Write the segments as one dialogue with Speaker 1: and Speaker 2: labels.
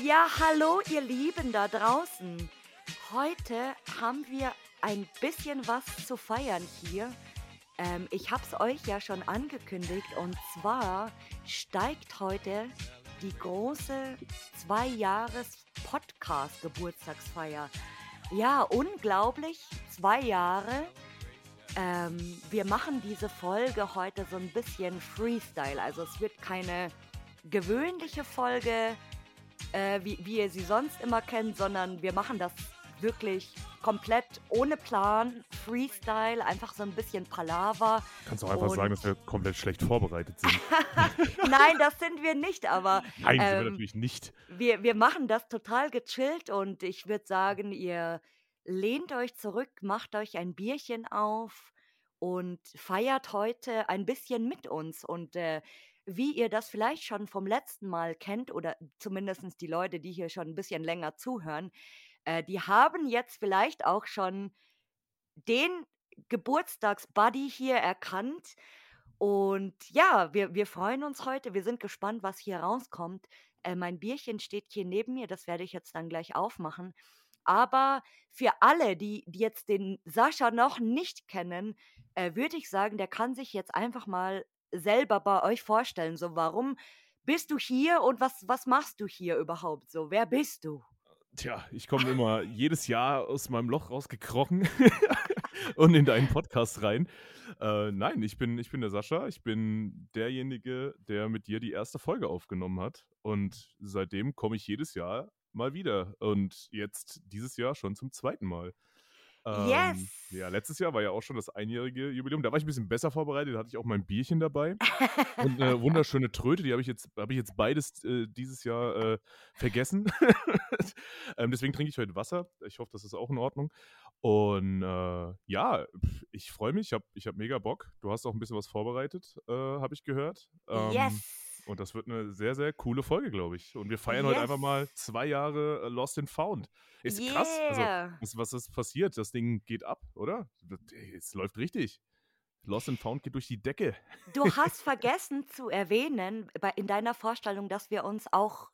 Speaker 1: Ja, hallo ihr Lieben da draußen. Heute haben wir ein bisschen was zu feiern hier. Ich habe es euch ja schon angekündigt und zwar steigt heute die große 2-Jahres-Podcast-Geburtstagsfeier. Ja, unglaublich, 2 Jahre. Wir machen diese Folge heute so ein bisschen Freestyle. Also es wird keine gewöhnliche Folge, wie ihr sie sonst immer kennt, sondern wir machen das wirklich komplett ohne Plan, Freestyle, einfach so ein bisschen Palaver.
Speaker 2: Kannst auch einfach sagen, dass wir komplett schlecht vorbereitet sind.
Speaker 1: Nein, das sind wir nicht, aber
Speaker 2: Nein, sind wir natürlich nicht.
Speaker 1: wir machen das total gechillt und ich würde sagen, ihr lehnt euch zurück, macht euch ein Bierchen auf und feiert heute ein bisschen mit uns. Und wie ihr das vielleicht schon vom letzten Mal kennt oder zumindest die Leute, die hier schon ein bisschen länger zuhören, die haben jetzt vielleicht auch schon den Geburtstagsbuddy hier erkannt. Und ja, wir freuen uns heute. Wir sind gespannt, was hier rauskommt. Mein Bierchen steht hier neben mir, das werde ich jetzt dann gleich aufmachen. Aber für alle, die jetzt den Sascha noch nicht kennen, würde ich sagen, der kann sich jetzt einfach mal selber bei euch vorstellen. So, warum bist du hier und was machst du hier überhaupt so? Wer bist du?
Speaker 2: Tja, ich komme immer jedes Jahr aus meinem Loch rausgekrochen und in deinen Podcast rein. Nein, ich bin der Sascha. Ich bin derjenige, der mit dir die erste Folge aufgenommen hat. Und seitdem komme ich jedes Jahr mal wieder. Und jetzt dieses Jahr schon zum zweiten Mal.
Speaker 1: Yes!
Speaker 2: Ja, letztes Jahr war ja auch schon das einjährige Jubiläum. Da war ich ein bisschen besser vorbereitet. Da hatte ich auch mein Bierchen dabei. Und eine wunderschöne Tröte, die habe ich jetzt beides dieses Jahr vergessen. Deswegen trinke ich heute Wasser. Ich hoffe, das ist auch in Ordnung. Und ja, ich freue mich. Ich hab mega Bock. Du hast auch ein bisschen was vorbereitet, habe ich gehört.
Speaker 1: Yes!
Speaker 2: Und das wird eine sehr, sehr coole Folge, glaube ich. Und wir feiern heute einfach mal
Speaker 1: Yes!
Speaker 2: 2 Jahre Lost and Found. Ist krass. Also,
Speaker 1: Yeah!
Speaker 2: was ist passiert? Das Ding geht ab, oder? Es läuft richtig. Lost and Found geht durch die Decke.
Speaker 1: Du hast vergessen zu erwähnen in deiner Vorstellung, dass wir uns auch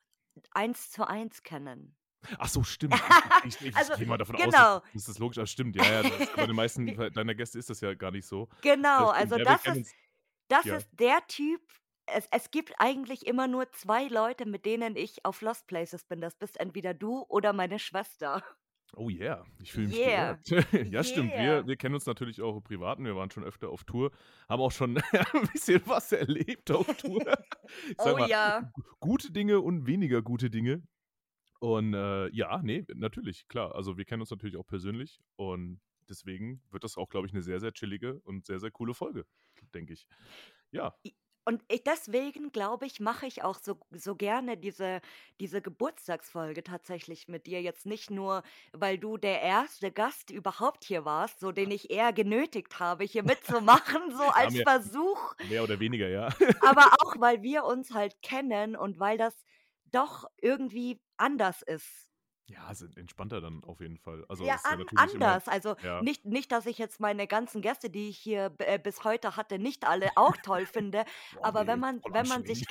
Speaker 1: 1:1 kennen.
Speaker 2: Ach so, stimmt. Ich
Speaker 1: Also,
Speaker 2: gehe mal davon aus,
Speaker 1: genau.
Speaker 2: dass das logisch ist. Stimmt, ja, das ist bei den meisten
Speaker 1: Wie
Speaker 2: deiner Gäste ist das ja gar nicht so.
Speaker 1: genau,
Speaker 2: Stimmt,
Speaker 1: also
Speaker 2: ja, wir
Speaker 1: das
Speaker 2: kennen
Speaker 1: ist
Speaker 2: uns.
Speaker 1: das
Speaker 2: Ja.
Speaker 1: ist der Typ. Es gibt eigentlich immer nur 2 Leute, mit denen ich auf Lost Places bin. Das bist entweder du oder meine Schwester.
Speaker 2: Oh yeah, ich fühle mich
Speaker 1: Yeah.
Speaker 2: geehrt. Ja, stimmt.
Speaker 1: Yeah.
Speaker 2: Wir kennen uns natürlich auch im Privaten. Wir waren schon öfter auf Tour, haben auch schon ein bisschen was erlebt auf Tour. Ich sage
Speaker 1: Oh
Speaker 2: mal,
Speaker 1: ja.
Speaker 2: gute Dinge und weniger gute Dinge. Und ja, ne, natürlich, klar. Also wir kennen uns natürlich auch persönlich und deswegen wird das auch, glaube ich, eine sehr, sehr chillige und sehr, sehr coole Folge, denke ich. Ja.
Speaker 1: I und deswegen, glaube ich, mache ich auch so gerne diese Geburtstagsfolge tatsächlich mit dir. Jetzt nicht nur, weil du der erste Gast überhaupt hier warst, so den ich eher genötigt habe, hier mitzumachen, so
Speaker 2: Ja,
Speaker 1: als Versuch,
Speaker 2: mehr oder weniger, ja.
Speaker 1: aber auch, weil wir uns halt kennen und weil das doch irgendwie anders ist.
Speaker 2: Ja, sind entspannter dann auf jeden Fall. Also,
Speaker 1: Ja,
Speaker 2: es ist ja natürlich immer
Speaker 1: anders. Also,
Speaker 2: ja.
Speaker 1: nicht, dass ich jetzt meine ganzen Gäste, die ich hier bis heute hatte, nicht alle auch toll finde,
Speaker 2: Boah,
Speaker 1: aber
Speaker 2: ne, voll
Speaker 1: wenn man
Speaker 2: anstrengend.
Speaker 1: sich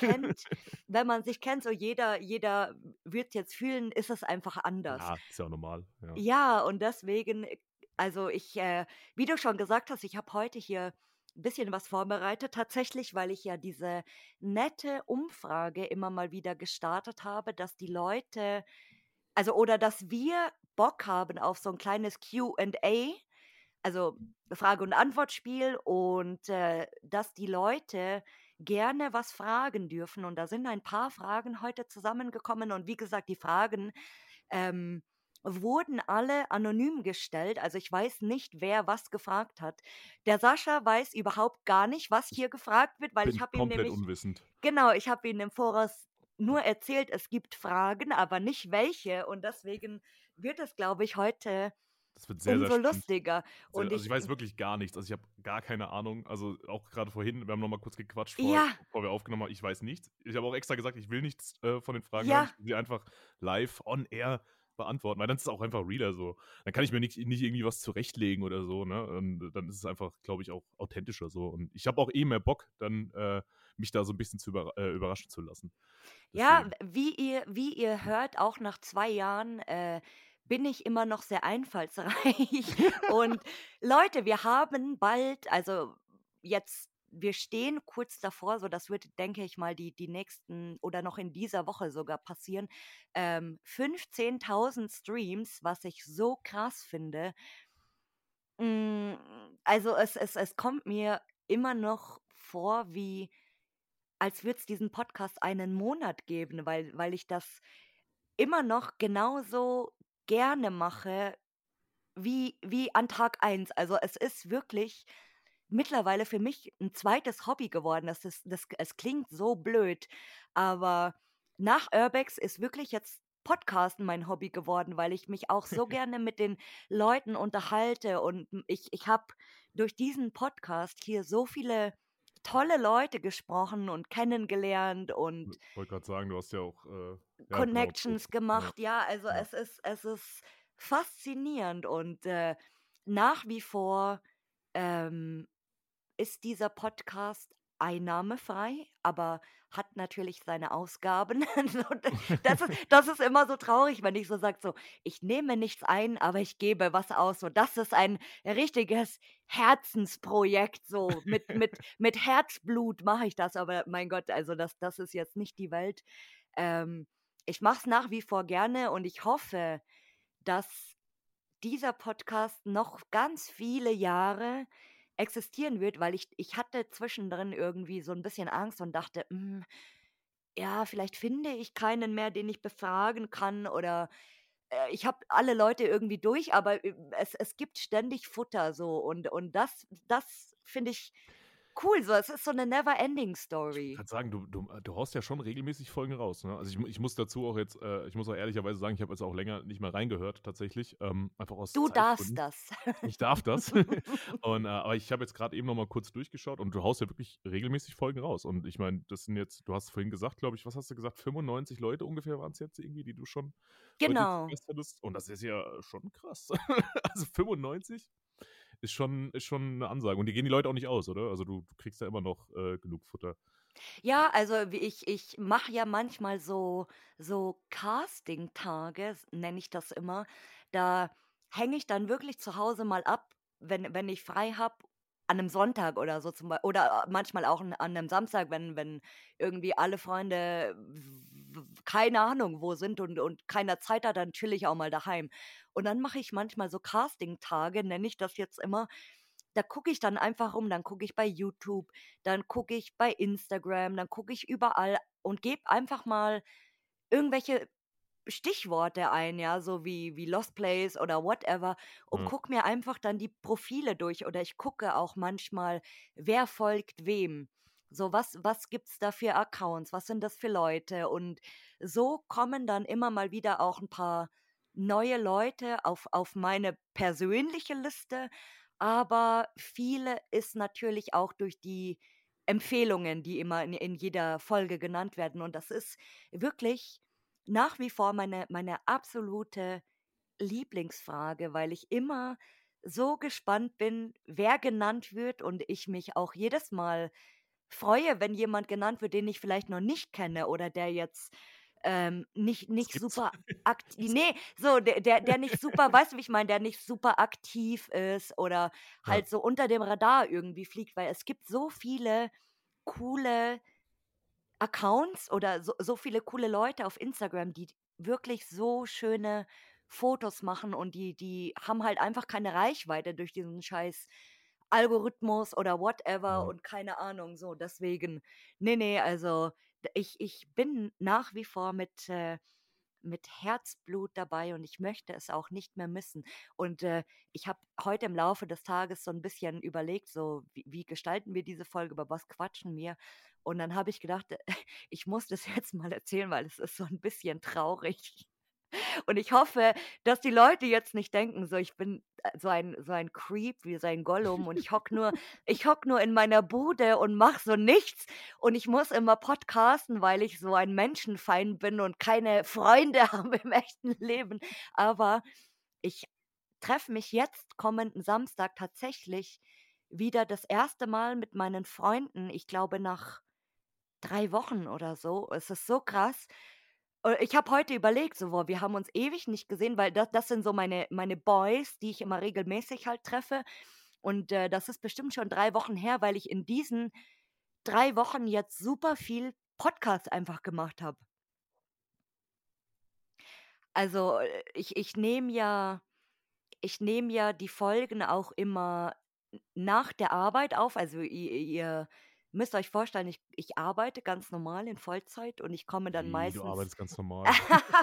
Speaker 1: kennt, so jeder wird jetzt fühlen, ist es einfach anders.
Speaker 2: Ja, ist ja auch normal, ja.
Speaker 1: Ja, und deswegen, also wie du schon gesagt hast, ich habe heute hier ein bisschen was vorbereitet, tatsächlich, weil ich ja diese nette Umfrage immer mal wieder gestartet habe, dass die Leute oder dass wir Bock haben auf so ein kleines Q&A, also Frage und Antwortspiel und, dass die Leute gerne was fragen dürfen. Und da sind ein paar Fragen heute zusammengekommen und wie gesagt, die Fragen, ähm, wurden alle anonym gestellt. Also, ich weiß nicht, wer was gefragt hat. Der Sascha weiß überhaupt gar nicht, was
Speaker 2: Ich
Speaker 1: hier gefragt wird, weil ich
Speaker 2: bin
Speaker 1: habe ihm
Speaker 2: komplett
Speaker 1: nämlich
Speaker 2: unwissend.
Speaker 1: genau, ich habe ihm im Voraus nur erzählt, es gibt Fragen, aber nicht welche und deswegen wird es, glaube ich, heute
Speaker 2: Das wird sehr, sehr
Speaker 1: umso
Speaker 2: spannend.
Speaker 1: lustiger und
Speaker 2: Also,
Speaker 1: ich
Speaker 2: ich weiß wirklich gar nichts. Also, ich habe gar keine Ahnung. Also, auch gerade vorhin, wir haben noch mal kurz gequatscht,
Speaker 1: ja,
Speaker 2: bevor wir aufgenommen haben. Ich weiß nichts. Ich habe auch extra gesagt, ich will nichts, von den Fragen hören.
Speaker 1: ja,
Speaker 2: Ich will sie einfach live on air beantworten, weil dann ist es auch einfach realer so. Dann kann ich mir nicht irgendwie was zurechtlegen oder so, ne? Und dann ist es einfach, glaube ich, auch authentischer so. Und ich habe auch mehr Bock, dann mich da so ein bisschen überraschen zu lassen.
Speaker 1: Ja,
Speaker 2: Deswegen.
Speaker 1: wie ihr hört, auch nach 2 Jahren, bin ich immer noch sehr einfallsreich. Und Leute, wir haben bald jetzt wir stehen kurz davor, so das wird, denke ich mal, die nächsten oder noch in dieser Woche sogar passieren, 15.000 Streams, was ich so krass finde. Hm, also, es kommt mir immer noch vor, wie als würde es diesen Podcast einen Monat geben, weil ich das immer noch genauso gerne mache wie an Tag eins. Also, es ist wirklich mittlerweile für mich ein zweites Hobby geworden. Es klingt so blöd, aber nach Urbex ist wirklich jetzt Podcasten mein Hobby geworden, weil ich mich auch so gerne mit den Leuten unterhalte und ich habe durch diesen Podcast hier so viele tolle Leute gesprochen und kennengelernt und
Speaker 2: Wollte gerade sagen, du hast ja auch, ja, genau.
Speaker 1: Connections
Speaker 2: Ja,
Speaker 1: gemacht. Ja, also
Speaker 2: ja.
Speaker 1: es ist faszinierend und, nach wie vor, ähm, ist dieser Podcast einnahmefrei, aber hat natürlich seine Ausgaben. So, das ist immer so traurig, wenn ich so sage, so: „Ich nehme nichts ein, aber ich gebe was aus." So, das ist ein richtiges Herzensprojekt, so mit Herzblut mache ich das, aber mein Gott, also das ist jetzt nicht die Welt. Ähm, Ich mache es nach wie vor gerne und ich hoffe, dass dieser Podcast noch ganz viele Jahre existieren wird, weil ich hatte zwischendrin irgendwie so ein bisschen Angst und dachte: ja, vielleicht finde ich keinen mehr, den ich befragen kann oder, ich habe alle Leute irgendwie durch, aber, es gibt ständig Futter so und das finde ich cool so. Es ist so eine never ending
Speaker 2: Ich wollte
Speaker 1: Story.
Speaker 2: grad sagen, du haust ja schon regelmäßig Folgen raus, ne? Also, ich muss dazu auch jetzt ich muss auch ehrlicherweise sagen, ich habe jetzt auch länger nicht mehr reingehört tatsächlich, einfach aus
Speaker 1: Du darfst
Speaker 2: Zeitgründen.
Speaker 1: das.
Speaker 2: Ich darf das. Und, aber ich habe jetzt grad eben noch mal kurz durchgeschaut und du haust ja wirklich regelmäßig Folgen raus. Und ich meine, das sind jetzt du hast vorhin gesagt, glaube ich, was hast du gesagt? 95 Leute ungefähr waren's jetzt irgendwie, die du schon bei dir zu
Speaker 1: Genau.
Speaker 2: Gast hattest. Und das ist ja schon krass. Also 95 ist schon 'ne Ansage. Und die gehen die Leute auch nicht aus, oder? Also, du kriegst da immer noch, genug Futter.
Speaker 1: Ja, also wie ich mache ja manchmal so Casting-Tage, nenne ich das immer. Da hänge ich dann wirklich zu Hause mal ab, wenn ich frei habe, an einem Sonntag oder so zum Beispiel oder, manchmal auch an einem Samstag, wenn irgendwie alle Freunde keine Ahnung wo sind und keiner Zeit hat, dann chill ich auch mal daheim. Und dann mache ich manchmal so Casting-Tage, nenne ich das jetzt immer. Da gucke ich dann einfach rum, dann gucke ich bei YouTube, dann gucke ich bei Instagram, dann gucke ich überall und gebe einfach mal irgendwelche Stichworte ein, ja, so wie Lost Place oder whatever und
Speaker 2: Ja.
Speaker 1: gucke mir einfach dann die Profile durch oder ich gucke auch manchmal, wer folgt wem. So, was gibt's da für Accounts? Was sind das für Leute? Und so kommen dann immer mal wieder auch ein paar neue Leute auf meine persönliche Liste, aber viele ist natürlich auch durch die Empfehlungen, die immer in jeder Folge genannt werden und das ist wirklich nach wie vor meine absolute Lieblingsfrage, weil ich immer so gespannt bin, wer genannt wird und ich mich auch jedes Mal freue, wenn jemand genannt wird, den ich vielleicht noch nicht kenne oder der jetzt,
Speaker 2: Das
Speaker 1: nicht
Speaker 2: gibt's.
Speaker 1: super aktiv, ne, so der nicht super weißt du, wie ich meine, der nicht super aktiv ist oder
Speaker 2: Ja.
Speaker 1: halt so unter dem Radar irgendwie fliegt, weil es gibt so viele coole Accounts oder so viele coole Leute auf Instagram, die wirklich so schöne Fotos machen und die haben halt einfach keine Reichweite durch diesen scheiß Algorithmus oder whatever
Speaker 2: Ja.
Speaker 1: und keine Ahnung, so deswegen ne, also ich bin nach wie vor mit Herzblut dabei und ich möchte es auch nicht mehr missen. Und, ich habe heute im Laufe des Tages so ein bisschen überlegt, so: „Wie gestalten wir diese Folge? Über was quatschen wir?" Und dann habe ich gedacht, ich muss das jetzt mal erzählen, weil es ist so ein bisschen traurig. Und ich hoffe, dass die Leute jetzt nicht denken, so ich bin, so ein Creep wie so ein Gollum und ich hocke nur in meiner Bude und mache so nichts und ich muss immer podcasten, weil ich so ein Menschenfeind bin und keine Freunde habe im echten Leben. Aber ich treffe mich jetzt kommenden Samstag tatsächlich wieder das erste Mal mit meinen Freunden, ich glaube nach 3 Wochen oder so. Es ist so krass. Ich habe heute überlegt, so: „Boah, wir haben uns ewig nicht gesehen“, weil das sind so meine Boys, die ich immer regelmäßig halt treffe. Und, das ist bestimmt schon 3 Wochen her, weil ich in diesen 3 Wochen jetzt super viel Podcast einfach gemacht habe. Also, ich nehme ja die Folgen auch immer nach der Arbeit auf. Also, ihr müsst euch vorstellen, ich arbeite ganz normal in Vollzeit und ich komme dann
Speaker 2: Wie, du
Speaker 1: meistens
Speaker 2: arbeitest ganz normal.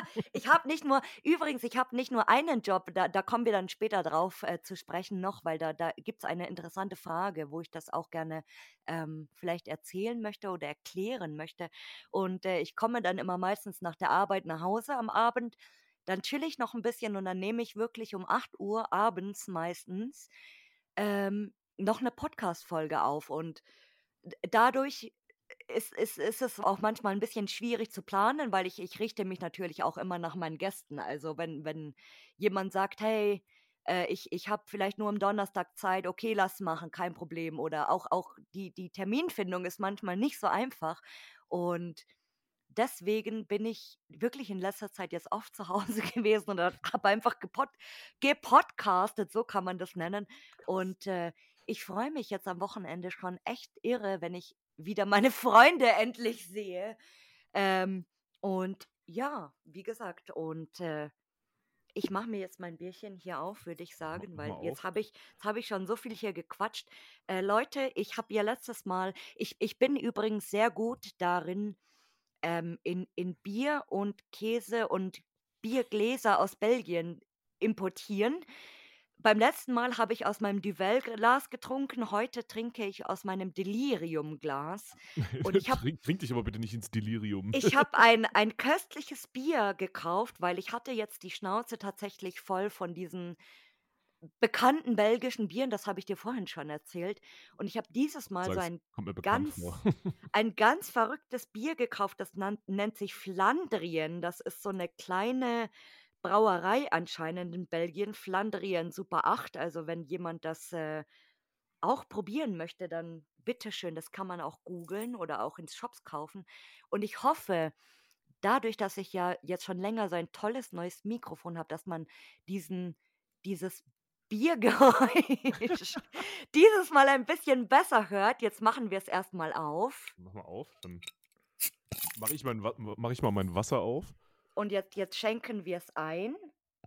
Speaker 1: ich habe nicht nur einen Job, da kommen wir dann später drauf, zu sprechen noch, weil da gibt's eine interessante Frage, wo ich das auch gerne, vielleicht erzählen möchte oder erklären möchte. Und, ich komme dann immer meistens nach der Arbeit nach Hause am Abend, dann chille ich noch ein bisschen und dann nehme ich wirklich um 8 Uhr abends meistens, noch eine Podcast-Folge auf und dadurch ist es auch manchmal ein bisschen schwierig zu planen, weil ich richte mich natürlich auch immer nach meinen Gästen. Also, wenn jemand sagt: „Hey, ich habe vielleicht nur am Donnerstag Zeit, okay, lass machen, kein Problem.“ Oder auch die Terminfindung ist manchmal nicht so einfach und deswegen bin ich wirklich in letzter Zeit jetzt oft zu Hause gewesen und habe einfach gepodcastet, so kann man das nennen.
Speaker 2: Krass.
Speaker 1: Und, ich freue mich jetzt am Wochenende schon echt irre, wenn ich wieder meine Freunde endlich sehe. Ähm, und ja, wie gesagt, und, ich mache mir jetzt mein Bierchen hier auf, würde ich sagen,
Speaker 2: Mach mal
Speaker 1: weil
Speaker 2: auf.
Speaker 1: jetzt habe ich schon so viel hier gequatscht. Leute, ich habe ja letztes Mal ich bin übrigens sehr gut darin, in Bier und Käse und Biergläser aus Belgien importieren. Beim letzten Mal habe ich aus meinem Duvel-Glas getrunken, heute trinke ich aus meinem Delirium-Glas. Und ich habe
Speaker 2: Trink dich aber bitte nicht ins Delirium.
Speaker 1: ich habe ein köstliches Bier gekauft, weil ich hatte jetzt die Schnauze tatsächlich voll von diesen bekannten belgischen Bieren, das habe ich dir vorhin schon erzählt. Und ich habe dieses Mal so
Speaker 2: Sag's, kommt mir bekannt vor.
Speaker 1: ein ganz verrücktes Bier gekauft, das nennt sich Flandrien. Das ist so eine kleine Brauerei anscheinend in Belgien, Flandrien Super 8. Also, wenn jemand das, auch probieren möchte, dann bitteschön, das kann man auch googeln oder auch in Shops kaufen. Und ich hoffe, dadurch, dass ich ja jetzt schon länger so ein tolles neues Mikrofon habe, dass man dieses Biergeräusch dieses Mal ein bisschen besser hört. Jetzt machen wir es erst mal auf.
Speaker 2: Mach mal auf, dann mache ich mal mein Wasser auf.
Speaker 1: Und jetzt schenken wir es ein.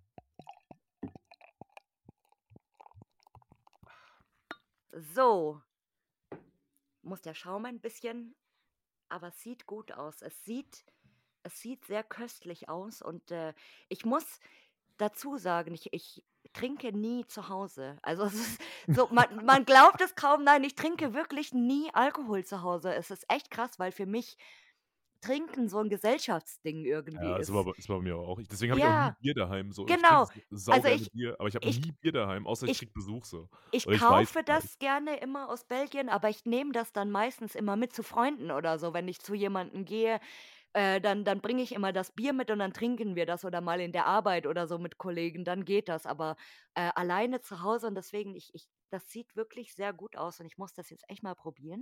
Speaker 1: So, muss der Schaum ein bisschen, aber es sieht gut aus. Es sieht sehr köstlich aus und, ich muss dazu sagen, ich trinke nie zu Hause. Also, es ist so, man glaubt es kaum, nein, ich trinke wirklich nie Alkohol zu Hause. Es ist echt krass, weil für mich Trinken so ein Gesellschaftsding irgendwie
Speaker 2: Ja,
Speaker 1: ist.
Speaker 2: ist aber bei mir auch. Deswegen habe ich auch nie
Speaker 1: Ja,
Speaker 2: Bier daheim so. Ich trinke
Speaker 1: genau. Also,
Speaker 2: saugerne Bier, aber ich habe
Speaker 1: ich
Speaker 2: nie Bier daheim, außer ich
Speaker 1: ich
Speaker 2: kriege Besuch so.
Speaker 1: ich
Speaker 2: Oder ich weiß
Speaker 1: kaufe
Speaker 2: vielleicht.
Speaker 1: das gerne immer aus Belgien, aber ich nehme das dann meistens immer mit zu Freunden oder so. Wenn ich zu jemandem gehe, dann bringe ich immer das Bier mit und dann trinken wir das oder mal in der Arbeit oder so mit Kollegen, dann geht das. Aber, alleine zu Hause und deswegen das sieht wirklich sehr gut aus und ich muss das jetzt echt mal probieren.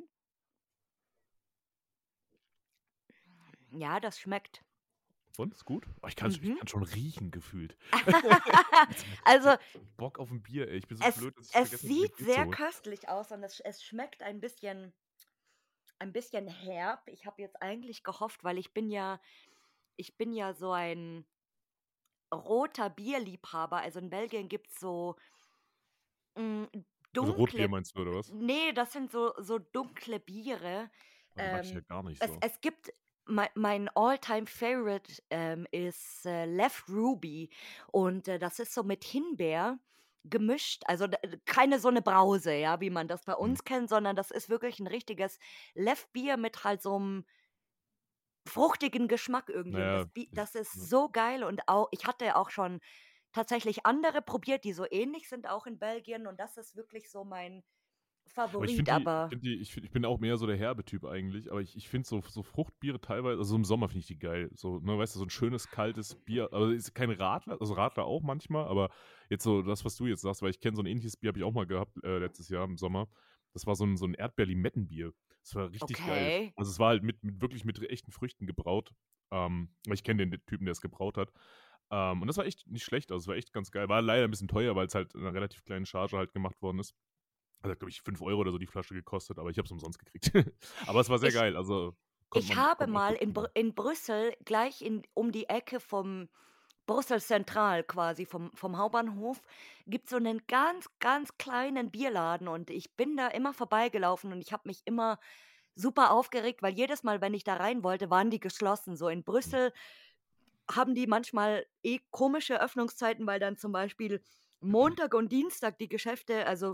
Speaker 1: Ja, das schmeckt.
Speaker 2: Und, ist gut? Oh, ich
Speaker 1: Mhm.
Speaker 2: kann schon riechen gefühlt. Ich
Speaker 1: Also,
Speaker 2: habe so Bock auf 'n Bier, ey. Ich bin so
Speaker 1: es
Speaker 2: blöd, dass ich
Speaker 1: es
Speaker 2: vergessen habe, mir
Speaker 1: sieht
Speaker 2: Bier zu
Speaker 1: sehr
Speaker 2: holen.
Speaker 1: köstlich aus und es schmeckt ein bisschen herb. Ich habe jetzt eigentlich gehofft, weil ich bin ja so ein roter Bierliebhaber. Also, in Belgien gibt's so, hm,
Speaker 2: Also, Rotbier
Speaker 1: dunkle
Speaker 2: meinst du oder was?
Speaker 1: ne, das sind so dunkle Biere.
Speaker 2: Oh, mag ich ja gar nicht
Speaker 1: Es
Speaker 2: so.
Speaker 1: es gibt mein All-Time Favorite, ist, Left Ruby und, das ist so mit Himbeer gemischt. Also, keine so 'ne Brause, ja, wie man das bei
Speaker 2: Mhm.
Speaker 1: uns kennt, sondern das ist wirklich 'n richtiges Left Bier mit halt so 'm fruchtigen Geschmack
Speaker 2: Na
Speaker 1: irgendwie und
Speaker 2: ja,
Speaker 1: das ist so geil und auch ich hatte auch schon tatsächlich andere probiert, die so ähnlich sind, auch in Belgien und das ist wirklich so mein
Speaker 2: aber ich
Speaker 1: Favorit,
Speaker 2: finde die ich
Speaker 1: aber
Speaker 2: finde die ich bin auch mehr so der herbe Typ eigentlich, aber ich finde so Fruchtbiere teilweise also im Sommer finde ich die geil. So, ne, weißt du, so 'n schönes kaltes Bier, also ist kein Radler, also Radler auch manchmal, aber jetzt so das, was du jetzt sagst, weil ich kenne so 'n ähnliches Bier habe ich auch mal gehabt, letztes Jahr im Sommer. Das war so 'n Erdbeer-Limettenbier. Das war richtig geil.
Speaker 1: okay.
Speaker 2: Also, es war halt mit wirklich mit echten Früchten gebraut. Ich kenne den Typen, der es gebraut hat. Und das war echt nicht schlecht, also es war echt ganz geil. War leider 'n bisschen teuer, weil's halt in 'ner relativ kleinen Charge halt gemacht worden ist. Hat, glaube ich, 5 € oder so die Flasche gekostet, aber ich habe es umsonst gekriegt. Aber es war sehr
Speaker 1: Ich
Speaker 2: geil, also
Speaker 1: ich habe
Speaker 2: konnte man
Speaker 1: mal
Speaker 2: gut trinken.
Speaker 1: In Brüssel gleich um die Ecke vom Brüssel Central quasi vom Hauptbahnhof gibt's so 'nen ganz, ganz kleinen Bierladen und ich bin da immer vorbeigelaufen und ich habe mich immer super aufgeregt, weil jedes Mal, wenn ich da rein wollte, waren die geschlossen. So in
Speaker 2: Mhm.
Speaker 1: Brüssel haben die manchmal komische Öffnungszeiten, weil dann zum Beispiel Montag und Dienstag die Geschäfte, also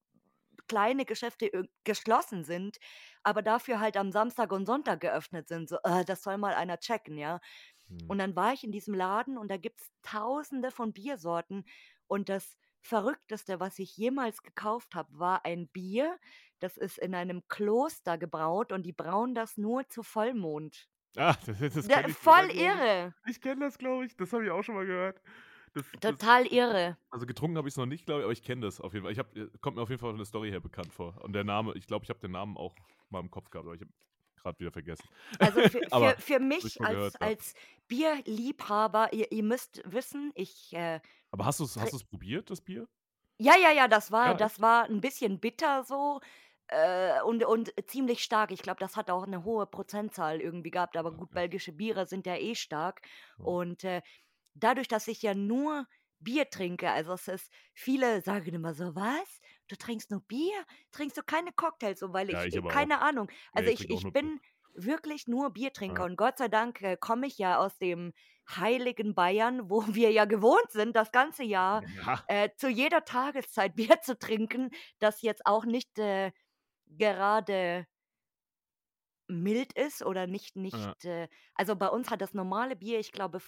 Speaker 1: kleine Geschäfte geschlossen sind, aber dafür halt am Samstag und Sonntag geöffnet sind. So, das soll mal einer checken, ja?
Speaker 2: Mhm.
Speaker 1: Und dann war ich in diesem Laden und da gibt's Tausende von Biersorten und das Verrückteste, was ich jemals gekauft habe, war ein Bier, das ist in einem Kloster gebraut und die brauen das nur zu Vollmond.
Speaker 2: Ah, das
Speaker 1: Da
Speaker 2: kenne ich sogar,
Speaker 1: voll
Speaker 2: glaube ich.
Speaker 1: irre,
Speaker 2: Ich kenne das, glaube ich. Das habe ich auch schon mal gehört. Das
Speaker 1: total irre.
Speaker 2: also getrunken habe ich's noch nicht, glaube ich, aber ich kenne das auf jeden Fall. Ich habe kommt mir auf jeden Fall von der Story her bekannt vor. Und der Name, ich glaube, ich habe den Namen auch mal im Kopf gehabt, aber ich habe grad wieder vergessen.
Speaker 1: Also,
Speaker 2: Aber
Speaker 1: für
Speaker 2: habe ich
Speaker 1: mich
Speaker 2: schon gehört, ja.
Speaker 1: als Bierliebhaber, ihr müsst wissen, ich,
Speaker 2: Aber
Speaker 1: tri
Speaker 2: hast du's probiert, das Bier?
Speaker 1: ja, ja, ja,
Speaker 2: Ja,
Speaker 1: das
Speaker 2: echt?
Speaker 1: war 'n bisschen bitter so, und ziemlich stark. Ich glaube, das hat auch 'ne hohe Prozentzahl irgendwie gehabt, aber
Speaker 2: Ah,
Speaker 1: gut,
Speaker 2: okay.
Speaker 1: belgische Biere sind ja eh stark
Speaker 2: Ja.
Speaker 1: und, dadurch, dass ich ja nur Bier trinke, also, es ist viele sagen immer so: „Was? Du trinkst nur Bier? Trinkst du keine Cocktails?“ So, weil
Speaker 2: Ja,
Speaker 1: ich
Speaker 2: ich aber auch.
Speaker 1: keine Ahnung.
Speaker 2: Ne,
Speaker 1: Also,
Speaker 2: ich trinke auch
Speaker 1: ich
Speaker 2: nur Bier.
Speaker 1: bin wirklich nur Biertrinker
Speaker 2: Ja.
Speaker 1: und Gott sei Dank, komme ich ja aus dem heiligen Bayern, wo wir ja gewohnt sind, das ganze Jahr,
Speaker 2: Ja.
Speaker 1: zu jeder Tageszeit Bier zu trinken, das jetzt auch nicht, gerade mild ist oder
Speaker 2: Ja.
Speaker 1: also, bei uns hat das normale Bier, ich glaube,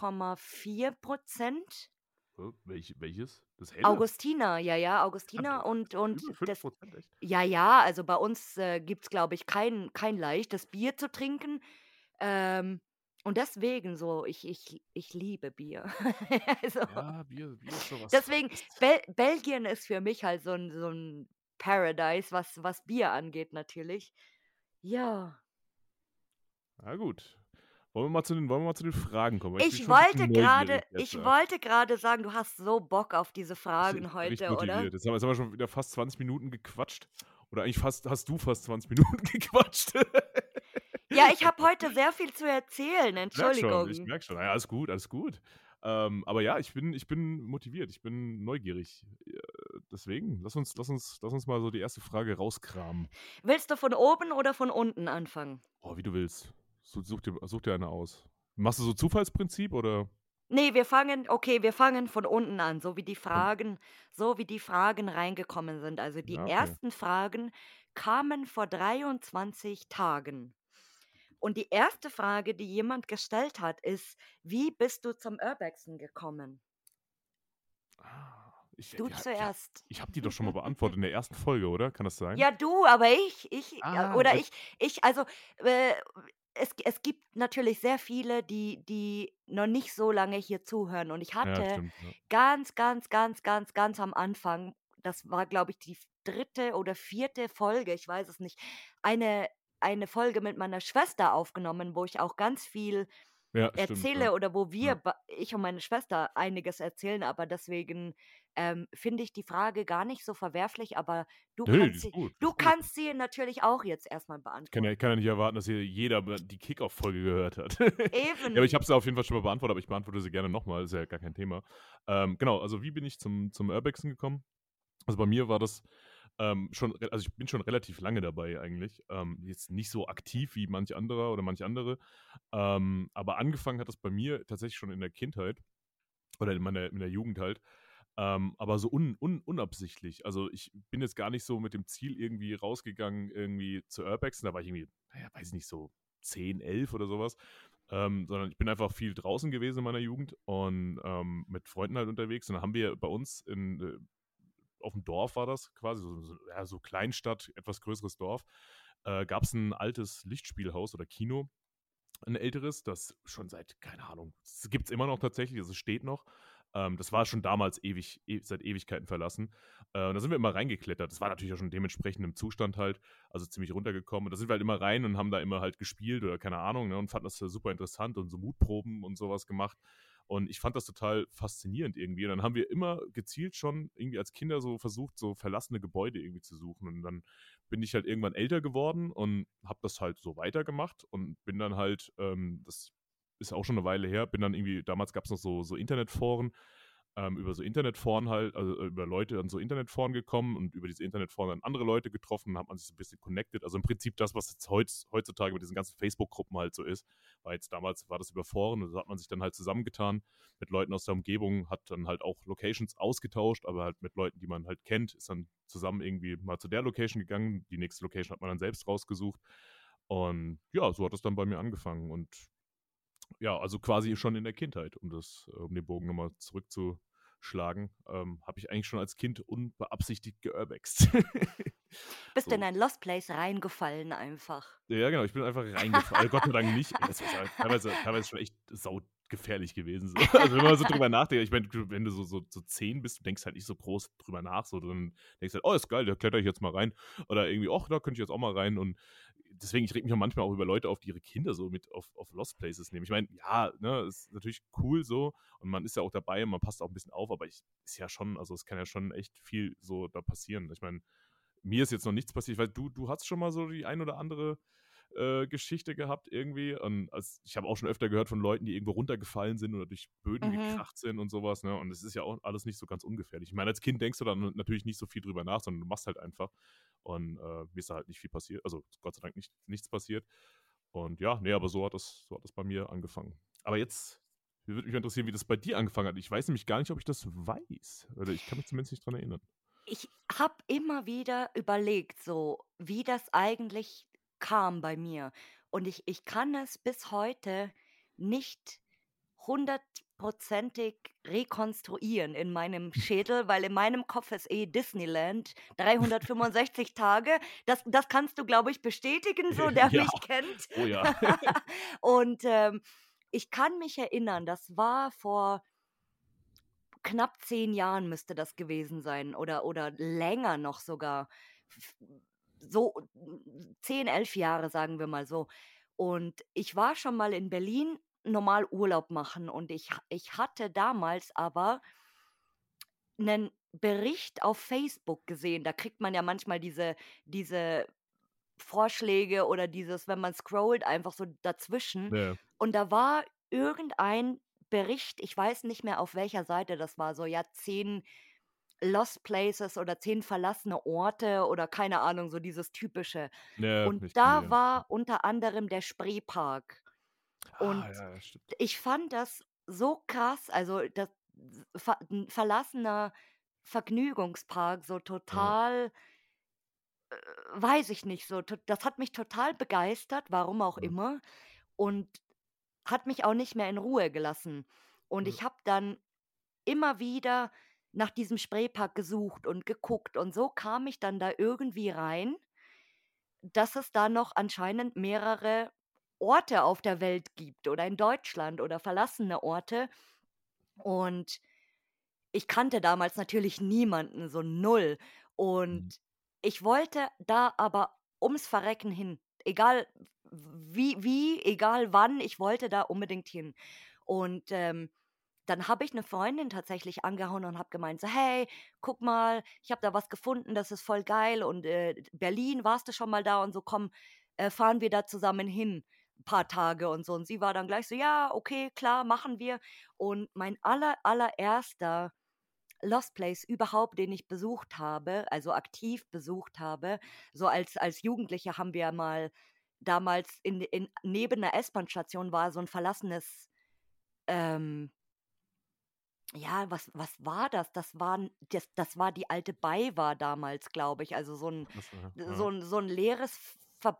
Speaker 1: 5,4%.
Speaker 2: Welches? Das Helle?
Speaker 1: Augustiner, ja, ja,
Speaker 2: Ja,
Speaker 1: Augustiner
Speaker 2: über 5%, echt?
Speaker 1: ja, ja, also, bei uns, gibt's, glaube ich, kein leichtes Bier zu trinken. Ähm, und deswegen so, ich liebe Bier. Also,
Speaker 2: Ja, Bier ist so was
Speaker 1: deswegen
Speaker 2: Feines.
Speaker 1: Belgien ist für mich halt so 'n Paradise, was Bier angeht natürlich. Ja.
Speaker 2: Na gut. Wollen wir mal zu den Fragen kommen, weil ich bin schon 'n bisschen neugierig jetzt,
Speaker 1: Ich
Speaker 2: ja.
Speaker 1: wollte grade sagen, du hast so Bock auf diese
Speaker 2: Ich
Speaker 1: Fragen
Speaker 2: bin richtig
Speaker 1: heute, oder?
Speaker 2: motiviert. Jetzt haben wir schon wieder fast 20 Minuten gequatscht. Oder eigentlich hast du fast 20 Minuten gequatscht.
Speaker 1: Ja, ich habe heute sehr viel zu erzählen,
Speaker 2: Ich
Speaker 1: Entschuldigung.
Speaker 2: merke schon. Ja, ja, alles gut, alles gut. Aber ja, ich bin motiviert, ich bin neugierig. Deswegen, lass uns mal so die erste Frage rauskramen.
Speaker 1: Willst du von oben oder von unten anfangen?
Speaker 2: Oh, wie du willst. Such dir eine aus. Machst du so Zufallsprinzip oder
Speaker 1: Ne, wir fangen von unten an,
Speaker 2: von
Speaker 1: so wie die Fragen reingekommen sind. Also, die
Speaker 2: ja, okay.
Speaker 1: ersten Fragen kamen vor 23 Tagen. Und die erste Frage, die jemand gestellt hat, ist: „Wie bist du zum Urbexen gekommen?“
Speaker 2: Ah,
Speaker 1: Du zuerst.
Speaker 2: ich habe die doch schon mal beantwortet in der ersten Folge, oder? Kann das sein?
Speaker 1: Ja, du, aber
Speaker 2: Ah,
Speaker 1: oder
Speaker 2: das
Speaker 1: also, äh, es gibt natürlich sehr viele, die noch nicht so lange hier zuhören und ich
Speaker 2: ja,
Speaker 1: hatte
Speaker 2: stimmt, ja.
Speaker 1: ganz, ganz, ganz, ganz, ganz am Anfang, das war, glaube ich, die dritte oder vierte Folge, ich weiß es nicht, eine Folge mit meiner Schwester aufgenommen, wo ich auch ganz viel
Speaker 2: Ja, stimmt, ja.
Speaker 1: erzähle oder wo
Speaker 2: Ja.
Speaker 1: ich und meine Schwester einiges erzählen, aber deswegen, finde ich die Frage gar nicht so verwerflich, aber
Speaker 2: Ne, die ist gut, die
Speaker 1: du
Speaker 2: ist gut.
Speaker 1: kannst sie natürlich auch jetzt erst mal
Speaker 2: Ich kann ja
Speaker 1: beantworten.
Speaker 2: nicht erwarten, dass hier jeder die Kickoff-Folge gehört hat. Ja, aber ich
Speaker 1: Eben.
Speaker 2: habe sie auf jeden Fall schon mal beantwortet, aber ich beantworte sie gerne noch mal, ist ja gar kein Thema. Genau, also wie bin ich zum Urbexen gekommen? Also, bei mir war das, also, ich bin schon relativ lange dabei eigentlich. Jetzt nicht so aktiv wie manch anderer oder manch andere, aber angefangen hat das bei mir tatsächlich schon in der Kindheit oder in der Jugend halt, aber so unabsichtlich. Also, ich bin jetzt gar nicht so mit dem Ziel irgendwie rausgegangen, irgendwie zu Urbexen. Da war ich irgendwie, na ja, weiß ich nicht, so 10, 11 oder sowas. Sondern ich bin einfach viel draußen gewesen in meiner Jugend und mit Freunden halt unterwegs. Und dann haben wir bei uns auf dem Dorf war das quasi, ja, so Kleinstadt, etwas größeres Dorf, gab es ein altes Lichtspielhaus oder Kino, ein älteres, das schon seit, keine Ahnung, es gibt es immer noch tatsächlich, also es steht noch. Das war schon damals seit Ewigkeiten verlassen. Und da sind wir immer reingeklettert. Das war natürlich auch schon dementsprechend im Zustand halt, also ziemlich runtergekommen. Und da sind wir halt immer rein und haben da immer halt gespielt oder keine Ahnung, ne, und fanden das super interessant und so Mutproben und sowas gemacht. Und ich fand das total faszinierend irgendwie. Und dann haben wir immer gezielt schon irgendwie als Kinder so versucht, so verlassene Gebäude irgendwie zu suchen. Und dann bin ich halt irgendwann älter geworden und habe das halt so weitergemacht und bin dann halt, das ist auch schon eine Weile her, bin dann irgendwie, damals gab es noch so Internetforen, über so Internetforen halt, also über Leute an so Internetforen gekommen und über diese Internetforen dann andere Leute getroffen, hat man sich so ein bisschen connected. Also im Prinzip das, was jetzt heutzutage mit diesen ganzen Facebook-Gruppen halt so ist, weil jetzt damals war das über Foren und da hat man sich dann halt zusammengetan mit Leuten aus der Umgebung, hat dann halt auch Locations ausgetauscht, aber halt mit Leuten, die man halt kennt, ist dann zusammen irgendwie mal zu der Location gegangen. Die nächste Location hat man dann selbst rausgesucht. Und ja, so hat es dann bei mir angefangen. Und ja, also quasi schon in der Kindheit, um den Bogen nochmal zurückzuschlagen, habe ich eigentlich schon als Kind unbeabsichtigt geurbext.
Speaker 1: Bist du in
Speaker 2: So.
Speaker 1: ein Lost Place reingefallen einfach?
Speaker 2: Ja, genau, ich bin einfach reingefallen. Also Gott sei Dank nicht. Ey, das ist ja teilweise schon echt saugefährlich gewesen. So. Also wenn man so drüber nachdenkt, ich meine, wenn du so 10 bist, du denkst halt nicht so groß drüber nach. So, dann denkst du halt, oh, ist geil, da kletter ich jetzt mal rein. Oder irgendwie, ach, da könnte ich jetzt auch mal rein. Und deswegen, ich reg mich auch manchmal auch über Leute auf, die ihre Kinder so mit auf Lost Places nehmen. Ich meine, ja, ne, ist natürlich cool so und man ist ja auch dabei und man passt auch ein bisschen auf, aber ist ja schon, also es kann ja schon echt viel so da passieren. Ich meine, mir ist jetzt noch nichts passiert, weil du hast schon mal so die ein oder andere Geschichte gehabt irgendwie. Und ich habe auch schon öfter gehört von Leuten, die irgendwo runtergefallen sind oder durch Böden
Speaker 1: Mhm.
Speaker 2: gekracht sind und sowas. Ne? Und es ist ja auch alles nicht so ganz ungefährlich. Ich meine, als Kind denkst du dann natürlich nicht so viel drüber nach, sondern du machst halt einfach. Und mir ist da halt nicht viel passiert. Also Gott sei Dank nichts passiert. Und ja, nee, aber so hat das bei mir angefangen. Aber jetzt würde mich interessieren, wie das bei dir angefangen hat. Ich weiß nämlich gar nicht, ob ich das weiß. Oder ich kann mich zumindest nicht dran erinnern.
Speaker 1: Ich habe immer wieder überlegt, so wie das eigentlich kam bei mir. Und ich kann es bis heute nicht hundertprozentig rekonstruieren in meinem Schädel, weil in meinem Kopf ist Disneyland, 365 Tage. Das kannst du, glaube ich, bestätigen, so der
Speaker 2: Ja,
Speaker 1: mich kennt.
Speaker 2: oh ja.
Speaker 1: Und, ich kann mich erinnern, das war vor knapp 10 Jahren müsste das gewesen sein oder länger noch sogar. F so 10, 11 Jahre, sagen wir mal so. Und ich war schon mal in Berlin normal Urlaub machen und ich hatte damals aber 'nen Bericht auf Facebook gesehen. Da kriegt man ja manchmal diese Vorschläge oder dieses, wenn man scrollt, einfach so dazwischen.
Speaker 2: Ja,
Speaker 1: Und da war irgendein Bericht, ich weiß nicht mehr, auf welcher Seite das war, so, ja, 10 Lost Places oder 10 verlassene Orte oder keine Ahnung, so dieses Typische.
Speaker 2: ja,
Speaker 1: Und
Speaker 2: ich kenne die,
Speaker 1: da
Speaker 2: ja.
Speaker 1: war unter anderem der Spreepark. Und
Speaker 2: Ah, ja, ja, stimmt.
Speaker 1: ich fand das so krass, also das 'n verlassener Vergnügungspark, so
Speaker 2: Ja,
Speaker 1: total weiß ich nicht, so das hat mich total begeistert, warum auch
Speaker 2: ja,
Speaker 1: immer, und hat mich auch nicht mehr in Ruhe gelassen. Und
Speaker 2: ja,
Speaker 1: ich habe dann immer wieder nach diesem Spreepark gesucht und geguckt und so kam ich dann da irgendwie rein, dass es da noch anscheinend mehrere Orte auf der Welt gibt oder in Deutschland oder verlassene Orte. Und ich kannte damals natürlich niemanden, so null. Und
Speaker 2: mhm,
Speaker 1: ich wollte da aber ums Verrecken hin. Egal egal wann, ich wollte da unbedingt hin. Und, dann habe ich eine Freundin tatsächlich angehauen und habe gemeint so: „Hey, guck mal, ich habe da was gefunden, das ist voll geil und, Berlin, warst du schon mal da und so, komm, fahren wir da zusammen hin, ein paar Tage und so.“ Und sie war dann gleich so: „Ja, okay, klar, machen wir.“ Und mein allererster Lost Place überhaupt, den ich besucht habe, also aktiv besucht habe, so als Jugendliche haben wir mal damals in neben der S-Bahn-Station war so 'n verlassenes, ähm ja, was war das? Das war die alte BayWa damals, glaube ich, also so 'n
Speaker 2: krass, ja,
Speaker 1: so
Speaker 2: ja,
Speaker 1: 'n so 'n leeres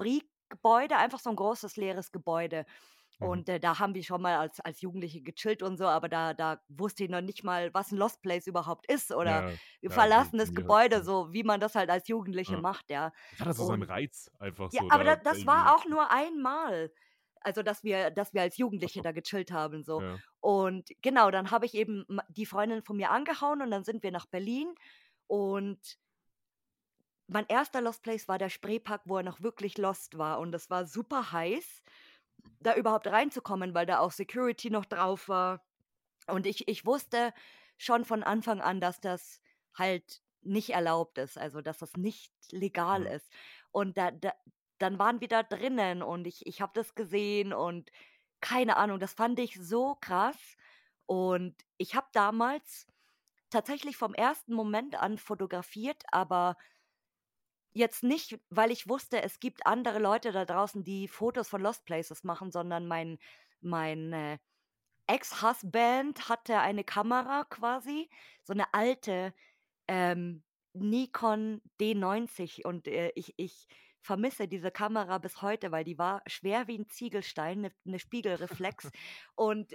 Speaker 1: Gebäude, einfach so 'n großes leeres Gebäude.
Speaker 2: Mhm.
Speaker 1: Und, da haben wir schon mal als Jugendliche gechillt und so, aber da wusste ich noch nicht mal, was 'n Lost Place überhaupt ist oder
Speaker 2: Ja,
Speaker 1: wir
Speaker 2: ja,
Speaker 1: verlassen
Speaker 2: bei
Speaker 1: das
Speaker 2: mir halt
Speaker 1: Gebäude
Speaker 2: nicht.
Speaker 1: so, wie man das halt als Jugendliche
Speaker 2: Ja.
Speaker 1: macht, ja.
Speaker 2: Das hat also seinen
Speaker 1: Und
Speaker 2: Reiz einfach
Speaker 1: ja,
Speaker 2: so
Speaker 1: aber
Speaker 2: da
Speaker 1: das
Speaker 2: irgendwie.
Speaker 1: war auch nur einmal, also, dass wir als
Speaker 2: Ach
Speaker 1: Jugendliche
Speaker 2: so,
Speaker 1: da gechillt haben so.
Speaker 2: ja.
Speaker 1: Und genau, dann habe ich eben die Freundin von mir angehauen und dann sind wir nach Berlin und mein erster Lost Place war der Spreepark, wo er noch wirklich lost war und es war super heiß, da überhaupt reinzukommen, weil da auch Security noch drauf war. Und ich wusste schon von Anfang an, dass das halt nicht erlaubt ist, also, dass das nicht legal
Speaker 2: Ja.
Speaker 1: ist. Und dann waren wir da drinnen und ich habe das gesehen und keine Ahnung, das fand ich so krass. Und ich habe damals tatsächlich vom ersten Moment an fotografiert, aber jetzt nicht, weil ich wusste, es gibt andere Leute da draußen, die Fotos von Lost Places machen, sondern mein Ex-Husband hatte eine Kamera quasi, so 'ne alte, ähm, Nikon D90 und, ich vermisse diese Kamera bis heute, weil die war schwer wie 'n Ziegelstein, 'ne Spiegelreflex. Und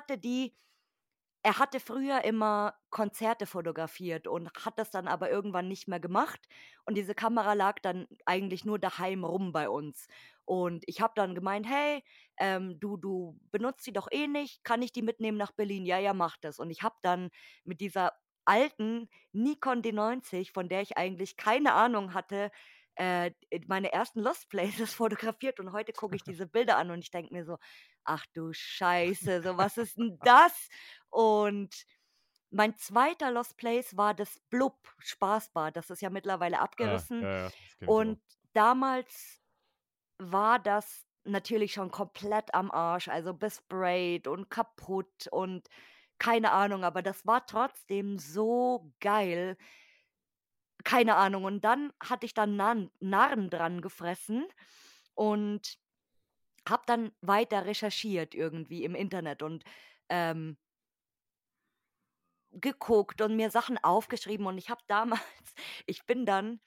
Speaker 1: er hatte früher immer Konzerte fotografiert und hat das dann aber irgendwann nicht mehr gemacht. Und diese Kamera lag dann eigentlich nur daheim rum bei uns. Und ich habe dann gemeint: „Hey, du benutzt die doch eh nicht, kann ich die mitnehmen nach Berlin?“ „Ja, ja, mach das.“ Und ich habe dann mit dieser alten Nikon D90, von der ich eigentlich keine Ahnung hatte, meine ersten Lost Places fotografiert und heute gucke ich diese Bilder an und ich denke mir so: „Ach du Scheiße, so was ist 'n das?“ Und mein zweiter Lost Place war das Blub Spaßbad. Das ist ja mittlerweile
Speaker 2: Ah,
Speaker 1: abgerissen.
Speaker 2: ja, ja, das kenne ich auch.
Speaker 1: Und damals war das natürlich schon komplett am Arsch, also besprayt und kaputt und keine Ahnung, aber das war trotzdem so geil. Keine Ahnung. Und dann hatte ich dann Narren dran gefressen und habe dann weiter recherchiert irgendwie im Internet und, ähm geguckt und mir Sachen aufgeschrieben und ich habe damals ich bin dann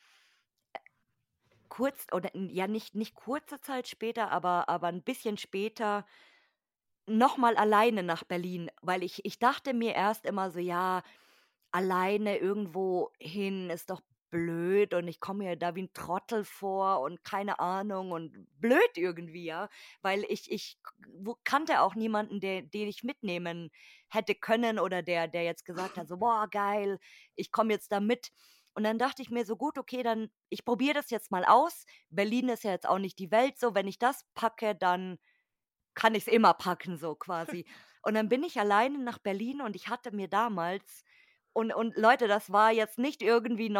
Speaker 1: kurz oder ja, nicht kurze Zeit später, aber 'n bisschen später noch mal alleine nach Berlin, weil ich dachte mir erst immer so: „Ja, alleine irgendwo hin ist doch blöd und ich komme mir da wie 'n Trottel vor und keine Ahnung und blöd irgendwie“, ja, weil ich kannte auch niemanden, den ich mitnehmen hätte können oder der jetzt gesagt hat so: „Boah, geil, ich komme jetzt da mit.“ Und dann dachte ich mir so: „Gut, okay, dann ich probiere das jetzt mal aus. Berlin ist ja jetzt auch nicht die Welt so. Wenn ich das packe, dann kann ich's immer packen“, so quasi. Und dann bin ich alleine nach Berlin und ich hatte mir damals und Leute, das war jetzt nicht irgendwie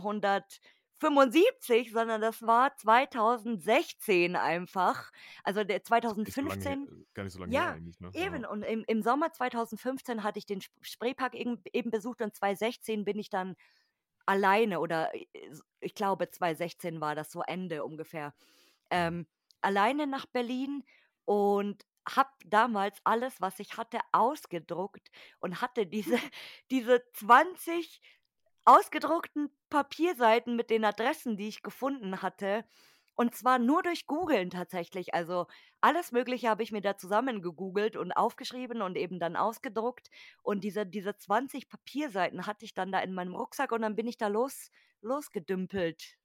Speaker 1: 1975, sondern das war 2016 einfach. Also, der
Speaker 2: Nicht so lange
Speaker 1: 2015
Speaker 2: gar nicht so lange her
Speaker 1: ja,
Speaker 2: eigentlich, ne? Ja.
Speaker 1: eben. Und im Sommer 2015 hatte ich den Spreepark eben besucht und 2016 bin ich dann alleine oder ich glaube 2016 war das so Ende ungefähr,
Speaker 2: Mhm.
Speaker 1: alleine nach Berlin und habe damals alles, was ich hatte, ausgedruckt und hatte diese diese 20 ausgedruckten Papierseiten mit den Adressen, die ich gefunden hatte. Und zwar nur durch Googeln tatsächlich. Also, alles Mögliche habe ich mir da zusammengegoogelt und aufgeschrieben und eben dann ausgedruckt. Und diese 20 Papierseiten hatte ich dann da in meinem Rucksack und dann bin ich da losgedümpelt.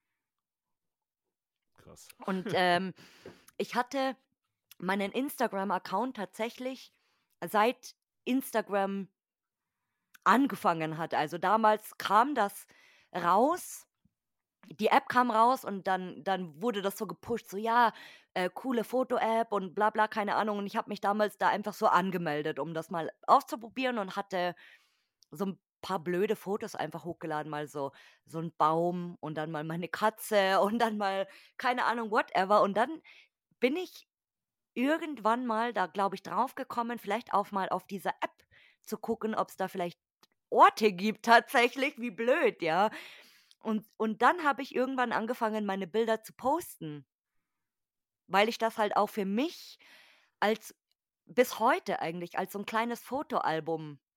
Speaker 2: Krass.
Speaker 1: Und, ich hatte meinen Instagram-Account tatsächlich seit Instagram angefangen hat. Also, damals kam das raus, die App kam raus und dann wurde das so gepusht, so: „Ja, coole Foto-App“ und bla bla, keine Ahnung. Und ich habe mich damals da einfach so angemeldet, um das mal auszuprobieren und hatte so 'n paar blöde Fotos einfach hochgeladen, mal so 'n Baum und dann mal meine Katze und dann mal, keine Ahnung, whatever. Und dann bin ich irgendwann mal da, glaube ich, draufgekommen, vielleicht auch mal auf dieser App zu gucken, ob's da vielleicht Orte gibt tatsächlich, wie blöd, ja. Und dann habe ich irgendwann angefangen, meine Bilder zu posten, weil ich das halt auch für mich als bis heute eigentlich als so 'n kleines Fotoalbum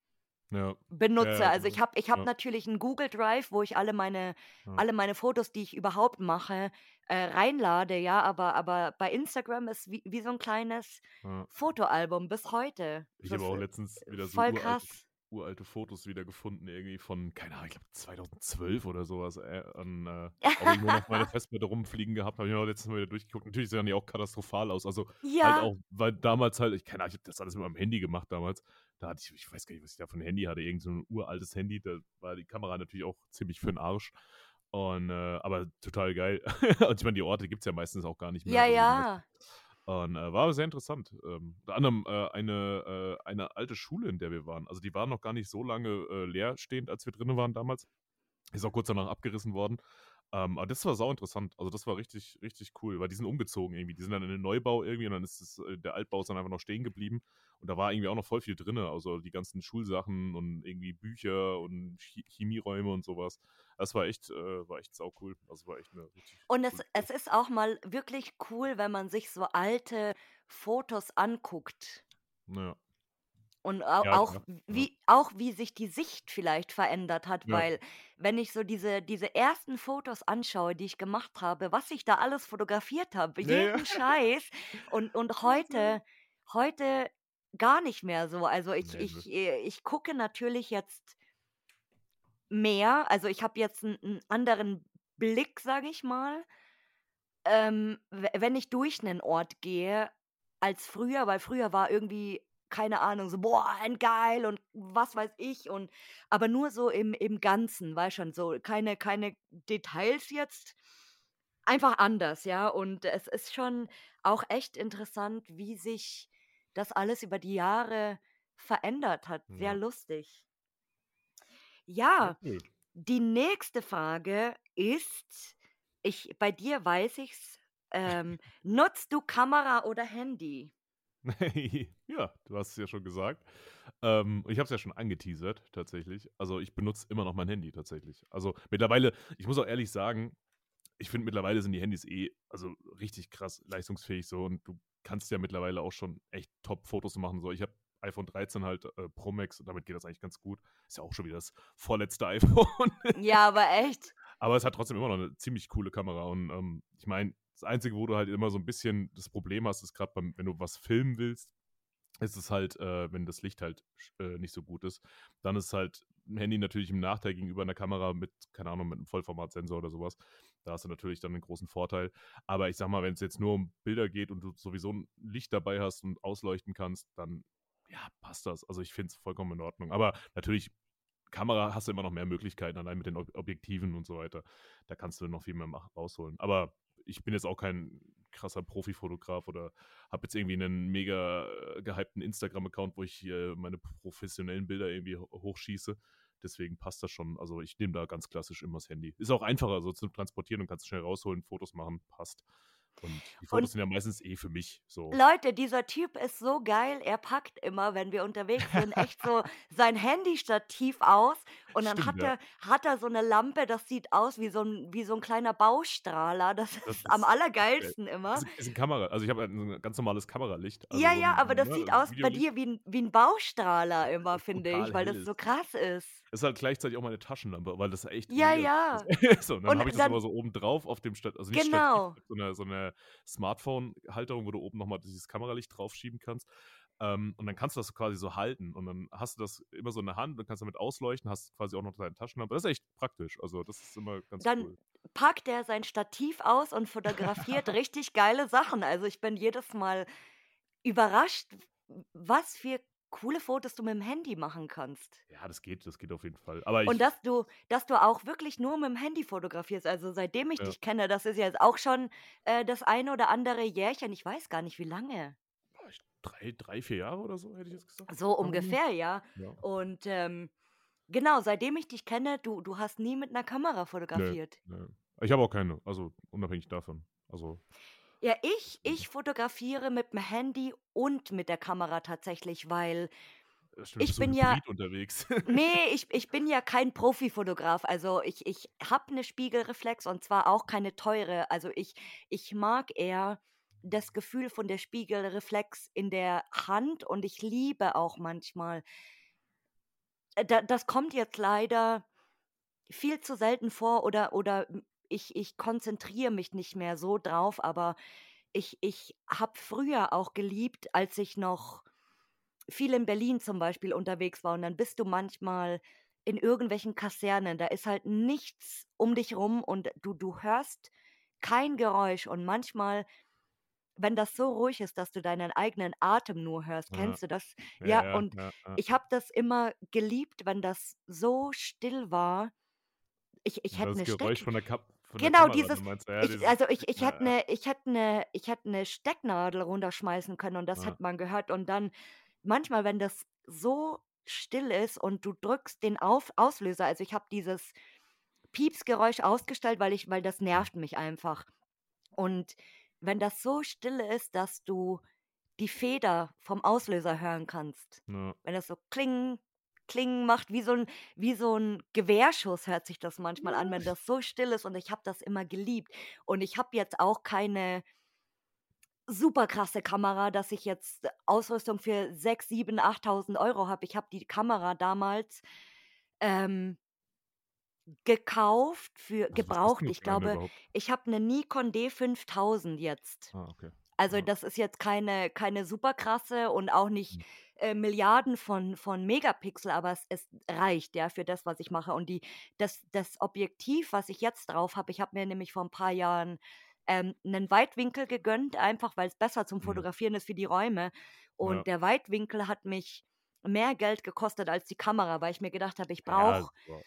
Speaker 2: Ja. Ja,
Speaker 1: benutze.
Speaker 2: ja,
Speaker 1: Also,
Speaker 2: genau.
Speaker 1: ich habe
Speaker 2: Ja,
Speaker 1: natürlich 'n Google Drive, wo ich
Speaker 2: ja,
Speaker 1: alle meine Fotos, die ich überhaupt mache, reinlade, ja, aber bei Instagram ist wie so 'n kleines
Speaker 2: ja.
Speaker 1: Fotoalbum bis heute.
Speaker 2: Ich habe
Speaker 1: Das
Speaker 2: auch
Speaker 1: ist
Speaker 2: letztens wieder so
Speaker 1: voll krass.
Speaker 2: uralte Fotos wieder gefunden irgendwie von, keine Ahnung, ich glaube 2012 oder so was, auch irgendwo noch meine Festplatte rumfliegen gehabt, habe ich mir auch letztens mal wieder durchgeguckt. Natürlich sahen die auch katastrophal aus. Also, halt
Speaker 1: Ja,
Speaker 2: auch, weil damals halt, ich keine Ahnung, ich habe das alles mit meinem Handy gemacht damals. Da hatte ich weiß gar nicht, was ich da für 'n Handy hatte, irgend so 'n uraltes Handy, da war die Kamera natürlich auch ziemlich für 'n Arsch und, aber total geil. Und ich meine, die Orte gibt's ja meistens auch gar nicht mehr,
Speaker 1: ja,
Speaker 2: also die meisten.
Speaker 1: ja.
Speaker 2: Und, war aber sehr interessant. Unter anderem, eine alte Schule, in der wir waren. Also, die war noch gar nicht so lange, leerstehend, als wir drinnen waren damals. Ist auch kurz danach abgerissen worden. Aber das war sauinteressant. Also, das war richtig, richtig cool, weil die sind umgezogen irgendwie. Die sind dann in den Neubau irgendwie und dann ist der Altbau ist dann einfach noch stehen geblieben. Und da war irgendwie auch noch voll viel drinne. Also, die ganzen Schulsachen und irgendwie Bücher und Chemieräume und sowas. Das war echt saucool. Also, war echt eine richtig
Speaker 1: Und
Speaker 2: coole Schule.
Speaker 1: es ist auch mal wirklich cool, wenn man sich so alte Fotos anguckt.
Speaker 2: Ja.
Speaker 1: Und
Speaker 2: Ja, klar. Ja.
Speaker 1: auch wie sich die Sicht vielleicht verändert hat,
Speaker 2: Ja.
Speaker 1: weil wenn ich so diese ersten Fotos anschaue, die ich gemacht habe, was ich da alles fotografiert habe,
Speaker 2: Ja, ja.
Speaker 1: jeden Scheiß und heute gar nicht mehr so. Also,
Speaker 2: Ne, nö.
Speaker 1: ich gucke natürlich jetzt mehr, also, ich habe jetzt einen anderen Blick, sage ich mal, we wenn ich durch 'nen Ort gehe als früher, weil früher war irgendwie, keine Ahnung, so: „Boah, endgeil“ und was weiß ich und aber nur so im Ganzen, weißt schon, so keine Details jetzt, einfach anders, ja? Und es ist schon auch echt interessant, wie sich das alles über die Jahre verändert hat. Sehr
Speaker 2: Ja.
Speaker 1: lustig.
Speaker 2: Ja,
Speaker 1: Ja,
Speaker 2: cool.
Speaker 1: die nächste Frage ist, bei dir weiß ich's, nutzt du Kamera oder Handy?
Speaker 2: Ja, du hast es ja schon gesagt. Ich habe es ja schon angeteasert tatsächlich. Also, ich benutze immer noch mein Handy tatsächlich. Also, mittlerweile ich muss auch ehrlich sagen, ich finde, mittlerweile sind die Handys also, richtig krass leistungsfähig so und du kannst ja mittlerweile auch schon echt Top-Fotos machen so. Ich habe iPhone 13 halt, Pro Max und damit geht das eigentlich ganz gut. Ist ja auch schon wieder das vorletzte iPhone.
Speaker 1: Ja, aber echt.
Speaker 2: Aber es hat trotzdem immer noch 'ne ziemlich coole Kamera und, ich meine, das Einzige, wo du halt immer so 'n bisschen das Problem hast, ist grad wenn du was filmen willst, ist es halt, wenn das Licht halt nicht so gut ist. Dann ist halt 'n Handy natürlich im Nachteil gegenüber 'ner Kamera mit, keine Ahnung, mit 'nem Vollformatsensor oder so was. Da hast du natürlich dann 'nen großen Vorteil. Aber ich sage mal, wenn's jetzt nur um Bilder geht und du sowieso 'n Licht dabei hast und ausleuchten kannst, dann, ja, passt das. Also, ich finde es vollkommen in Ordnung. Aber natürlich Kamera hast du immer noch mehr Möglichkeiten, allein mit den Objektiven und so weiter. Da kannst du noch viel mehr rausholen. Aber ich bin jetzt auch kein krasser Profifotograf oder habe jetzt irgendwie einen mega gehypten Instagram-Account, wo ich hier meine professionellen Bilder irgendwie hochschieße. Deswegen passt das schon. Also ich nehme da ganz klassisch immer das Handy. Ist auch einfacher so zu transportieren und kannst schnell rausholen, Fotos machen, passt. Und die
Speaker 1: Und
Speaker 2: Fotos sind ja meistens für mich so.
Speaker 1: Leute, dieser Typ ist so geil. Er packt immer, wenn wir unterwegs sind, echt so sein Handystativ aus und dann
Speaker 2: Stimmt, ja.
Speaker 1: hat er so 'ne Lampe, das sieht aus wie so 'n kleiner Baustrahler. Das
Speaker 2: Das
Speaker 1: ist am
Speaker 2: ist geil.
Speaker 1: allergeilsten immer.
Speaker 2: Ist 'n Kamera also ich habe halt 'n ganz normales Kameralicht, also
Speaker 1: Ja,
Speaker 2: so
Speaker 1: ja,
Speaker 2: 'n,
Speaker 1: aber das
Speaker 2: ne,
Speaker 1: sieht aus bei
Speaker 2: Videolicht,
Speaker 1: dir wie 'n Baustrahler immer,
Speaker 2: das
Speaker 1: finde
Speaker 2: total
Speaker 1: ich, weil
Speaker 2: hell
Speaker 1: das so
Speaker 2: ist.
Speaker 1: krass ist.
Speaker 2: Ist halt gleichzeitig auch meine Taschenlampe, weil das echt
Speaker 1: Ja,
Speaker 2: mega ist.
Speaker 1: ja.
Speaker 2: So, und dann
Speaker 1: Und
Speaker 2: habe ich das
Speaker 1: dann
Speaker 2: immer so oben drauf auf dem also nicht Stativ,
Speaker 1: genau.
Speaker 2: ich habe so 'ne Smartphone-Halterung, wo du oben noch mal dieses Kameralicht draufschieben kannst. Und dann kannst du das quasi so halten und dann hast du das immer so in der Hand und kannst damit ausleuchten, hast quasi auch noch deine Taschenlampe. Das ist echt praktisch. Also, das ist immer ganz
Speaker 1: Dann
Speaker 2: cool.
Speaker 1: packt er sein Stativ aus und fotografiert richtig geile Sachen. Also, ich bin jedes Mal überrascht, was für coole Fotos du mit dem Handy machen kannst.
Speaker 2: Ja, das geht auf jeden Fall. Aber
Speaker 1: Und
Speaker 2: ich
Speaker 1: dass du auch wirklich nur mit dem Handy fotografierst. Also, seitdem ich
Speaker 2: ja,
Speaker 1: dich kenne, das ist jetzt auch schon, das eine oder andere Jährchen, ich weiß gar nicht, wie lange.
Speaker 2: boah, 3, 4 Jahre oder so, hätte ich jetzt gesagt.
Speaker 1: So
Speaker 2: Kann man
Speaker 1: ungefähr, ja.
Speaker 2: ja.
Speaker 1: Und, genau, seitdem ich dich kenne, du hast nie mit 'ner Kamera
Speaker 2: Ne,
Speaker 1: fotografiert.
Speaker 2: ne. Ich habe auch keine, also unabhängig davon. Also,
Speaker 1: Ja,
Speaker 2: deswegen.
Speaker 1: ich fotografiere mit dem Handy und mit der Kamera tatsächlich, weil
Speaker 2: Stimmt, du
Speaker 1: ich
Speaker 2: bist so
Speaker 1: bin ja
Speaker 2: hybrid unterwegs.
Speaker 1: ne, ich bin ja kein Profifotograf. Also, ich habe 'ne Spiegelreflex und zwar auch keine teure. Also, ich mag eher das Gefühl von der Spiegelreflex in der Hand und ich liebe auch manchmal das kommt jetzt leider viel zu selten vor oder ich konzentriere mich nicht mehr so drauf, aber ich habe früher auch geliebt, als ich noch viel in Berlin zum Beispiel unterwegs war und dann bist du manchmal in irgendwelchen Kasernen, da ist halt nichts um dich rum und du hörst kein Geräusch und manchmal, wenn das so ruhig ist, dass du deinen eigenen Atem nur hörst,
Speaker 2: Ja,
Speaker 1: kennst du das?
Speaker 2: ja,
Speaker 1: Ja,
Speaker 2: ja,
Speaker 1: und
Speaker 2: ja, ja.
Speaker 1: ich habe das immer geliebt, wenn das so still war. Ich hätte
Speaker 2: Das
Speaker 1: 'ne
Speaker 2: Geräusch
Speaker 1: Steck
Speaker 2: von der
Speaker 1: genau,
Speaker 2: Kamera,
Speaker 1: dieses
Speaker 2: du meinst, ja,
Speaker 1: ich
Speaker 2: dieses
Speaker 1: also, ich
Speaker 2: ja,
Speaker 1: hätte
Speaker 2: ja,
Speaker 1: 'ne Stecknadel runterschmeißen können und das
Speaker 2: ja,
Speaker 1: hätte man gehört und dann manchmal, wenn das so still ist und du drückst den Auslöser also, ich habe dieses Piepsgeräusch ausgestellt, weil das
Speaker 2: mhm,
Speaker 1: nervt mich einfach. Und wenn das so still ist, dass du die Feder vom Auslöser hören kannst.
Speaker 2: ja,
Speaker 1: Wenn das so Kling, Kling macht, wie so 'n Gewehrschuss hört sich das manchmal an, wenn das so still ist und ich habe das immer geliebt. Und ich habe jetzt auch keine super krasse Kamera, dass ich jetzt Ausrüstung für 6, 7, 8.000 € habe. Ich habe die Kamera damals, ähm, gekauft für
Speaker 2: was hast 'n
Speaker 1: gebraucht.
Speaker 2: du
Speaker 1: Ich
Speaker 2: für eine
Speaker 1: glaube,
Speaker 2: überhaupt?
Speaker 1: ich habe 'ne Nikon D5000 jetzt.
Speaker 2: Ah, okay.
Speaker 1: Also,
Speaker 2: Ja,
Speaker 1: das ist jetzt keine super krasse und auch nicht,
Speaker 2: mhm,
Speaker 1: Milliarden von Megapixel, aber es reicht, ja, für das, was ich mache. Und das Objektiv, was ich jetzt drauf habe ich habe mir nämlich vor 'n paar Jahren, 'nen Weitwinkel gegönnt, einfach weil's besser zum
Speaker 2: mhm,
Speaker 1: Fotografieren ist für die Räume.
Speaker 2: ja.
Speaker 1: Und der Weitwinkel hat mich mehr Geld gekostet als die Kamera, weil ich mir gedacht habe, ich
Speaker 2: Ja,
Speaker 1: brauche
Speaker 2: aber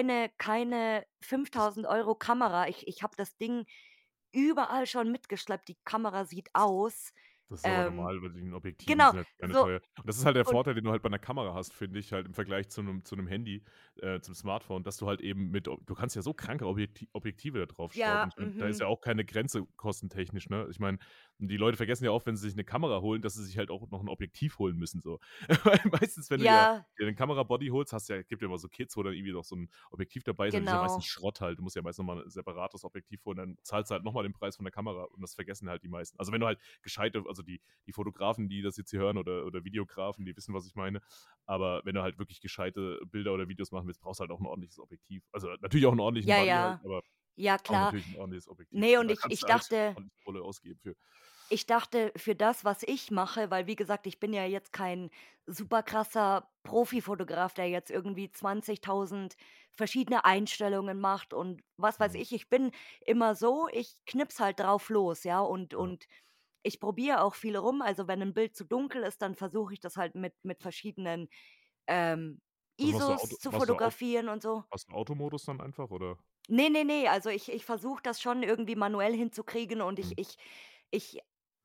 Speaker 1: keine
Speaker 2: das
Speaker 1: 5.000 € Kamera. Ich habe das Ding überall schon mitgeschleppt. Die Kamera sieht aus.
Speaker 2: Das ist aber
Speaker 1: Ähm,
Speaker 2: normal, weil die Objektiven, die
Speaker 1: genau,
Speaker 2: sind halt
Speaker 1: so
Speaker 2: schweineteuer. Und das ist halt der
Speaker 1: und
Speaker 2: Vorteil, den du halt bei 'ner Kamera hast, finde ich, halt im Vergleich zu 'nem Handy, zum Smartphone, dass du halt eben du kannst ja so kranke Objektive da draufschrauben.
Speaker 1: ja,
Speaker 2: Ich meine, da ist
Speaker 1: mhm.
Speaker 2: ja auch keine Grenze kostentechnisch, ne? Ich meine, die Leute vergessen ja auch, wenn sie sich 'ne Kamera holen, dass sie sich halt auch noch 'n Objektiv holen müssen so. Weil meistens, wenn du
Speaker 1: Ja,
Speaker 2: dir 'nen Kamerabody holst, gibt ja immer so Kits, wo dann irgendwie noch so 'n Objektiv dabei ist, aber die sind ja meistens
Speaker 1: genau.
Speaker 2: Schrott halt. Du musst ja meist noch mal 'n separates Objektiv holen, dann zahlst du halt noch mal den Preis von der Kamera und das vergessen halt die meisten. Also, wenn du halt gescheite also, die Fotografen, die das jetzt hier hören oder Videografen, die wissen, was ich meine. Aber wenn du halt wirklich gescheite Bilder oder Videos machen willst, brauchst du halt auch 'n ordentliches Objektiv. Also, natürlich auch 'n ordentlichen
Speaker 1: Ja,
Speaker 2: Body halt,
Speaker 1: ja.
Speaker 2: aber
Speaker 1: Ja,
Speaker 2: auch
Speaker 1: klar.
Speaker 2: natürlich 'n ordentliches Objektiv.
Speaker 1: Ne,
Speaker 2: Und
Speaker 1: und
Speaker 2: da
Speaker 1: ich
Speaker 2: kannst
Speaker 1: ich
Speaker 2: du halt
Speaker 1: dachte
Speaker 2: ordentlich Kohle ausgeben für.
Speaker 1: Ich dachte, für das, was ich mache weil wie gesagt, ich bin ja jetzt kein super krasser Profifotograf, der jetzt irgendwie 20.000 verschiedene Einstellungen macht und was weiß
Speaker 2: Mhm.
Speaker 1: ich. Ich bin immer so, ich knipse halt drauf los, ja, und
Speaker 2: Ja.
Speaker 1: und ich probiere auch viel rum. Also, wenn 'n Bild zu dunkel ist, dann versuche ich das halt mit verschiedenen, ähm,
Speaker 2: Also,
Speaker 1: ISOs zu fotografieren und so.
Speaker 2: machst du Automodus dann einfach oder?
Speaker 1: Ne, also ich versuche das schon irgendwie manuell hinzukriegen und
Speaker 2: Mhm.
Speaker 1: ich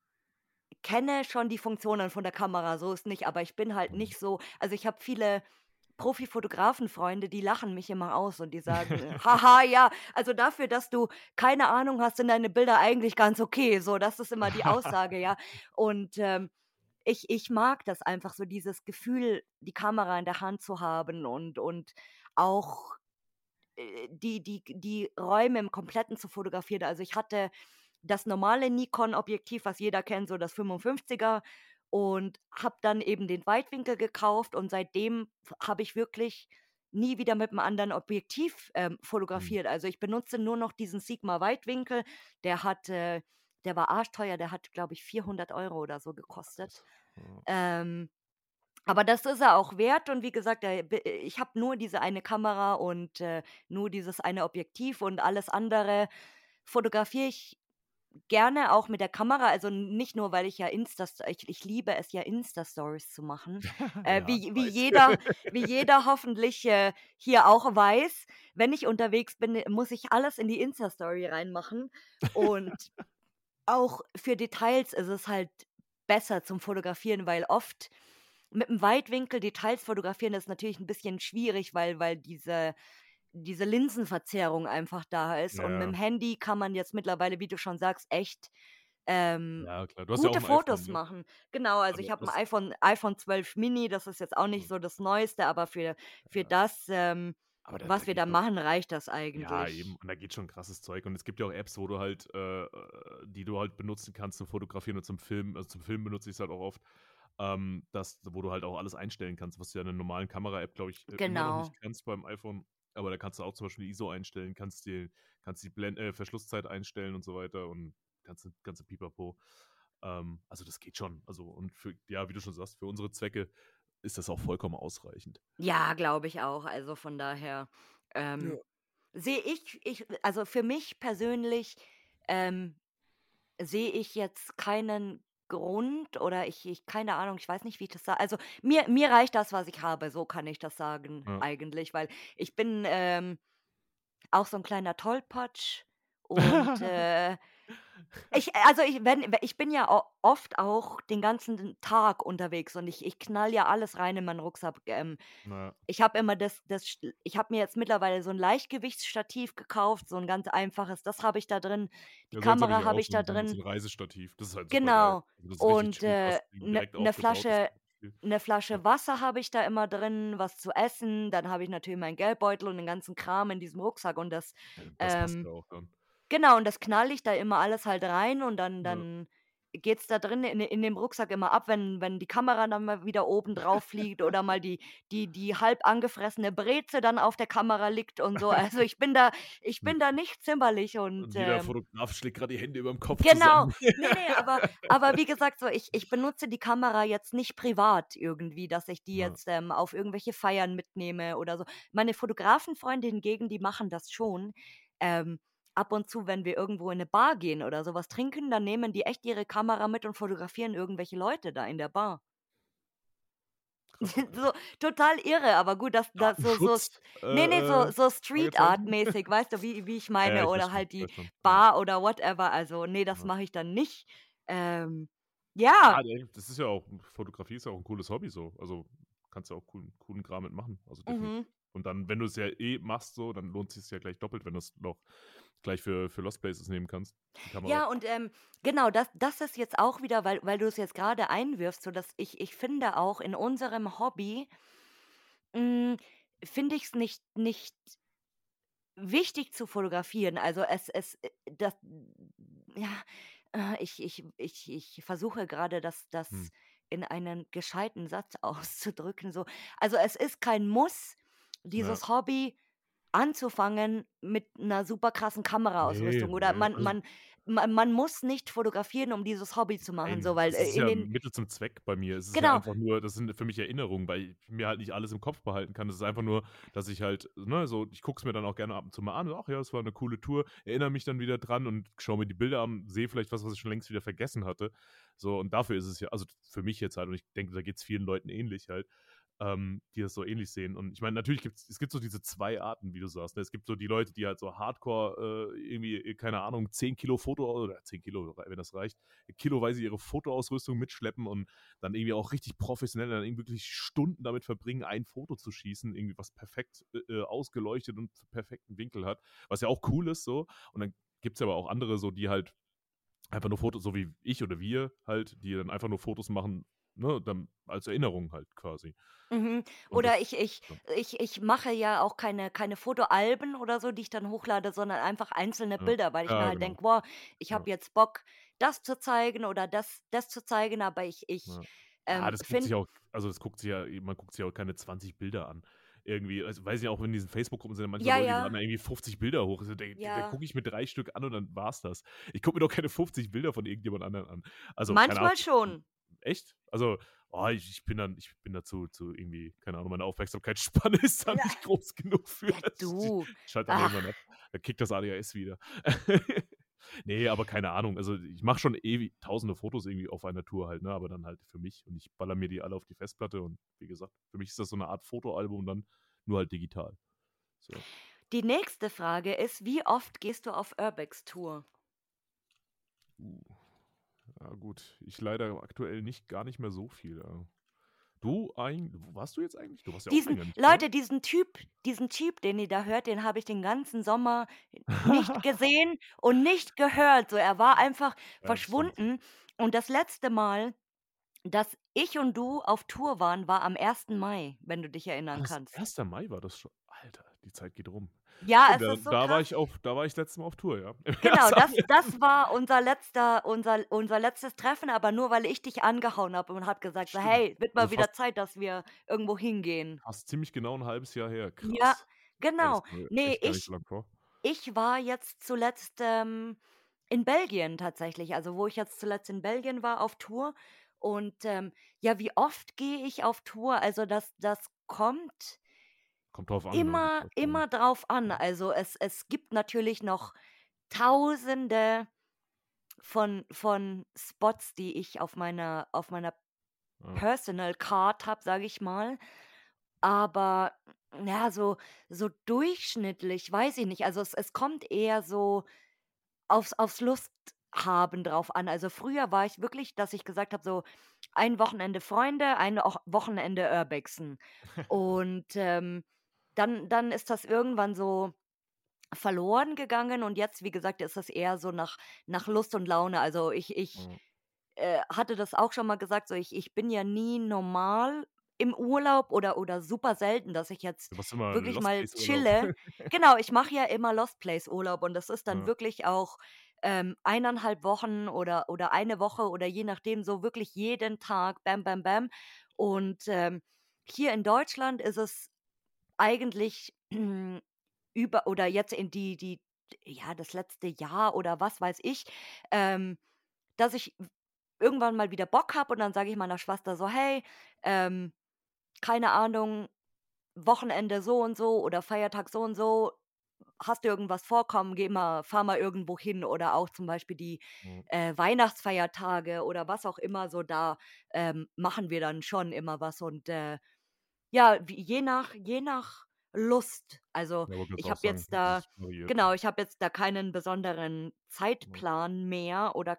Speaker 1: kenne schon die Funktionen von der Kamera, so ist nicht, aber ich bin halt
Speaker 2: Mhm.
Speaker 1: nicht so also, ich habe viele Profi-Fotografenfreunde, die lachen mich immer aus und die sagen: „Haha, ja, also dafür, dass du keine Ahnung hast, sind deine Bilder eigentlich ganz okay.“ So, das ist immer die Aussage, ja. Und, ich mag das einfach so, dieses Gefühl, die Kamera in der Hand zu haben und auch, die Räume im Kompletten zu fotografieren. Also, ich hatte das normale Nikon-Objektiv, was jeder kennt, so das 55er und habe dann eben den Weitwinkel gekauft und seitdem habe ich wirklich nie wieder mit 'nem anderen Objektiv,
Speaker 2: Mhm.
Speaker 1: fotografiert. Also, ich benutze nur noch diesen Sigma-Weitwinkel. Der war arschteuer, der hat, glaube ich, 400 € oder so gekostet.
Speaker 2: Krass. Ja.
Speaker 1: Ähm aber das ist er auch wert und wie gesagt, ich habe nur diese eine Kamera und, nur dieses eine Objektiv und alles andere fotografiere ich gerne auch mit der Kamera. Also, nicht nur, weil ich ja ich liebe es ja, Insta-Stories zu machen,
Speaker 2: Ja, ich
Speaker 1: wie
Speaker 2: weiß.
Speaker 1: jeder hoffentlich, hier auch weiß. Wenn ich unterwegs bin, muss ich alles in die Insta-Story reinmachen und auch für Details ist es halt besser zum Fotografieren, weil oft mit 'm Weitwinkel Details fotografieren ist natürlich 'n bisschen schwierig, weil diese Linsenverzerrung einfach da ist. Und mit'm
Speaker 2: Ja,
Speaker 1: Handy kann man jetzt mittlerweile, wie du schon sagst, echt, ähm,
Speaker 2: ja klar. Du hast ja auch
Speaker 1: gute
Speaker 2: 'n iPhone,
Speaker 1: Fotos
Speaker 2: ne?
Speaker 1: machen. Genau, also
Speaker 2: Aber
Speaker 1: ich habe 'n
Speaker 2: das
Speaker 1: iPhone 12 Mini, das ist jetzt auch nicht
Speaker 2: hm,
Speaker 1: so das Neueste, aber für
Speaker 2: ja.
Speaker 1: das,
Speaker 2: Aber da
Speaker 1: was wir
Speaker 2: geht
Speaker 1: da
Speaker 2: doch
Speaker 1: machen, reicht das
Speaker 2: ja, eben.
Speaker 1: eigentlich.
Speaker 2: Und da geht schon krasses Zeug. Und es gibt ja auch Apps, wo du halt die du halt benutzen kannst zum Fotografieren und zum Filmen. Also, zum Filmen benutze ich's halt auch oft. wo du halt auch alles einstellen kannst, was du ja in 'ner normalen Kamera-App, glaube ich, immer noch nicht
Speaker 1: Genau.
Speaker 2: kannst beim iPhone. Aber da kannst du auch zum Beispiel die ISO einstellen, kannst die Verschlusszeit einstellen und so weiter und ganze Pipapo. Also, das geht schon. Also, und ja, wie du schon sagst, für unsere Zwecke ist das auch vollkommen ausreichend.
Speaker 1: Ja, glaube ich auch. Also, von daher,
Speaker 2: Ja.
Speaker 1: ähm, sehe ich also, für mich persönlich, ähm, sehe ich jetzt keinen Grund oder ich keine Ahnung, ich weiß nicht, wie ich das sage. Also, mir reicht das, was ich habe, so kann ich das sagen
Speaker 2: Ja.
Speaker 1: eigentlich, weil ich bin, auch so 'n kleiner Tollpatsch und, ich bin ja o oft auch den ganzen Tag unterwegs und ich knall ja alles rein in meinen Rucksack.
Speaker 2: Ja.
Speaker 1: Ich habe immer ich habe mir jetzt mittlerweile so 'n Leichtgewichtsstativ gekauft, so 'n ganz einfaches, das habe ich da drin. Die
Speaker 2: Ja, so eins habe
Speaker 1: Kamera
Speaker 2: ich
Speaker 1: habe
Speaker 2: auch,
Speaker 1: ich da
Speaker 2: so
Speaker 1: drin.
Speaker 2: 'n Reisestativ. Das ist halt supergeil.
Speaker 1: Genau.
Speaker 2: Also, das ist richtig
Speaker 1: Und,
Speaker 2: chillig, du hast direkt
Speaker 1: 'ne
Speaker 2: aufgebaut, das
Speaker 1: Flasche
Speaker 2: geht richtig viel.
Speaker 1: 'ne
Speaker 2: Ja.
Speaker 1: Flasche Wasser habe ich da immer drin, was zu essen. Dann habe ich natürlich meinen Geldbeutel und den ganzen Kram in diesem Rucksack und
Speaker 2: Das passt ja
Speaker 1: ähm
Speaker 2: auch dann.
Speaker 1: genau, und das knall ich da immer alles halt rein und
Speaker 2: Ja.
Speaker 1: dann geht's da drin in dem Rucksack immer ab, wenn die Kamera dann mal wieder oben drauf fliegt oder mal die halb angefressene Breze dann auf der Kamera liegt und so. Also, ich bin da nicht zimperlich und,
Speaker 2: Und jeder Fotograf schlägt grad die Hände überm Kopf
Speaker 1: genau.
Speaker 2: zusammen.
Speaker 1: Ne, aber wie gesagt, so ich benutze die Kamera jetzt nicht privat irgendwie, dass ich die
Speaker 2: Ja.
Speaker 1: jetzt, auf irgendwelche Feiern mitnehme oder so. Meine Fotografenfreunde hingegen, die machen das schon. Ab und zu, wenn wir irgendwo in 'ne Bar gehen oder so was trinken, dann nehmen die echt ihre Kamera mit und fotografieren irgendwelche Leute da in der Bar.
Speaker 2: Krass, okay.
Speaker 1: So total irre, aber gut, das
Speaker 2: Datenschutz?
Speaker 1: so Street Art
Speaker 2: Fragezeichen?
Speaker 1: mäßig, weißt du, wie ich
Speaker 2: Ja, ja,
Speaker 1: meine
Speaker 2: ich weiß
Speaker 1: oder
Speaker 2: schon,
Speaker 1: halt die
Speaker 2: weiß schon, ja.
Speaker 1: Bar oder whatever. Also, ne, das
Speaker 2: Ja.
Speaker 1: mache ich dann nicht. Ähm,
Speaker 2: Ja,
Speaker 1: ja,
Speaker 2: ne, das ist ja auch Fotografie ist ja auch 'n cooles Hobby so. Also, kannst ja auch coolen Kram mit machen, also
Speaker 1: mhm.
Speaker 2: definitiv. Und dann, wenn du's ja machst so, dann lohnt sich's ja gleich doppelt, wenn du's noch gleich für Lost Places nehmen kannst, die Kamera.
Speaker 1: Ja, und, genau, das ist jetzt auch wieder, weil du es jetzt grade einwirfst, so dass ich finde auch in unserem Hobby, hm, finde ich's nicht wichtig zu fotografieren. Also, das ja, ich versuche grade
Speaker 2: Hm.
Speaker 1: das in einen gescheiten Satz auszudrücken, so. Also, es ist kein Muss,
Speaker 2: Ja.
Speaker 1: dieses Hobby anzufangen mit 'ner super krassen
Speaker 2: Ne,
Speaker 1: Kameraausrüstung oder
Speaker 2: ne, also
Speaker 1: man muss nicht fotografieren, um dieses Hobby zu machen, so,
Speaker 2: nein,
Speaker 1: weil,
Speaker 2: das ist
Speaker 1: in
Speaker 2: ja
Speaker 1: den
Speaker 2: Mittel zum Zweck bei mir. Es ist ja
Speaker 1: genau,
Speaker 2: einfach nur, das sind für mich Erinnerungen, weil ich mir halt nicht alles im Kopf behalten kann. Das ist einfach nur, dass ich halt, ne, so, ich gucke es mir dann auch gerne ab und zu mal an. Ach ja, es war 'ne coole Tour, erinnere mich dann wieder dran und schaue mir die Bilder an, sehe vielleicht was ich schon längst wieder vergessen hatte. So, und dafür ist es ja, also für mich jetzt halt, und ich denke, da geht's vielen Leuten ähnlich halt, die das so ähnlich sehen. Und ich meine, natürlich gibt so diese 2 Arten, wie du sagst, ne? Es gibt so die Leute, die halt so Hardcore, irgendwie, keine Ahnung, 10 Kilo Foto oder 10 Kilo, wenn das reicht, kiloweise ihre Fotoausrüstung mitschleppen und dann irgendwie auch richtig professionell dann irgendwie wirklich Stunden damit verbringen, ein Foto zu schießen, irgendwie was perfekt, ausgeleuchtet und perfekten Winkel hat, was ja auch cool ist so. Und dann gibt's aber auch andere so, die halt einfach nur Fotos, so wie ich oder wir halt, die dann einfach nur Fotos machen, ne, dann als Erinnerung halt quasi.
Speaker 1: mhm.
Speaker 2: Und
Speaker 1: Oder
Speaker 2: das, ja,
Speaker 1: ich mache ja auch keine Fotoalben oder so, die ich dann hochlade, sondern einfach einzelne
Speaker 2: ja,
Speaker 1: Bilder, weil ich mir
Speaker 2: ja,
Speaker 1: halt
Speaker 2: genau,
Speaker 1: denke: „Boah, ich
Speaker 2: ja,
Speaker 1: habe jetzt Bock, das zu zeigen oder das zu zeigen“, aber
Speaker 2: ja. Ja, das guckt sich
Speaker 1: finde
Speaker 2: auch, also, das guckt sich ja, man guckt sich auch keine 20 Bilder an. Irgendwie, also, weiß ich auch, in diesen Facebook-Gruppen sind ja manchmal
Speaker 1: ja,
Speaker 2: Leute, die laden
Speaker 1: ja,
Speaker 2: da irgendwie 50 Bilder hoch. Also, da
Speaker 1: ja.
Speaker 2: gucke ich mir 3 Stück an und dann war's das. Ich gucke mir doch keine 50 Bilder von irgendjemand anderen an. Also, keine
Speaker 1: Manchmal
Speaker 2: Ahnung.
Speaker 1: schon.
Speaker 2: Echt? Also, ich bin da zu irgendwie, keine Ahnung, meine Aufmerksamkeitsspanne ist da
Speaker 1: Ja,
Speaker 2: nicht groß genug für.
Speaker 1: ja,
Speaker 2: Ich
Speaker 1: du.
Speaker 2: schalte dann
Speaker 1: Ach,
Speaker 2: irgendwann ab. Da kickt das ADHS wieder. Ne, aber keine Ahnung. Also, ich mache schon ewig tausende Fotos irgendwie auf einer Tour halt, ne, aber dann halt für mich, und ich ballere mir die alle auf die Festplatte und wie gesagt, für mich ist das so 'ne Art Fotoalbum dann, nur halt digital. So.
Speaker 1: die nächste Frage ist: Wie oft gehst du auf Urbex-Tour?
Speaker 2: Uh, ja gut, ich leider aktuell gar nicht mehr so viel, ja. Du wo warst du jetzt eigentlich? Du warst ja auch länger nicht, oder?
Speaker 1: Diesen Typ, den ihr da hört, den habe ich den ganzen Sommer nicht gesehen und nicht gehört. So, er war einfach
Speaker 2: Ja, das stimmt.
Speaker 1: verschwunden. Und das letzte Mal, dass ich und du auf Tour waren, war am 1. Mai, wenn du dich erinnern
Speaker 2: Was?
Speaker 1: kannst.
Speaker 2: 1. Mai war das schon? Alter, die Zeit geht rum.
Speaker 1: Ja,
Speaker 2: Stimmt,
Speaker 1: es
Speaker 2: ja,
Speaker 1: ist so krass.
Speaker 2: da war ich das letzte Mal auf Tour, ja. Im
Speaker 1: Genau,
Speaker 2: Ernsthaft.
Speaker 1: das war unser letztes Treffen, aber nur, weil ich dich angehauen habe und habe gesagt so:
Speaker 2: Stimmt.
Speaker 1: „Hey, wird
Speaker 2: Also
Speaker 1: mal wieder
Speaker 2: fast
Speaker 1: Zeit, dass wir irgendwo hingehen.“
Speaker 2: fast ziemlich genau 'n halbes Jahr her.
Speaker 1: Ja,
Speaker 2: Krass. Ey, das
Speaker 1: genau.
Speaker 2: kommt mir
Speaker 1: Ne,
Speaker 2: echt gar nicht so lang vor.
Speaker 1: ich war jetzt zuletzt, in Belgien tatsächlich, also, wo ich jetzt zuletzt in Belgien war auf Tour und, ja, wie oft gehe ich auf Tour? Also, das kommt
Speaker 2: Kommt drauf an, ne,
Speaker 1: immer
Speaker 2: wahrscheinlich.
Speaker 1: drauf an.
Speaker 2: Ja,
Speaker 1: Also, es gibt natürlich noch Tausende von Spots, die ich auf meiner
Speaker 2: ja.
Speaker 1: Personal Card habe, sage ich mal. Aber, ja, so durchschnittlich, weiß ich nicht. Also, es kommt eher so aufs Lusthaben drauf an. Also, früher war ich wirklich, dass ich gesagt habe, so ein Wochenende Freunde, ein och Wochenende Urbexen. Und, dann ist das irgendwann so verloren gegangen und jetzt, wie gesagt, ist das eher so nach Lust und Laune. Also, ich
Speaker 2: Ja.
Speaker 1: hatte das auch schon mal gesagt, so ich bin ja nie normal im Urlaub oder super selten, dass ich jetzt
Speaker 2: Du warst immer
Speaker 1: wirklich
Speaker 2: Lost
Speaker 1: mal
Speaker 2: Place Urlaub.
Speaker 1: chille. Genau, ich mache ja immer Lost Place Urlaub und das ist dann
Speaker 2: Ja.
Speaker 1: wirklich auch, 1,5 Wochen oder eine Woche oder je nachdem, so wirklich jeden Tag, bam, bam, bam. Und, hier in Deutschland ist es eigentlich über oder jetzt in die ja, das letzte Jahr oder was weiß ich, ähm, dass ich irgendwann mal wieder Bock habe und dann sage ich meiner Schwester so: „Hey, ähm, keine Ahnung, Wochenende so und so oder Feiertag so und so, hast du irgendwas vor? Komm, geh mal fahr mal irgendwo hin.“ Oder auch zum Beispiel die,
Speaker 2: Ja.
Speaker 1: Weihnachtsfeiertage oder was auch immer so, da, machen wir dann schon immer was und, ja, wie je nach Lust. Also,
Speaker 2: Ja, wollte grad
Speaker 1: ich
Speaker 2: auch
Speaker 1: habe
Speaker 2: sagen,
Speaker 1: jetzt da
Speaker 2: das variiert.
Speaker 1: genau, ich habe jetzt da keinen besonderen
Speaker 2: Ja.
Speaker 1: Zeitplan mehr oder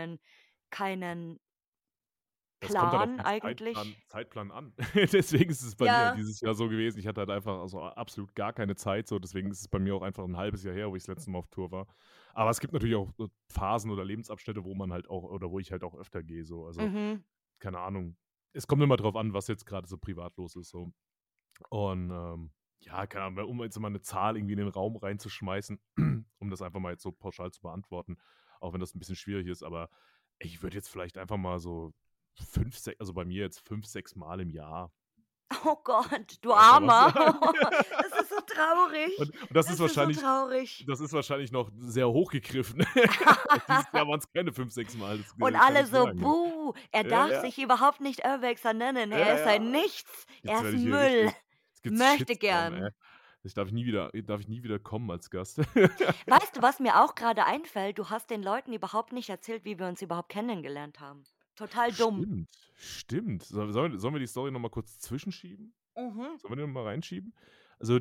Speaker 1: keinen
Speaker 2: Das kommt halt auf
Speaker 1: Plan
Speaker 2: den
Speaker 1: eigentlich.
Speaker 2: Zeitplan an. Deswegen ist es bei mir halt
Speaker 1: Ja.
Speaker 2: dieses Jahr so gewesen. Ich hatte halt einfach also absolut gar keine Zeit so, deswegen ist es bei mir auch einfach 'n halbes Jahr her, wo ich das letzte Mal auf Tour war. Aber es gibt natürlich auch so Phasen oder Lebensabschnitte, wo man halt auch oder wo ich halt auch öfter gehe so. Also,
Speaker 1: Mhm.
Speaker 2: keine Ahnung. Es kommt immer drauf an, was jetzt grade so privat los ist so. Und, ja, keine Ahnung, um jetzt mal 'ne Zahl irgendwie in den Raum reinzuschmeißen, um das einfach mal jetzt so pauschal zu beantworten, auch wenn das 'n bisschen schwierig ist, aber ich würde jetzt vielleicht einfach mal so 5, 6 also bei mir jetzt 5, 6 Mal im Jahr,
Speaker 1: Oh
Speaker 2: würde ich
Speaker 1: Gott, du
Speaker 2: jetzt einfach mal
Speaker 1: Armer.
Speaker 2: sagen.
Speaker 1: Das ist so traurig.
Speaker 2: Und
Speaker 1: Das ist so traurig.
Speaker 2: das ist wahrscheinlich noch sehr hochgegriffen. Dieses Jahr waren's keine 5, 6 Mal, das,
Speaker 1: Und
Speaker 2: kann
Speaker 1: alle
Speaker 2: ich
Speaker 1: so:
Speaker 2: sagen, ja.
Speaker 1: „Buh, er
Speaker 2: Ja,
Speaker 1: darf
Speaker 2: ja,
Speaker 1: sich überhaupt nicht Urbexer nennen.
Speaker 2: ja,
Speaker 1: Er ist ein
Speaker 2: ja.
Speaker 1: Nichts.
Speaker 2: Jetzt
Speaker 1: Er ist
Speaker 2: werde ich hier
Speaker 1: Müll.
Speaker 2: richtig jetzt gibt's
Speaker 1: Möchte
Speaker 2: Shitstorm, ey.
Speaker 1: gern.“
Speaker 2: Darf ich nie wieder kommen als Gast.
Speaker 1: Weißt du, was mir auch grade einfällt? Du hast den Leuten überhaupt nicht erzählt, wie wir uns überhaupt kennengelernt haben. Total dumm.
Speaker 2: Stimmt, stimmt. Sollen wir die Story noch mal kurz zwischenschieben?
Speaker 1: Mhm.
Speaker 2: Sollen wir die noch mal reinschieben? Also,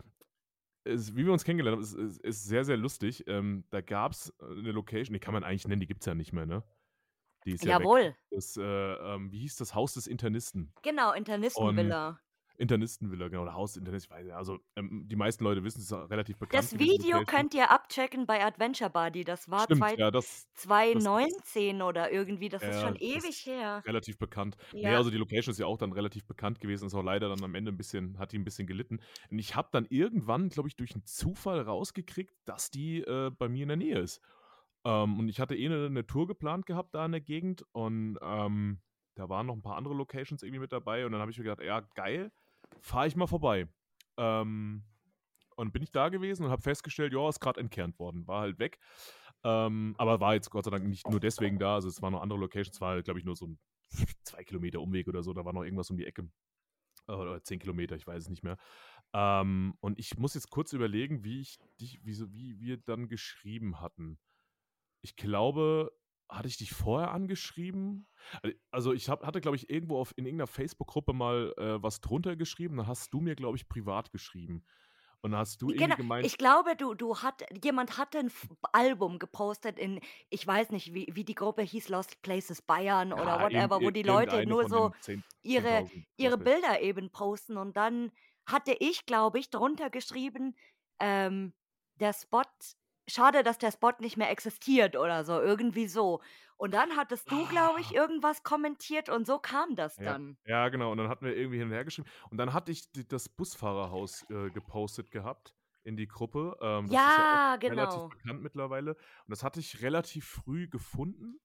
Speaker 2: wie wir uns kennengelernt haben, ist sehr, sehr lustig. Da gab's, 'ne Location, die kann man eigentlich nennen, die gibt's ja nicht mehr, ne? Die ist ja weg.
Speaker 1: Jawohl.
Speaker 2: Wie hieß das? Haus des Internisten.
Speaker 1: Genau,
Speaker 2: Und
Speaker 1: Internistenvilla.
Speaker 2: Internistenvilla, genau, oder Haus des Internisten, ich weiß nicht. Also, die meisten Leute wissen, es ist auch relativ bekannt
Speaker 1: Das
Speaker 2: gewesen, die
Speaker 1: Video
Speaker 2: Location.
Speaker 1: könnt ihr abchecken bei Adventure Buddy. Das war
Speaker 2: Stimmt, ja, das ist
Speaker 1: 2019 oder irgendwie. Das ist
Speaker 2: ja,
Speaker 1: schon
Speaker 2: das
Speaker 1: ewig
Speaker 2: ist
Speaker 1: her.
Speaker 2: relativ bekannt. Ne,
Speaker 1: Ja.
Speaker 2: also die Location ist ja auch dann relativ bekannt gewesen, ist auch leider dann am Ende 'n bisschen hat die 'n bisschen gelitten. Und ich habe dann irgendwann, glaube ich, durch 'n Zufall rausgekriegt, dass die, bei mir in der Nähe ist. Und ich hatte eh 'ne Tour geplant gehabt da in der Gegend und, da waren noch 'n paar andere Locations irgendwie mit dabei und dann habe ich mir gedacht: „Ja, geil, fahre ich mal vorbei.“ Ähm und bin ich da gewesen und habe festgestellt, ja, ist grad entkernt worden, war halt weg. Aber war jetzt Gott sei Dank nicht nur deswegen da, also es waren noch andere Locations, war halt, glaube ich, nur so 'n 2 Kilometer Umweg oder so, da war noch irgendwas um die Ecke, oder 10 Kilometer, ich weiß es nicht mehr. Und ich muss jetzt kurz überlegen, wie wir dann geschrieben hatten. Ich glaube, hatte ich dich vorher angeschrieben? Also, hatte, glaube ich, irgendwo in irgend 'ner Facebook-Gruppe mal, was drunter geschrieben, dann hast du mir, glaube ich, privat geschrieben. Und dann hast du irgendwie
Speaker 1: Genau,
Speaker 2: gemeint
Speaker 1: ich glaube, jemand hatte 'n Album gepostet in, ich weiß nicht, wie die Gruppe hieß, Lost Places Bayern oder
Speaker 2: ja,
Speaker 1: whatever, wo die Leute
Speaker 2: irgendeine
Speaker 1: nur
Speaker 2: von
Speaker 1: so
Speaker 2: den 10
Speaker 1: ihre
Speaker 2: 10.000,
Speaker 1: ihre
Speaker 2: was weiß ich.
Speaker 1: Bilder eben posten und dann hatte ich, glaube ich, drunter geschrieben, ähm, der Spot, schade, dass der Spot nicht mehr existiert oder so, irgendwie so. Und dann hattest du, glaube ich,
Speaker 2: Ah,
Speaker 1: irgendwas kommentiert und so kam das
Speaker 2: ja,
Speaker 1: dann.
Speaker 2: genau. Und dann hatten wir irgendwie hin und her geschrieben. Und dann hatte ich das Busfahrerhaus, gepostet gehabt in die Gruppe. Das ist ja auch
Speaker 1: Ja,
Speaker 2: relativ
Speaker 1: genau.
Speaker 2: bekannt mittlerweile. Und das hatte ich relativ früh gefunden,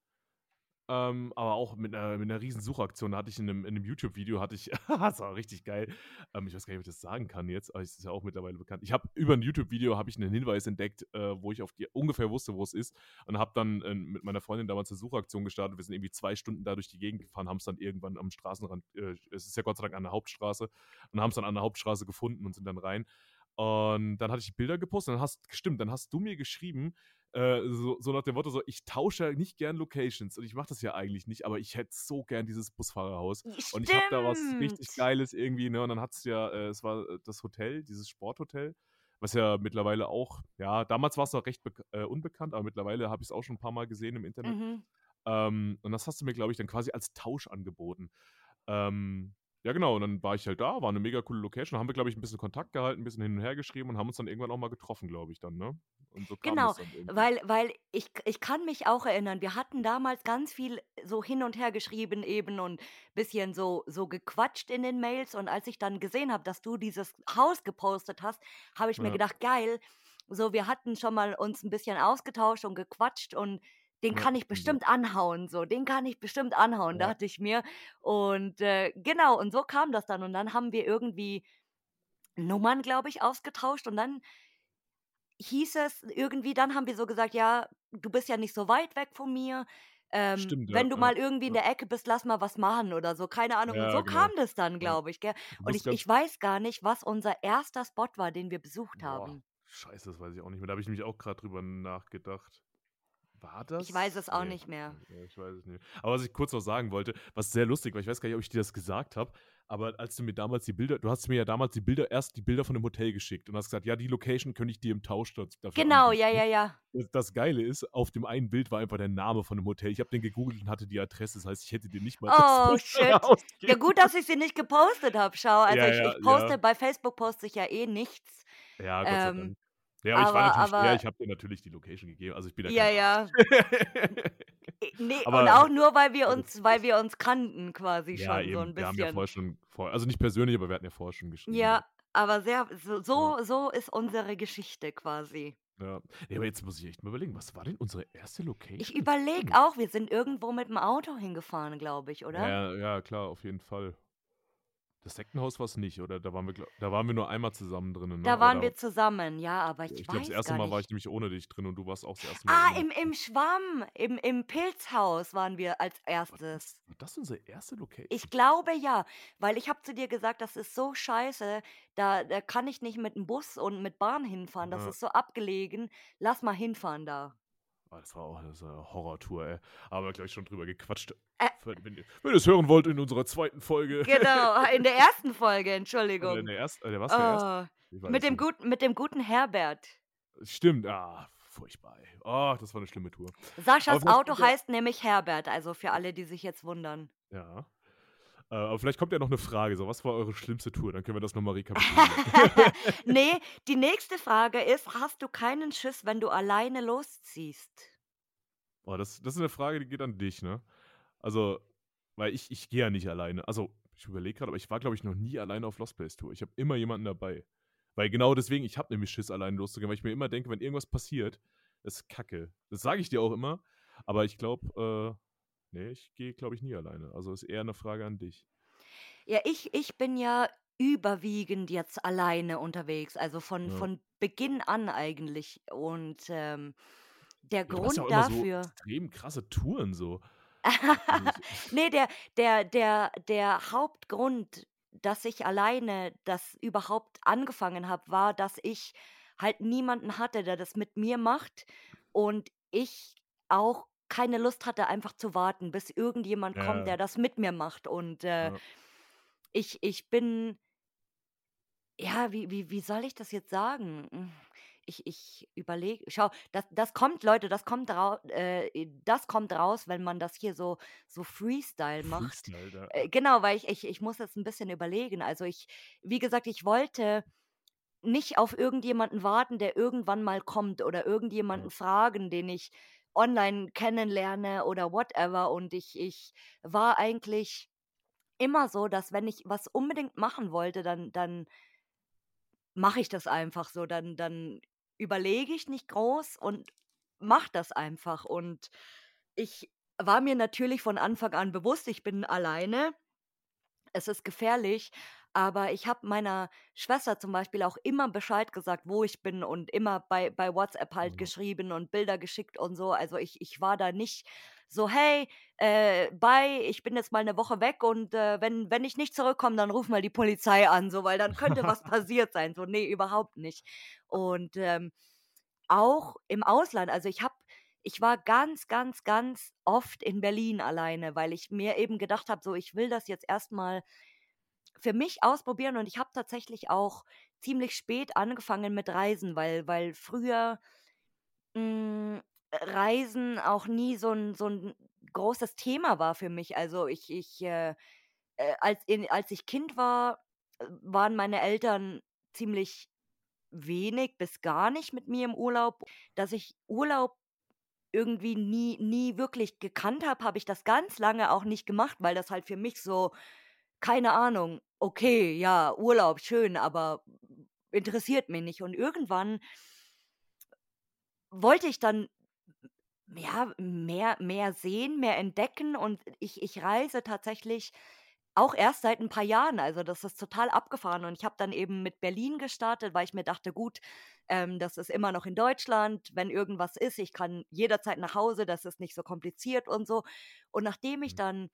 Speaker 2: aber auch mit 'ner riesen Suchaktion. Da hatte ich in 'nem YouTube-Video hatte ich das war richtig geil. Ich weiß gar nicht, ob ich das sagen kann jetzt, aber es ist ja auch mittlerweile bekannt. Ich habe über 'n YouTube-Video habe ich 'nen Hinweis entdeckt, wo ich auf die ungefähr wusste, wo es ist und habe dann, mit meiner Freundin damals 'ne Suchaktion gestartet. Wir sind irgendwie 2 Stunden da durch die Gegend gefahren, haben's dann irgendwann am Straßenrand es ist ja Gott sei Dank an der Hauptstraße und haben's dann an der Hauptstraße gefunden und sind dann rein. Und dann hatte ich Bilder gepostet und dann hast du mir geschrieben, so nach dem Motto so: „Ich tausche ja nicht gern Locations und ich mache das ja eigentlich nicht, aber ich hätte so gern dieses Busfahrerhaus und ich habe da was richtig
Speaker 1: Stimmt.
Speaker 2: Geiles irgendwie“, ne? Und dann hat's ja es war, das Hotel, dieses Sporthotel, was ja mittlerweile auch ja, damals war's noch recht unbekannt, aber mittlerweile habe ich's auch schon 'n paarmal gesehen im Internet.
Speaker 1: Mhm.
Speaker 2: Und das hast du mir, glaube ich, dann quasi als Tausch angeboten. Ähm, ja genau, und dann war ich halt da, war 'ne mega coole Location. Haben wir, glaube ich, 'n bisschen Kontakt gehalten, 'n bisschen hin und her geschrieben und haben uns dann irgendwann auch mal getroffen, glaube ich dann, ne? Und so kam
Speaker 1: Genau,
Speaker 2: das dann irgendwie.
Speaker 1: weil ich kann mich auch erinnern, wir hatten damals ganz viel so hin und her geschrieben eben und bisschen so gequatscht in den Mails und als ich dann gesehen habe, dass du dieses Haus gepostet hast, habe ich mir
Speaker 2: Ja,
Speaker 1: gedacht: „Geil, so wir hatten schon mal uns 'n bisschen ausgetauscht und gequatscht und den
Speaker 2: ja,
Speaker 1: kann ich
Speaker 2: stimmt, ja.
Speaker 1: bestimmt anhauen so, den kann ich bestimmt anhauen“,
Speaker 2: Ja,
Speaker 1: dachte ich mir. Und, genau, und so kam das dann und dann haben wir irgendwie Nummern, glaube ich, ausgetauscht und dann hieß es irgendwie dann haben wir so gesagt: „Ja, du bist ja nicht so weit weg von mir.
Speaker 2: stimmt, ja,
Speaker 1: Wenn du
Speaker 2: ja,
Speaker 1: mal irgendwie in
Speaker 2: ja.
Speaker 1: der Ecke bist, lass mal was machen“ oder so, keine Ahnung. Und
Speaker 2: Ja,
Speaker 1: so kam
Speaker 2: genau.
Speaker 1: das dann,
Speaker 2: Ja.
Speaker 1: glaube ich, gell?
Speaker 2: Du
Speaker 1: Und
Speaker 2: bist
Speaker 1: ich
Speaker 2: ganz
Speaker 1: weiß gar nicht, was unser erster Spot war, den wir besucht
Speaker 2: boah,
Speaker 1: haben.
Speaker 2: scheiße, das weiß ich auch nicht mehr. Da habe ich nämlich auch grad drüber nachgedacht. War
Speaker 1: Ich weiß
Speaker 2: das?
Speaker 1: es auch
Speaker 2: Ne,
Speaker 1: nicht mehr.
Speaker 2: ich weiß es nicht. Aber was ich kurz noch sagen wollte, was sehr lustig war, ich weiß gar nicht, ob ich dir das gesagt habe, aber als du mir damals du hast mir ja damals die Bilder von dem Hotel geschickt und hast gesagt: „Ja, die Location könnte ich dir im Tausch dafür
Speaker 1: Genau,
Speaker 2: anbieten.“
Speaker 1: ja, ja, ja.
Speaker 2: Das Geile ist, auf dem einen Bild war einfach der Name von dem Hotel. Ich habe den gegoogelt und hatte die Adresse. Das heißt, ich hätte dir nicht mal das
Speaker 1: Oh, shit. Ja,
Speaker 2: rausgeben
Speaker 1: gut, dass ich sie nicht gepostet habe, schau. Also,
Speaker 2: Ja,
Speaker 1: ich
Speaker 2: ja,
Speaker 1: ich
Speaker 2: ja.
Speaker 1: poste bei Facebook poste ich ja eh nichts.
Speaker 2: Ja, Gott sei
Speaker 1: Ähm,
Speaker 2: Dank. Ja, aber ich war natürlich fair,
Speaker 1: aber
Speaker 2: ich habe dir natürlich die Location gegeben. Also, ich bin ja
Speaker 1: ja,
Speaker 2: kein Arsch.
Speaker 1: ja. Ne, und
Speaker 2: Aber
Speaker 1: auch nur, weil wir
Speaker 2: hätte
Speaker 1: uns weil wir uns kannten quasi
Speaker 2: ja,
Speaker 1: schon so
Speaker 2: eben.
Speaker 1: 'n
Speaker 2: Wir haben ja
Speaker 1: bisschen.
Speaker 2: vorher schon also nicht persönlich, aber wir hatten ja vorher schon geschrieben
Speaker 1: Ja,
Speaker 2: gehabt.
Speaker 1: aber sehr so
Speaker 2: Ja,
Speaker 1: so ist unsere Geschichte quasi.
Speaker 2: ja. Ne, aber jetzt muss ich echt mal überlegen, was war denn unsere erste
Speaker 1: Ich
Speaker 2: Location? Das weiß ich
Speaker 1: überlege
Speaker 2: nicht.
Speaker 1: auch, wir sind irgendwo mit'm Auto hingefahren, glaube ich, oder?
Speaker 2: Ja, ja, klar, auf jeden Fall. Das Sektenhaus war's nicht, oder? Da waren wir nur einmal zusammen drinnen, ne?
Speaker 1: Da
Speaker 2: Aber
Speaker 1: waren
Speaker 2: da
Speaker 1: wir zusammen, ja, aber ich
Speaker 2: ich glaube, das
Speaker 1: weiß
Speaker 2: erste
Speaker 1: gar
Speaker 2: Mal war ich
Speaker 1: nicht.
Speaker 2: nämlich ohne dich drin und du warst auch das erste Mal
Speaker 1: Ah,
Speaker 2: ohne mich drin.
Speaker 1: im Schwamm, im Pilzhaus waren wir als Erstes.
Speaker 2: War das unsere erste
Speaker 1: Ich
Speaker 2: Location?
Speaker 1: glaube ja, weil ich habe zu dir gesagt: „Das ist so scheiße, da kann ich nicht mit'm Bus und mit Bahn hinfahren, das
Speaker 2: Ja.
Speaker 1: ist so abgelegen. Lass mal hinfahren da.“
Speaker 2: Das war 'ne Horrortour, ey. Haben wir gleich schon drüber gequatscht.
Speaker 1: Äh,
Speaker 2: Wenn ihr's hören wollt in unserer zweiten Folge.
Speaker 1: genau, in der ersten Folge,
Speaker 2: Oder in
Speaker 1: Entschuldigung.
Speaker 2: der ersten was, der ersten?
Speaker 1: Oh,
Speaker 2: Ich weiß nicht.
Speaker 1: mit dem guten Herbert.
Speaker 2: Stimmt, furchtbar, ey. Das war 'ne schlimme Tour. Aber
Speaker 1: Saschas
Speaker 2: vielleicht kommt
Speaker 1: Auto
Speaker 2: ja
Speaker 1: heißt nämlich Herbert, also für alle, die sich jetzt wundern.
Speaker 2: ja, aber vielleicht kommt ja noch 'ne Frage, so: „Was war eure schlimmste Tour?“ Dann können wir das noch mal rekapitulieren.
Speaker 1: Ne, die nächste Frage ist: Hast du keinen Schiss, wenn du alleine losziehst?
Speaker 2: Boah, das ist 'ne Frage, die geht an dich, ne? Also, weil ich gehe ja nicht alleine. Also, ich überlege grad, aber ich war, glaube ich, noch nie alleine auf Lost Place Tour. Ich habe immer jemanden dabei. Weil genau deswegen ich habe nämlich Schiss, alleine loszugehen, weil ich mir immer denke, wenn irgendwas passiert, ist Kacke. Das sage ich dir auch immer, aber ich glaube, ne, ich gehe, glaube ich, nie alleine. Also, ist eher 'ne Frage an dich.
Speaker 1: Ja, ich bin ja überwiegend jetzt alleine unterwegs, also
Speaker 2: Ja.
Speaker 1: von Beginn an eigentlich. Und, der
Speaker 2: Ja, du machst ja auch
Speaker 1: Grund
Speaker 2: immer so
Speaker 1: dafür
Speaker 2: extrem krasse Touren so. Also, ich
Speaker 1: ne, der Hauptgrund, dass ich alleine das überhaupt angefangen habe, war, dass ich halt niemanden hatte, der das mit mir macht und ich auch keine Lust hatte, einfach zu warten, bis irgendjemand kommt,
Speaker 2: ja,
Speaker 1: der das mit mir macht. Und,
Speaker 2: ja,
Speaker 1: ich bin ja, wie soll ich das jetzt sagen? Ich überlege schau, das kommt Leute, das kommt raus, wenn man das hier so Freestyle macht.
Speaker 2: Freestyle, da.
Speaker 1: Genau, weil ich muss jetzt 'n bisschen überlegen. Also, wie gesagt, ich wollte nicht auf irgendjemanden warten, der irgendwann mal kommt oder
Speaker 2: Ja,
Speaker 1: irgendjemanden fragen, den ich online kennenlerne oder whatever. Und ich war eigentlich immer so, dass wenn ich was unbedingt machen wollte, dann mache ich das einfach so. Dann überlege ich nicht groß und mache das einfach. Und ich war mir natürlich von Anfang an bewusst, ich bin alleine. Es ist gefährlich, aber ich habe meiner Schwester zum Beispiel auch immer Bescheid gesagt, wo ich bin und immer bei WhatsApp halt
Speaker 2: Ja.
Speaker 1: geschrieben und Bilder geschickt und so. Also, ich war da nicht so: „Hey, bye, ich bin jetzt mal eine Woche weg und, wenn ich nicht zurückkomme, dann ruf mal die Polizei an“, so, weil dann könnte was passiert sein. So, nee, überhaupt nicht. Und, auch im Ausland, also, ich war ganz, ganz, ganz oft in Berlin alleine, weil ich mir eben gedacht habe, so, ich will das jetzt erst mal für mich ausprobieren, und ich habe tatsächlich auch ziemlich spät angefangen mit Reisen, weil früher, Reisen auch nie so 'n großes Thema war für mich. Also, als ich Kind war, waren meine Eltern ziemlich wenig bis gar nicht mit mir im Urlaub. Dass ich Urlaub irgendwie nie wirklich gekannt habe, habe ich das ganz lange auch nicht gemacht, weil das halt für mich so, keine Ahnung, okay, ja, Urlaub, schön, aber interessiert mich nicht. Und irgendwann wollte ich dann, ja, mehr sehen, mehr entdecken, und ich reise tatsächlich auch erst seit ein paar Jahren. Also, das ist total abgefahren, und ich habe dann eben mit Berlin gestartet, weil ich mir dachte: „Gut, das ist immer noch in Deutschland. Wenn irgendwas ist, ich kann jederzeit nach Hause, das ist nicht so kompliziert und so.“ Und nachdem ich
Speaker 2: Mhm.
Speaker 1: dann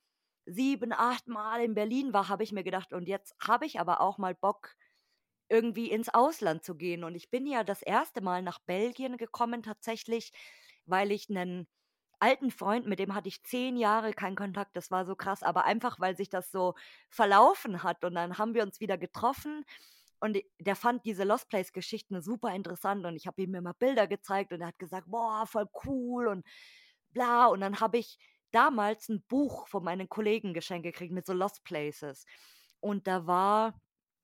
Speaker 1: 7, 8 Mal in Berlin war, habe ich mir gedacht: „Und jetzt habe ich aber auch mal Bock, irgendwie ins Ausland zu gehen.“ Und ich bin ja das erste Mal nach Belgien gekommen tatsächlich, weil ich 'nen alten Freund, mit dem hatte ich 10 Jahre keinen Kontakt, das war so krass, aber einfach, weil sich das so verlaufen hat, und dann haben wir uns wieder getroffen, und der fand diese Lost Place Geschichten super interessant, und ich habe ihm immer Bilder gezeigt, und er hat gesagt: „Boah, voll cool“ und bla. Und dann habe ich damals 'n Buch von meinen Kollegen geschenkt gekriegt mit so Lost Places. Und da war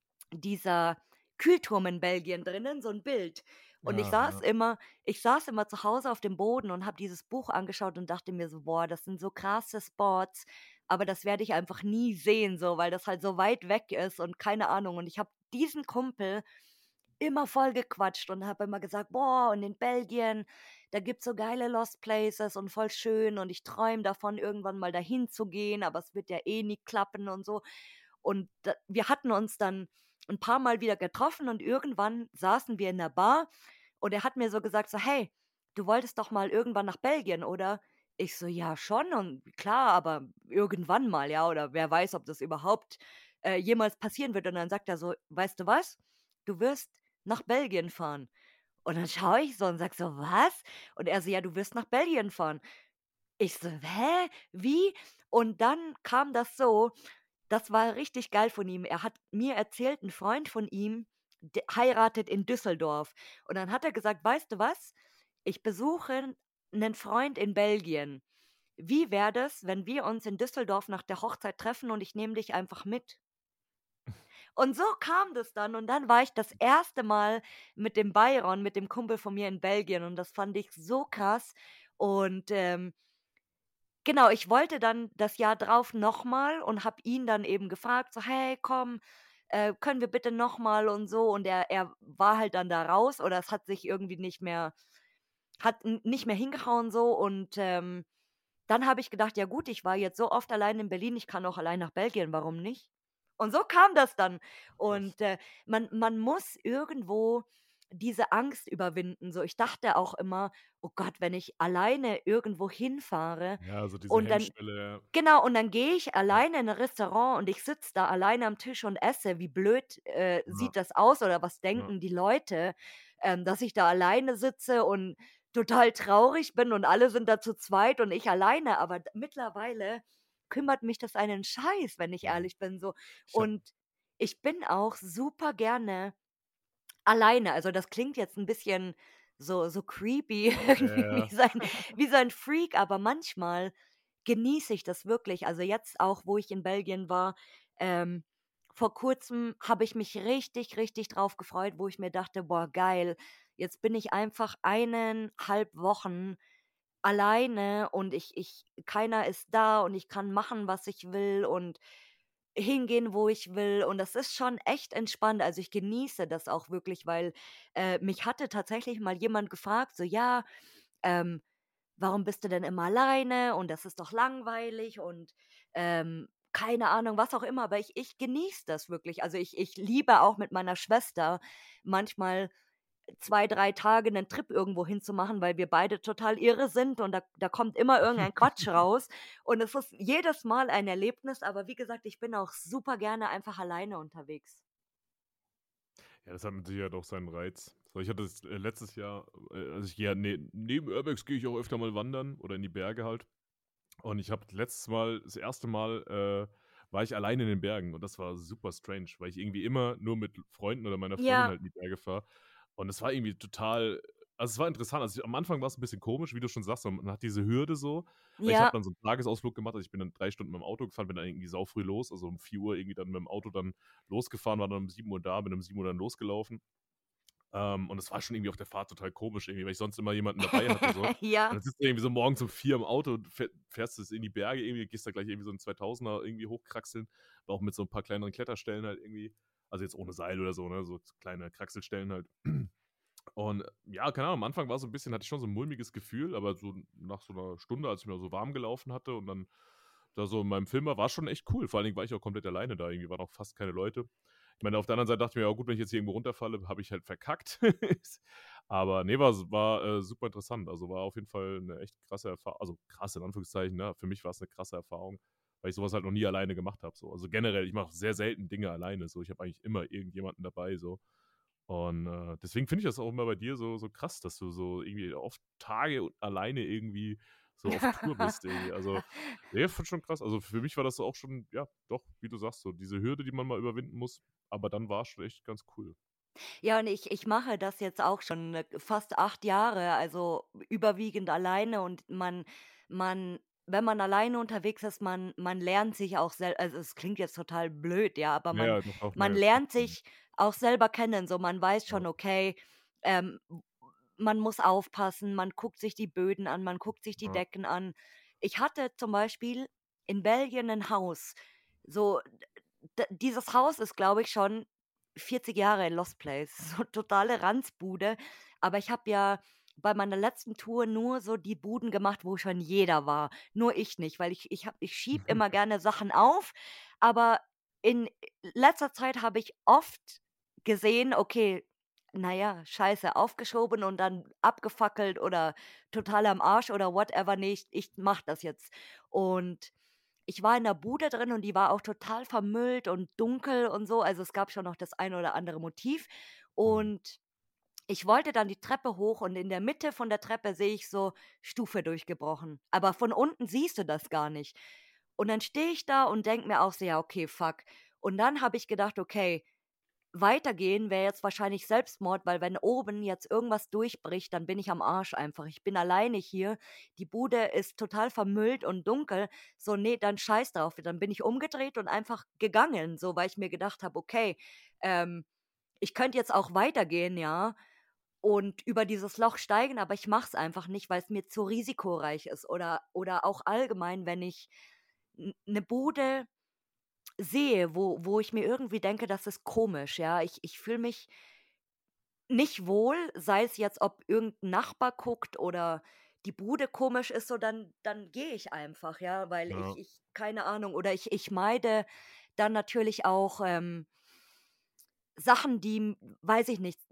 Speaker 1: dieser Kühlturm in Belgien drinnen, so 'n Bild. Und
Speaker 2: Ja, ja.
Speaker 1: ich saß immer zu Hause auf dem Boden und habe dieses Buch angeschaut und dachte mir so: „Boah, das sind so krasse Spots, aber das werde ich einfach nie sehen so, weil das halt so weit weg ist und keine Ahnung.“ Und ich habe diesen Kumpel immer vollgequatscht und habe immer gesagt: „Boah, und in Belgien, da gibt's so geile Lost Places und voll schön, und ich träume davon, irgendwann mal dahin zu gehen, aber es wird ja eh nie klappen“ und so. Und da wir hatten uns dann ein paar Mal wieder getroffen, und irgendwann saßen wir in der Bar, und er hat mir so gesagt so: „Hey, du wolltest doch mal irgendwann nach Belgien, oder?“ Ich so: „Ja, schon und klar, aber irgendwann mal, ja, oder wer weiß, ob das überhaupt, jemals passieren wird.“ Und dann sagt er so: „Weißt du was? Du wirst nach Belgien fahren.“ Und dann schaue ich so und sage so: „Was?“ Und er so: „Ja, du wirst nach Belgien fahren.“ Ich so: „Hä? Wie?“ Und dann kam das so, das war richtig geil von ihm. Er hat mir erzählt, 'n Freund von ihm heiratet in Düsseldorf. Und dann hat er gesagt: „Weißt du was? Ich besuche 'nen Freund in Belgien. Wie wäre das, wenn wir uns in Düsseldorf nach der Hochzeit treffen und ich nehme dich einfach mit?“ Und so kam das dann, und dann war ich das erste Mal mit dem Byron, mit dem Kumpel von mir in Belgien, und das fand ich so krass. Und, genau, ich wollte dann das Jahr drauf noch mal und habe ihn dann eben gefragt, so: „Hey, komm, können wir bitte noch mal?“ und so. Und er war halt dann da raus, oder es hat sich irgendwie nicht mehr hingehauen so. Und, dann habe ich gedacht: „Ja gut, ich war jetzt so oft allein in Berlin, ich kann auch allein nach Belgien, warum nicht?“ Und so kam das dann.
Speaker 2: Krass.
Speaker 1: Und, man muss irgendwo diese Angst überwinden. So, ich dachte auch immer: „Oh Gott, wenn ich alleine irgendwo hinfahre
Speaker 2: Ja, so diese
Speaker 1: und dann“.
Speaker 2: Hemmschwelle,
Speaker 1: Genau, und dann gehe ich
Speaker 2: ja,
Speaker 1: alleine in 'n Restaurant und ich sitze da alleine am Tisch und esse. Wie blöd,
Speaker 2: ja,
Speaker 1: sieht das aus, oder was
Speaker 2: ja.
Speaker 1: denken die Leute, dass ich da alleine sitze und total traurig bin, und alle sind da zu zweit und ich alleine. Aber mittlerweile kümmert mich das einen Scheiß, wenn ich
Speaker 2: Mhm.
Speaker 1: ehrlich bin, so.
Speaker 2: Ich habe
Speaker 1: Und ich bin auch super gerne alleine. Also, das klingt jetzt 'n bisschen so creepy, irgendwie
Speaker 2: ja.
Speaker 1: wie so ein Freak, aber manchmal genieße ich das wirklich. Also, jetzt auch, wo ich in Belgien war, ähm, vor Kurzem habe ich mich richtig, richtig drauf gefreut, wo ich mir dachte: „Boah, geil, jetzt bin ich einfach 1,5 Wochen alleine, und ich keiner ist da, und ich kann machen, was ich will.“ Und hingehen, wo ich will und das ist schon echt entspannt. Also, ich genieße das auch wirklich, weil, mich hatte tatsächlich mal jemand gefragt, so: „Ja, ähm, warum bist du denn immer alleine und das ist doch langweilig und, keine Ahnung, was auch immer, aber ich genieße das wirklich. Also, ich liebe auch mit meiner Schwester manchmal 2 3 Tage 'nen Trip irgendwo hinzumachen, weil wir beide total irre sind und da kommt immer irgendein Quatsch raus und es ist jedes Mal ein Erlebnis, aber wie gesagt, ich bin auch super gerne einfach alleine unterwegs.
Speaker 2: Ja, das hat mit Sicherheit auch seinen Reiz. So, ich hatte das, letztes Jahr, also ich gehe ja neben Urbex gehe ich auch öfter mal wandern oder in die Berge halt. Und ich habe letztes Mal das erste Mal, war ich alleine in den Bergen und das war super strange, weil ich irgendwie immer nur mit Freunden oder meiner Freundin
Speaker 1: Ja,
Speaker 2: halt in die Berge fahre. Und es war irgendwie total, also, es war interessant. Also, am Anfang war es ein bisschen komisch, wie du schon sagst, man hat diese Hürde so, weil ich habe
Speaker 1: ja.
Speaker 2: dann so einen Tagesausflug gemacht. Also, ich bin dann 3 Stunden mit dem Auto gefahren, bin dann irgendwie saufrüh los, also, um 4 Uhr irgendwie dann mit dem Auto dann losgefahren, war dann um 7 Uhr da, bin um 7 Uhr dann losgelaufen. Und es war schon irgendwie auf der Fahrt total komisch irgendwie, weil ich sonst immer jemanden dabei hatte so. Und
Speaker 1: Ja.
Speaker 2: dann sitzt du irgendwie so morgens um 4 im Auto und fährst es in die Berge irgendwie, gehst da gleich irgendwie so 'n 2000er irgendwie hochkraxeln, aber auch mit so 'n paar kleineren Kletterstellen halt irgendwie. Also, jetzt ohne Seil oder so, ne, so kleine Kraxelstellen halt. Und ja, keine Ahnung, am Anfang war so 'n bisschen, hatte ich schon so 'n mulmiges Gefühl, aber so nach so 'ner Stunde, als ich mir so warm gelaufen hatte und dann da so in meinem Film war's schon echt cool. Vor allen Dingen war ich auch komplett alleine da, irgendwie waren auch fast keine Leute. Ich meine, auf der anderen Seite dachte ich mir: „Ja gut, wenn ich jetzt hier irgendwo runterfalle, habe ich halt verkackt." Aber ne, war, super interessant. Also, war auf jeden Fall 'ne echt krasse Erfahrung, also, krass in Anführungszeichen, ne? Für mich war's 'ne krasse Erfahrung, weil ich so was halt noch nie alleine gemacht habe so. Also, generell, ich mache sehr selten Dinge alleine so. Ich habe eigentlich immer irgendjemanden dabei so. Und, deswegen finde ich das auch immer bei dir so krass, dass du so irgendwie oft Tage alleine irgendwie so auf Tour bist irgendwie. Also, ne, finde schon krass. Also, für mich war das so auch schon, ja, doch, wie du sagst, so diese Hürde, die man mal überwinden muss, aber dann war's schon echt ganz cool.
Speaker 1: Ja, und ich mache das jetzt auch schon, fast 8 Jahre, also überwiegend alleine und man wenn man alleine unterwegs ist, man lernt sich auch also es klingt jetzt total blöd, ja, aber
Speaker 2: Ja, ja, doch, doch,
Speaker 1: man
Speaker 2: ne, stimmt
Speaker 1: lernt
Speaker 2: schon.
Speaker 1: sich auch selber kennen, so man weiß
Speaker 2: Ja,
Speaker 1: schon, okay, man muss aufpassen, man guckt sich die Böden an, man guckt sich die
Speaker 2: ja,
Speaker 1: Decken an. Ich hatte zum Beispiel in Belgien ein Haus, so dieses Haus ist, glaube ich, schon 40 Jahre in Lost Place, so totale Ranzbude. Aber ich habe ja bei meiner letzten Tour nur so die Buden gemacht, wo schon jeder war, nur ich nicht, weil ich schiebe immer gerne Sachen auf, aber in letzter Zeit habe ich oft gesehen, okay, na ja, scheiße, aufgeschoben und dann abgefackelt oder total am Arsch oder whatever. Ne, ich mache das jetzt. Und ich war in der Bude drin und die war auch total vermüllt und dunkel und so. Also, es gab schon noch das eine oder andere Motiv.
Speaker 2: mhm,
Speaker 1: Und ich wollte dann die Treppe hoch und in der Mitte von der Treppe sehe ich so Stufe durchgebrochen. Aber von unten siehst du das gar nicht. Und dann stehe ich da und denke mir auch so: „Ja, okay, fuck." Und dann habe ich gedacht: „Okay, weitergehen wäre jetzt wahrscheinlich Selbstmord, weil wenn oben jetzt irgendwas durchbricht, dann bin ich am Arsch einfach. Ich bin alleine hier. Die Bude ist total vermüllt und dunkel. So, nee, dann scheiß drauf. Dann bin ich umgedreht und einfach gegangen, so, weil ich mir gedacht habe, okay, ähm, ich könnte jetzt auch weitergehen, ja, und über dieses Loch steigen, aber ich mache es einfach nicht, weil es mir zu risikoreich ist. Oder auch allgemein, wenn ich eine Bude sehe, wo ich mir irgendwie denke, das ist komisch, ja. Ich fühle mich nicht wohl, sei es jetzt, ob irgendein Nachbar guckt oder die Bude komisch ist, so dann gehe ich einfach, ja, weil
Speaker 2: ja,
Speaker 1: ich keine Ahnung oder ich meide dann natürlich auch, Sachen, die, weiß ich nicht,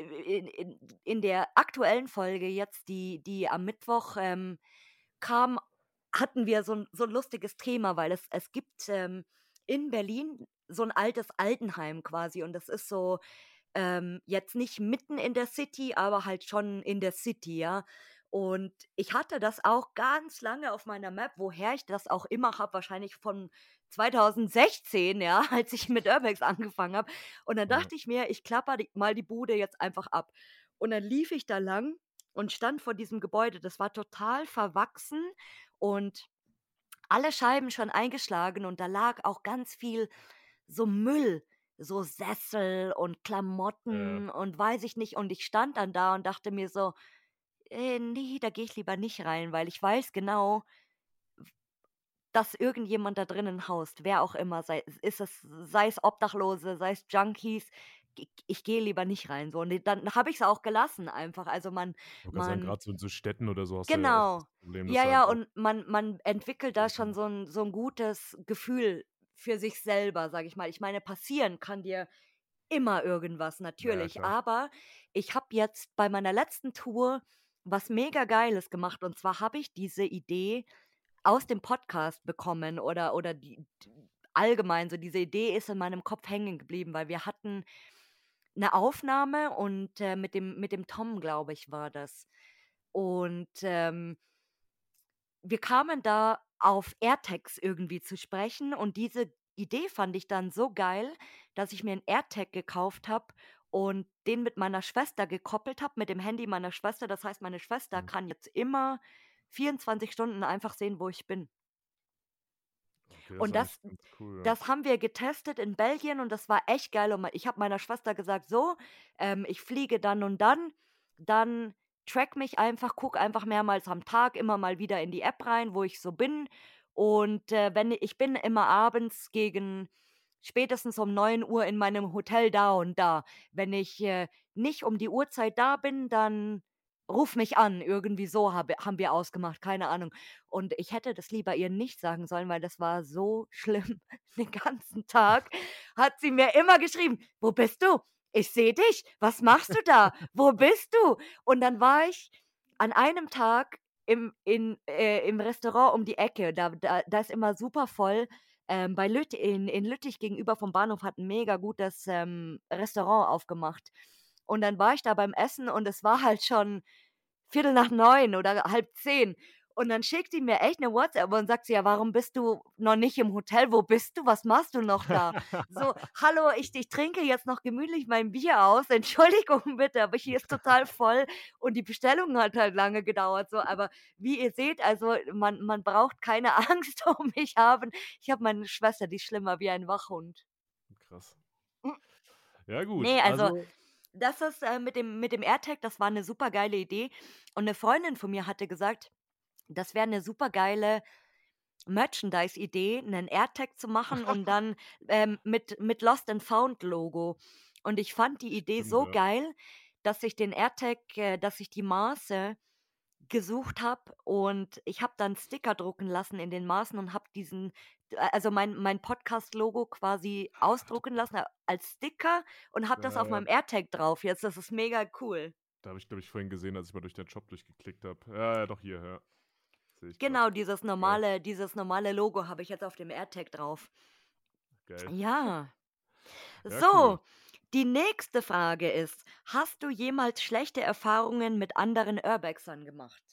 Speaker 1: in der aktuellen Folge jetzt, die am Mittwoch, kam, hatten wir so 'n lustiges Thema, weil es gibt, in Berlin so ein altes Altenheim quasi und das ist so, jetzt nicht mitten in der City, aber halt schon in der City, ja. Und ich hatte das auch ganz lange auf meiner Map, woher ich das auch immer habe, wahrscheinlich von 2016, ja, als ich mit Urbex angefangen habe. Und dann
Speaker 2: ja.
Speaker 1: dachte ich mir, ich klapper die Bude jetzt einfach ab. Und dann lief ich da lang und stand vor diesem Gebäude. Das war total verwachsen und alle Scheiben schon eingeschlagen und da lag auch ganz viel so Müll, so Sessel und
Speaker 2: Ja.
Speaker 1: Klamotten und weiß ich nicht. Und ich stand dann da und dachte mir so: ne, da gehe ich lieber nicht rein, weil ich weiß genau, dass irgendjemand da drinnen haust, wer auch immer, sei es Obdachlose, sei es Junkies. Ich gehe lieber nicht rein so. Und dann habe ich es auch gelassen einfach. Also,
Speaker 2: Ich wollte grad sagen,
Speaker 1: man
Speaker 2: grad so in so Städten oder so hast du ja oft das
Speaker 1: genau.
Speaker 2: Problem, dass
Speaker 1: Ja,
Speaker 2: du
Speaker 1: ja,
Speaker 2: halt auch
Speaker 1: und man entwickelt da schon so 'n gutes Gefühl für sich selber, sage ich mal. Ich meine, passieren kann dir immer irgendwas,
Speaker 2: ja, ja,
Speaker 1: natürlich.
Speaker 2: klar.
Speaker 1: Aber ich habe jetzt bei meiner letzten Tour was mega Geiles gemacht. Und zwar habe ich diese Idee aus dem Podcast bekommen oder die allgemein so diese Idee ist in meinem Kopf hängen geblieben, weil wir hatten 'ne Aufnahme und, mit dem Tom, glaube ich, war das. Und, wir kamen da auf AirTags irgendwie zu sprechen und diese Idee fand ich dann so geil, dass ich mir 'n AirTag gekauft habe und den mit meiner Schwester gekoppelt habe, mit dem Handy meiner Schwester. Das heißt, meine Schwester
Speaker 2: Mhm.
Speaker 1: kann jetzt immer 24 Stunden einfach sehen, wo ich bin.
Speaker 2: Okay, das ist
Speaker 1: Und
Speaker 2: eigentlich ganz cool, ja.
Speaker 1: das haben wir getestet in Belgien und das war echt geil. Und ich habe meiner Schwester gesagt: „So, ich fliege dann und dann track mich einfach, guck einfach mehrmals am Tag immer mal wieder in die App rein, wo ich so bin. Und, wenn ich bin immer abends gegen spätestens um 9 Uhr in meinem Hotel da und da. Wenn ich, nicht um die Uhrzeit da bin, dann ruf mich an.“ Irgendwie so haben wir ausgemacht, keine Ahnung. Und ich hätte das lieber ihr nicht sagen sollen, weil das war so schlimm. Den ganzen Tag hat sie mir immer geschrieben: „Wo bist du? Ich sehe dich. Was machst du da? Wo bist du?“ Und dann war ich an einem Tag im Restaurant um die Ecke. Da ist immer super voll. Bei in Lüttich gegenüber vom Bahnhof hat 'n mega gutes, Restaurant aufgemacht. Und dann war ich da beim Essen und es war halt schon 9:15 oder 9:30. Und dann schickt die mir echt 'ne WhatsApp und sagt sie: „Ja, warum bist du noch nicht im Hotel? Wo bist du? Was machst du noch da?“ So: „Hallo, ich trinke jetzt noch gemütlich mein Bier aus. Entschuldigung bitte, aber hier ist total voll und die Bestellung hat halt lange gedauert“, so. Aber wie ihr seht, also, man braucht keine Angst um mich haben. Ich habe meine Schwester, die ist schlimmer wie ein Wachhund.
Speaker 2: Krass. Ja gut,
Speaker 1: Ne, also,
Speaker 2: also
Speaker 1: das ist, mit dem AirTag, das war 'ne supergeile Idee. Und 'ne Freundin von mir hatte gesagt, das wäre 'ne supergeile Merchandise-Idee, 'nen AirTag zu machen und dann, mit Lost and Found Logo. Und ich fand die Idee
Speaker 2: stimmt,
Speaker 1: so
Speaker 2: ja.
Speaker 1: geil, dass ich die Maße gesucht habe und ich habe dann Sticker drucken lassen in den Maßen und habe also mein Podcast-Logo quasi ausdrucken lassen als Sticker und habe das
Speaker 2: Ja,
Speaker 1: auf
Speaker 2: ja.
Speaker 1: meinem AirTag drauf jetzt. Das ist mega cool.
Speaker 2: Da habe ich, glaube ich, vorhin gesehen, als ich mal durch deinen Shop durchgeklickt habe. Ja, ja, doch hier, ja. Sehe ich grad.
Speaker 1: Genau,
Speaker 2: Geil,
Speaker 1: dieses normale Logo habe ich jetzt auf dem AirTag drauf.
Speaker 2: geil.
Speaker 1: Ja.
Speaker 2: Ja, cool.
Speaker 1: So, die nächste Frage ist: Hast du jemals schlechte Erfahrungen mit anderen Urbexern gemacht?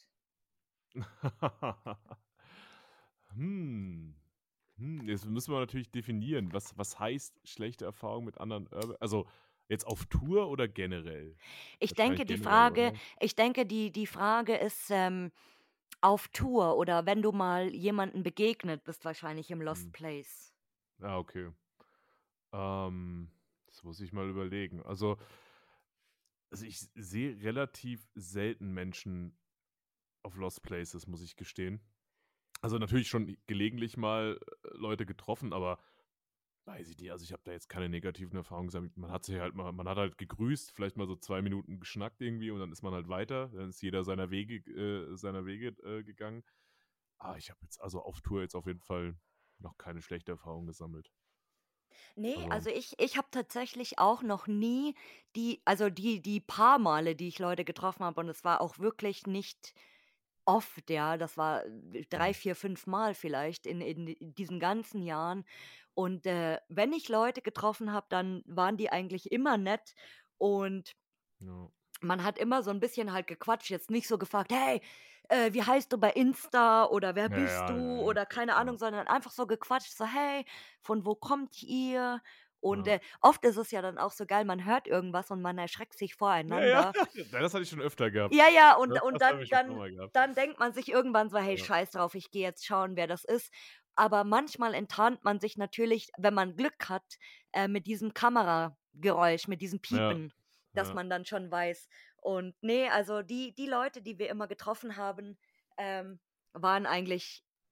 Speaker 2: Hm. Jetzt müssen wir natürlich definieren, was heißt schlechte Erfahrung mit anderen also, jetzt auf Tour oder generell?
Speaker 1: Ich
Speaker 2: Wahrscheinlich
Speaker 1: denke,
Speaker 2: generell, oder?
Speaker 1: die Frage ist, auf Tour oder wenn du mal jemanden begegnet bist, wahrscheinlich im
Speaker 2: Hm.
Speaker 1: Lost Place.
Speaker 2: Ah, okay. Ähm, Das muss ich mal überlegen. Also, ich sehe relativ selten Menschen auf Lost Places, muss ich gestehen. Also, natürlich schon gelegentlich mal, Leute getroffen, aber weiß ich nicht. Also, ich habe da jetzt keine negativen Erfahrungen gesammelt. Man hat halt gegrüßt, vielleicht mal so 2 Minuten geschnackt irgendwie und dann ist man halt weiter. Dann ist jeder seiner Wege, gegangen. Aber ich habe jetzt also auf Tour jetzt auf jeden Fall noch keine schlechte Erfahrung gesammelt.
Speaker 1: Ne,
Speaker 2: Also,
Speaker 1: also ich habe tatsächlich auch noch nie die paar Male, die ich Leute getroffen habe und es war auch wirklich nicht oft, ja. Das war 3,
Speaker 2: mhm,
Speaker 1: 4, 5 Mal vielleicht in diesen ganzen Jahren. Und, wenn ich Leute getroffen habe, dann waren die eigentlich immer nett und
Speaker 2: ja.
Speaker 1: man hat immer so 'n bisschen halt gequatscht, jetzt nicht so gefragt: „Hey, wie heißt du bei Insta?“ oder „Wer
Speaker 2: Ja,
Speaker 1: bist
Speaker 2: ja,
Speaker 1: du?“
Speaker 2: ja, ja,
Speaker 1: oder
Speaker 2: klar,
Speaker 1: keine Ahnung,
Speaker 2: ja,
Speaker 1: sondern einfach so gequatscht, so: „Hey, von wo kommt ihr?“ Und,
Speaker 2: ja.
Speaker 1: oft ist es ja dann auch so geil, man hört irgendwas und man erschreckt sich
Speaker 2: Ja, ja,
Speaker 1: voreinander.
Speaker 2: das hatte ich schon öfter gehabt.
Speaker 1: Ja, ja, und
Speaker 2: Das habe
Speaker 1: dann
Speaker 2: ich schon ein paar
Speaker 1: dann
Speaker 2: Mal gehabt.
Speaker 1: dann denkt man sich irgendwann so: „Hey,
Speaker 2: Ja,
Speaker 1: scheiß drauf, ich gehe jetzt schauen, wer das ist.“ Aber manchmal enttarnt man sich natürlich, wenn man Glück hat, mit diesem Kamerageräusch, mit diesem
Speaker 2: ja,
Speaker 1: Piepen, dass
Speaker 2: ja.
Speaker 1: man dann schon weiß. Und ne, also die Leute, die wir immer getroffen haben, waren eigentlich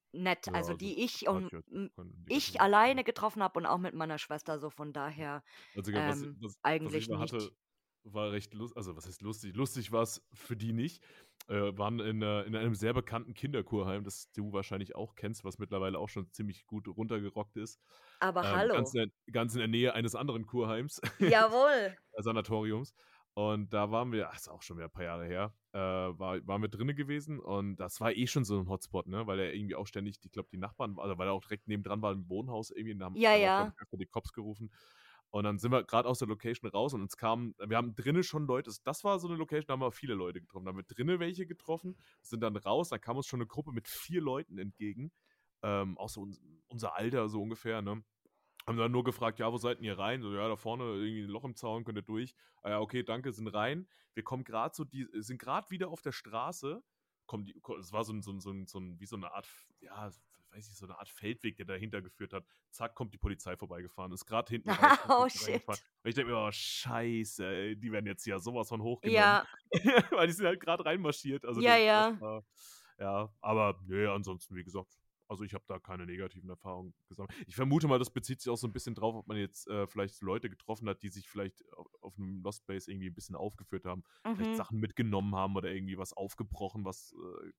Speaker 1: nett,
Speaker 2: Ja,
Speaker 1: also
Speaker 2: also,
Speaker 1: die ich
Speaker 2: hatte
Speaker 1: und
Speaker 2: ich jetzt keine
Speaker 1: ich
Speaker 2: negativen Erfahrungen.
Speaker 1: alleine getroffen habe und auch mit meiner Schwester, so von daher,
Speaker 2: Einzige, was ich
Speaker 1: eigentlich
Speaker 2: mal hatte,
Speaker 1: nicht.
Speaker 2: war recht lustig. Also, was heißt lustig? Lustig war's für die nicht. Waren in einem sehr bekannten Kinderkurheim, das du wahrscheinlich auch kennst, was mittlerweile auch schon ziemlich gut runtergerockt ist.
Speaker 1: Aber
Speaker 2: Ganz
Speaker 1: hallo.
Speaker 2: ganz in der Nähe eines anderen Kurheims,
Speaker 1: Jawohl.
Speaker 2: Sanatoriums. Und da waren wir, ist auch schon wieder ein paar Jahre her, waren wir drinnen gewesen und das war eh schon so ein Hotspot, ne, weil er irgendwie auch ständig, ich glaube, die Nachbarn, also weil er auch direkt nebendran war im Wohnhaus irgendwie, und
Speaker 1: Ja,
Speaker 2: da haben auch, glaube
Speaker 1: ja.
Speaker 2: ich, erst mal die Cops gerufen. Und dann sind wir gerade aus der Location raus und wir haben drinnen schon Leute, das war so eine Location, da haben wir viele Leute getroffen. Da haben wir drinnen welche getroffen, sind dann raus, da kam uns schon eine Gruppe mit 4 Leuten entgegen, auch so unser Alter so ungefähr, ne? Haben dann nur gefragt: „Ja, wo seid 'n ihr rein?“ So: „Ja, da vorne irgendwie 'n Loch im Zaun, könnt ihr durch.“ „Ah ja, okay, danke“, sind rein. Wir kommen grad so die sind grad wieder auf der Straße, kommen die ko es war so 'n wie so 'ne Art ja, weiß ich, so 'ne Art Feldweg, der dahinter geführt hat. Zack, kommt die Polizei vorbeigefahren, ist grad hinten raus, kommt
Speaker 1: Oh,
Speaker 2: hinten reingefahren.
Speaker 1: shit.
Speaker 2: Und ich denke mir: „Oh, scheiße, ey, die werden jetzt hier so was von hochgenommen.“
Speaker 1: Ja,
Speaker 2: Weil die sind halt grad reinmarschiert. Also,
Speaker 1: ja,
Speaker 2: das
Speaker 1: ja.
Speaker 2: war ja, aber ne, ansonsten, wie gesagt, also, ich habe da keine negativen Erfahrungen gesammelt. Ich vermute mal, das bezieht sich auch so 'n bisschen drauf, ob man jetzt, vielleicht Leute getroffen hat, die sich vielleicht auf 'nem Lost Place irgendwie 'n bisschen aufgeführt haben, vielleicht
Speaker 1: Mhm.
Speaker 2: Sachen mitgenommen haben oder irgendwie was aufgebrochen, was,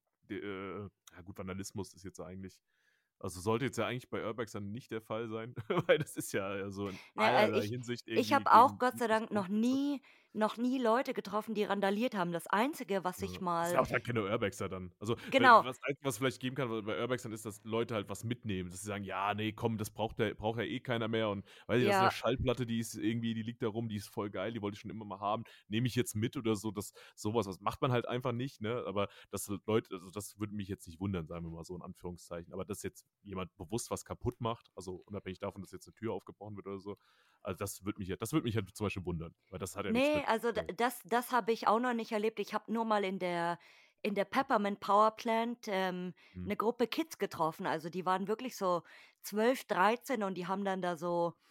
Speaker 2: ja gut, Vandalismus ist jetzt eigentlich, also, sollte jetzt ja eigentlich bei Urbex dann nicht der Fall sein, weil das ist ja so in
Speaker 1: Ne,
Speaker 2: allerlei Hinsicht
Speaker 1: ich
Speaker 2: irgendwie
Speaker 1: habe auch
Speaker 2: gegen
Speaker 1: Gott sei
Speaker 2: jegliches
Speaker 1: Dank
Speaker 2: Grundgesetz.
Speaker 1: noch nie Leute getroffen, die randaliert haben. Das Einzige, was
Speaker 2: Ja.
Speaker 1: ich
Speaker 2: Das sind
Speaker 1: mal
Speaker 2: auch dann keine Urbexer dann. Also,
Speaker 1: genau,
Speaker 2: was Einzige, was vielleicht geben kann bei Urbexern, ist, dass Leute halt was mitnehmen, dass sie sagen: „Ja, ne, komm, das braucht ja eh keiner mehr und weiß ich, das ist 'ne
Speaker 1: ja,
Speaker 2: Schallplatte, die liegt da rum, die ist voll geil, die wollte ich schon immer mal haben, nehme ich jetzt mit“ oder so. Das macht man halt einfach nicht, ne? Aber dass Leute, also, das würde mich jetzt nicht wundern, sagen wir mal so in Anführungszeichen. Aber dass jetzt jemand bewusst was kaputt macht, also, unabhängig davon, dass jetzt 'ne Tür aufgebrochen wird oder so, also, das würde mich halt zum Beispiel wundern, weil das hat ja nichts
Speaker 1: ne,
Speaker 2: mit,
Speaker 1: also das habe ich auch noch nicht erlebt. Ich habe nur mal in der Peppermint Power Plant,
Speaker 2: mhm,
Speaker 1: 'ne Gruppe Kids getroffen. Also, die waren wirklich so 12, 13 und die haben dann da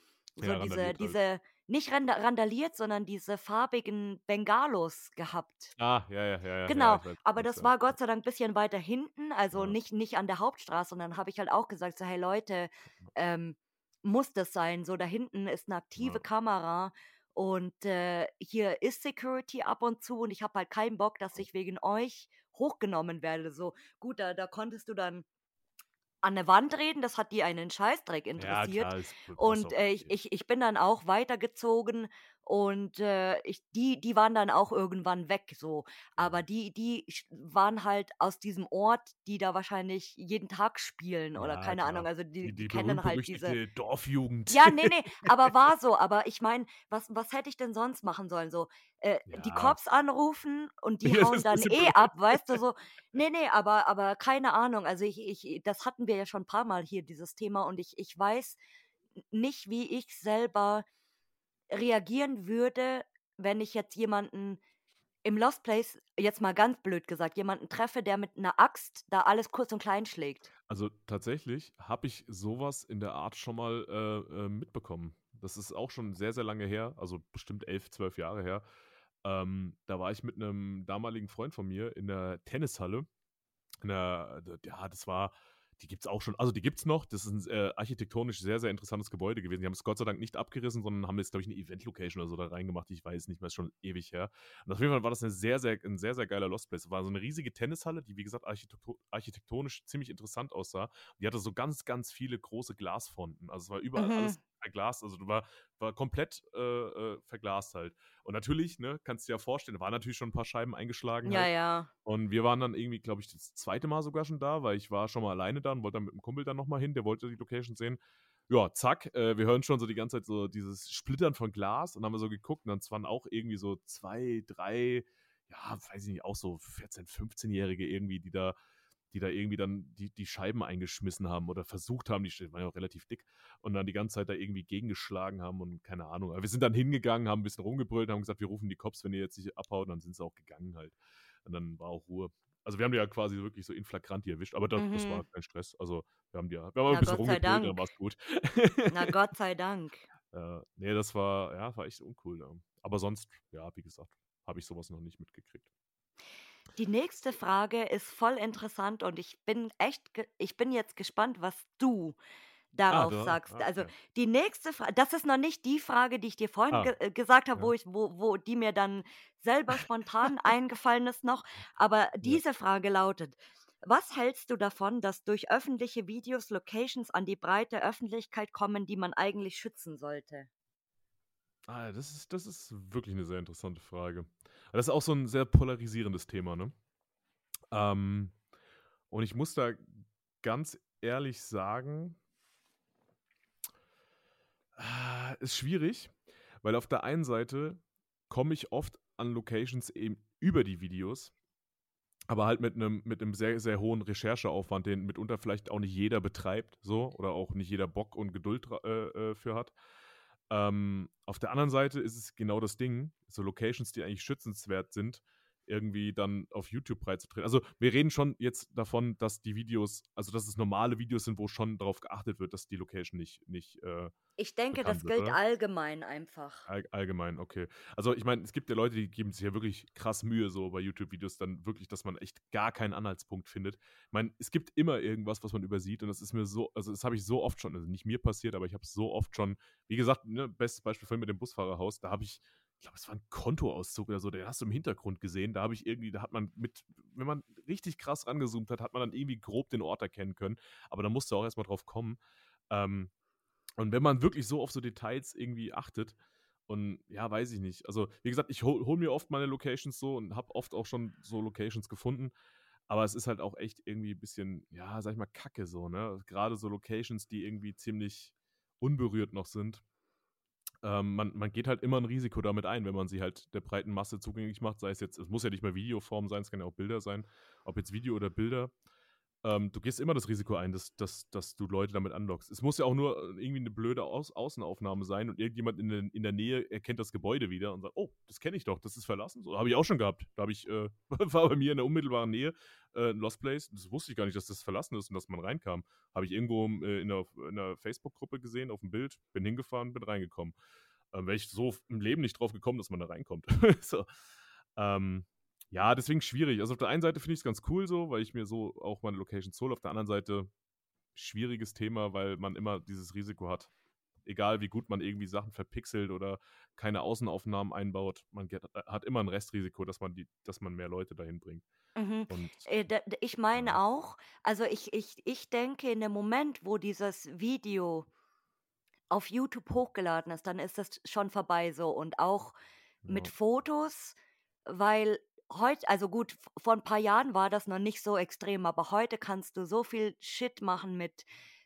Speaker 1: so
Speaker 2: ja, randaliert halt.
Speaker 1: diese nicht randaliert, sondern diese farbigen Bengalos gehabt.
Speaker 2: Ah, ja, ja, ja, ja, ja,
Speaker 1: Genau,
Speaker 2: ich weiß, was du
Speaker 1: aber
Speaker 2: meinst,
Speaker 1: das
Speaker 2: ja.
Speaker 1: war Gott sei Dank bisschen weiter hinten, also
Speaker 2: Ja.
Speaker 1: nicht an der Hauptstraße. Und dann habe ich halt auch gesagt so: „Hey Leute, ähm, muss das sein? So, da hinten ist 'ne aktive
Speaker 2: Ja.
Speaker 1: Kamera und, hier ist Security ab und zu und ich habe halt keinen Bock, dass ich wegen euch hochgenommen werde.“ So, gut, da konntest du dann an der Wand reden, das hat die einen Scheißdreck
Speaker 2: Ja,
Speaker 1: interessiert.
Speaker 2: klar, ist brauchst du
Speaker 1: Und,
Speaker 2: auch nicht viel.
Speaker 1: ich bin dann auch weitergezogen und, die waren dann auch irgendwann weg so. Aber
Speaker 2: Mhm.
Speaker 1: die waren halt aus diesem Ort, die da wahrscheinlich jeden Tag spielen oder
Speaker 2: Ja,
Speaker 1: keine Ahnung.
Speaker 2: klar.
Speaker 1: Also, die
Speaker 2: Die
Speaker 1: kennen halt diese
Speaker 2: berühmt-berüchtigte Dorfjugend.
Speaker 1: ja, ne, aber war so. Aber ich meine, was hätte ich denn sonst machen sollen? So, die
Speaker 2: Ja.
Speaker 1: Cops anrufen und die
Speaker 2: Ja, das
Speaker 1: hauen
Speaker 2: ist 'n
Speaker 1: dann
Speaker 2: bisschen
Speaker 1: eh
Speaker 2: blöd.
Speaker 1: ab, weißt du, so. Ne, aber keine Ahnung. Also, ich das hatten wir ja schon ein paar Mal hier, dieses Thema, und ich weiß nicht, wie ich selber reagieren würde, wenn ich jetzt jemanden im Lost Place, jetzt mal ganz blöd gesagt, jemanden treffe, der mit 'ner Axt da alles kurz und klein schlägt.
Speaker 2: Also, tatsächlich habe ich so was in der Art schon mal, mitbekommen. Das ist auch schon sehr, sehr lange her, also bestimmt 11, 12 Jahre her. Da war ich mit 'nem damaligen Freund von mir in der Tennishalle. Ja, das war, die gibt's auch schon, also, die gibt's noch. Das ist 'n, architektonisch sehr, sehr interessantes Gebäude gewesen. Die haben es Gott sei Dank nicht abgerissen, sondern haben jetzt, glaube ich, 'ne Event-Location oder so da reingemacht. Ich weiß nicht mehr, ist schon ewig her. Und auf jeden Fall war das 'ne sehr, sehr 'n sehr, sehr geiler Lost Place. War so 'ne riesige Tennishalle, die, wie gesagt, architektonisch ziemlich interessant aussah. Die hatte so ganz, ganz viele große Glasfronten. Also, es war überall
Speaker 1: Mhm.
Speaker 2: alles verglast. Also, war komplett, verglast halt. Und natürlich, ne, kannst dir ja vorstellen, da waren natürlich schon 'n paar Scheiben eingeschlagen
Speaker 1: Ja,
Speaker 2: halt.
Speaker 1: ja.
Speaker 2: Und wir waren dann irgendwie, glaube ich, das zweite Mal sogar schon da, weil ich war schon mal alleine da und wollte dann mit 'm Kumpel dann noch mal hin, der wollte die Location sehen. Ja, zack, wir hören schon so die ganze Zeit so dieses Splittern von Glas und haben wir so geguckt und dann waren auch irgendwie so 2, 3, ja, weiß ich nicht, auch so 14, 15-Jährige irgendwie, die da irgendwie dann die Scheiben eingeschmissen haben oder versucht haben, die waren ja auch relativ dick und dann die ganze Zeit da irgendwie gegengeschlagen haben und keine Ahnung. Aber wir sind dann hingegangen, haben 'n bisschen rumgebrüllt, haben gesagt: „Wir rufen die Cops, wenn ihr jetzt nicht abhaut“, und dann sind sie auch gegangen halt. Und dann war auch Ruhe. Also, wir haben die ja quasi wirklich so in flagranti erwischt, aber das war
Speaker 1: Mhm.
Speaker 2: kein Stress. Also, wir haben aber 'n
Speaker 1: Na,
Speaker 2: bisschen
Speaker 1: Gott sei
Speaker 2: rumgebrüllt und dann
Speaker 1: Dank.
Speaker 2: war's gut.
Speaker 1: Na, Gott sei Dank.
Speaker 2: Ne, das war, ja, war echt uncool, ja. Aber sonst, ja, wie gesagt, habe ich so was noch nicht mitgekriegt.
Speaker 1: Die nächste Frage ist voll interessant und ich bin jetzt gespannt, was du darauf sagst. Also,
Speaker 2: Okay.
Speaker 1: die nächste Frage, das ist noch nicht die Frage, die ich dir vorhin
Speaker 2: Ah,
Speaker 1: gesagt habe,
Speaker 2: ja,
Speaker 1: wo die mir dann selber spontan eingefallen ist noch. Aber
Speaker 2: ja.
Speaker 1: diese Frage lautet: Was hältst du davon, dass durch öffentliche Videos Locations an die breite Öffentlichkeit kommen, die man eigentlich schützen sollte?
Speaker 2: Das ist wirklich eine sehr interessante Frage. Das ist auch so ein sehr polarisierendes Thema, ne? Ähm, und ich muss da ganz ehrlich sagen, ist schwierig, weil auf der einen Seite komme ich oft an Locations eben über die Videos, aber halt mit 'nem sehr, sehr hohen Rechercheaufwand, den mitunter vielleicht auch nicht jeder betreibt so oder auch nicht jeder Bock und Geduld für hat. Auf der anderen Seite ist es genau das Ding, so Locations, die eigentlich schützenswert sind, irgendwie dann auf YouTube breitzutreten. Also, wir reden schon jetzt davon, dass die Videos also, dass es normale Videos sind, wo schon darauf geachtet wird, dass die Location nicht
Speaker 1: Ich denke,
Speaker 2: bekannt
Speaker 1: das
Speaker 2: wird,
Speaker 1: gilt
Speaker 2: oder?
Speaker 1: allgemein einfach.
Speaker 2: Allgemein, okay. Also, ich meine, es gibt ja Leute, die geben sich ja wirklich krass Mühe so bei YouTube-Videos dann wirklich, dass man echt gar keinen Anhaltspunkt findet. Ich meine, es gibt immer irgendwas, was man übersieht und das ist mir so also, das habe ich so oft schon also, nicht mir passiert, aber ich habe es so oft schon wie gesagt, ne, bestes Beispiel vorhin mit dem Busfahrerhaus, da habe ich glaube, es war 'n Kontoauszug oder so, den hast du im Hintergrund gesehen. Da habe ich irgendwie da hat man mit wenn man richtig krass rangezoomt hat, hat man dann irgendwie grob den Ort erkennen können, aber da musst du auch erst mal drauf kommen. Ähm und wenn man wirklich so auf so Details irgendwie achtet und ja, weiß ich nicht. Also, wie gesagt, ich hole mir oft meine Locations so und habe oft auch schon so Locations gefunden, aber es ist halt auch echt irgendwie ein bisschen, ja, sage ich mal, Kacke so, ne? Gerade so Locations, die irgendwie ziemlich unberührt noch sind. Man geht halt immer ein Risiko damit ein, wenn man sie halt der breiten Masse zugänglich macht, sei es jetzt es muss ja nicht mal Videoform sein, es kann ja auch Bilder sein, ob jetzt Video oder Bilder. Du gehst immer das Risiko ein, dass du Leute damit anlockst. Es muss ja auch nur irgendwie eine blöde Außenaufnahme sein und irgendjemand in der Nähe erkennt das Gebäude wieder und sagt: „Oh, das kenne ich doch, das ist verlassen.“ So, habe ich auch schon gehabt. Da habe ich war bei mir in der unmittelbaren Nähe, 'n Lost Place. Das wusste ich gar nicht, dass das verlassen ist und dass man reinkam. Habe ich irgendwo, in 'ner Facebook-Gruppe gesehen auf'm Bild, bin hingefahren, bin reingekommen. Wäre ich so im Leben nicht drauf gekommen, dass man da reinkommt. So, ähm ja, deswegen schwierig. Also, auf der einen Seite finde ich es ganz cool so, weil ich mir so auch meine Locations hole. Auf der anderen Seite schwieriges Thema, weil man immer dieses Risiko hat. Egal, wie gut man irgendwie Sachen verpixelt oder keine Außenaufnahmen einbaut, man hat immer ein Restrisiko, dass man mehr Leute dahin bringt.
Speaker 1: Mhm.
Speaker 2: Und
Speaker 1: Ich meine
Speaker 2: ja,
Speaker 1: auch, also ich denke, in dem Moment, wo dieses Video auf YouTube hochgeladen ist, dann ist das schon vorbei so und auch mit
Speaker 2: ja,
Speaker 1: Fotos, weil heute, also gut, vor ein paar Jahren war das noch nicht so extrem, aber heute kannst du so viel Shit machen mit,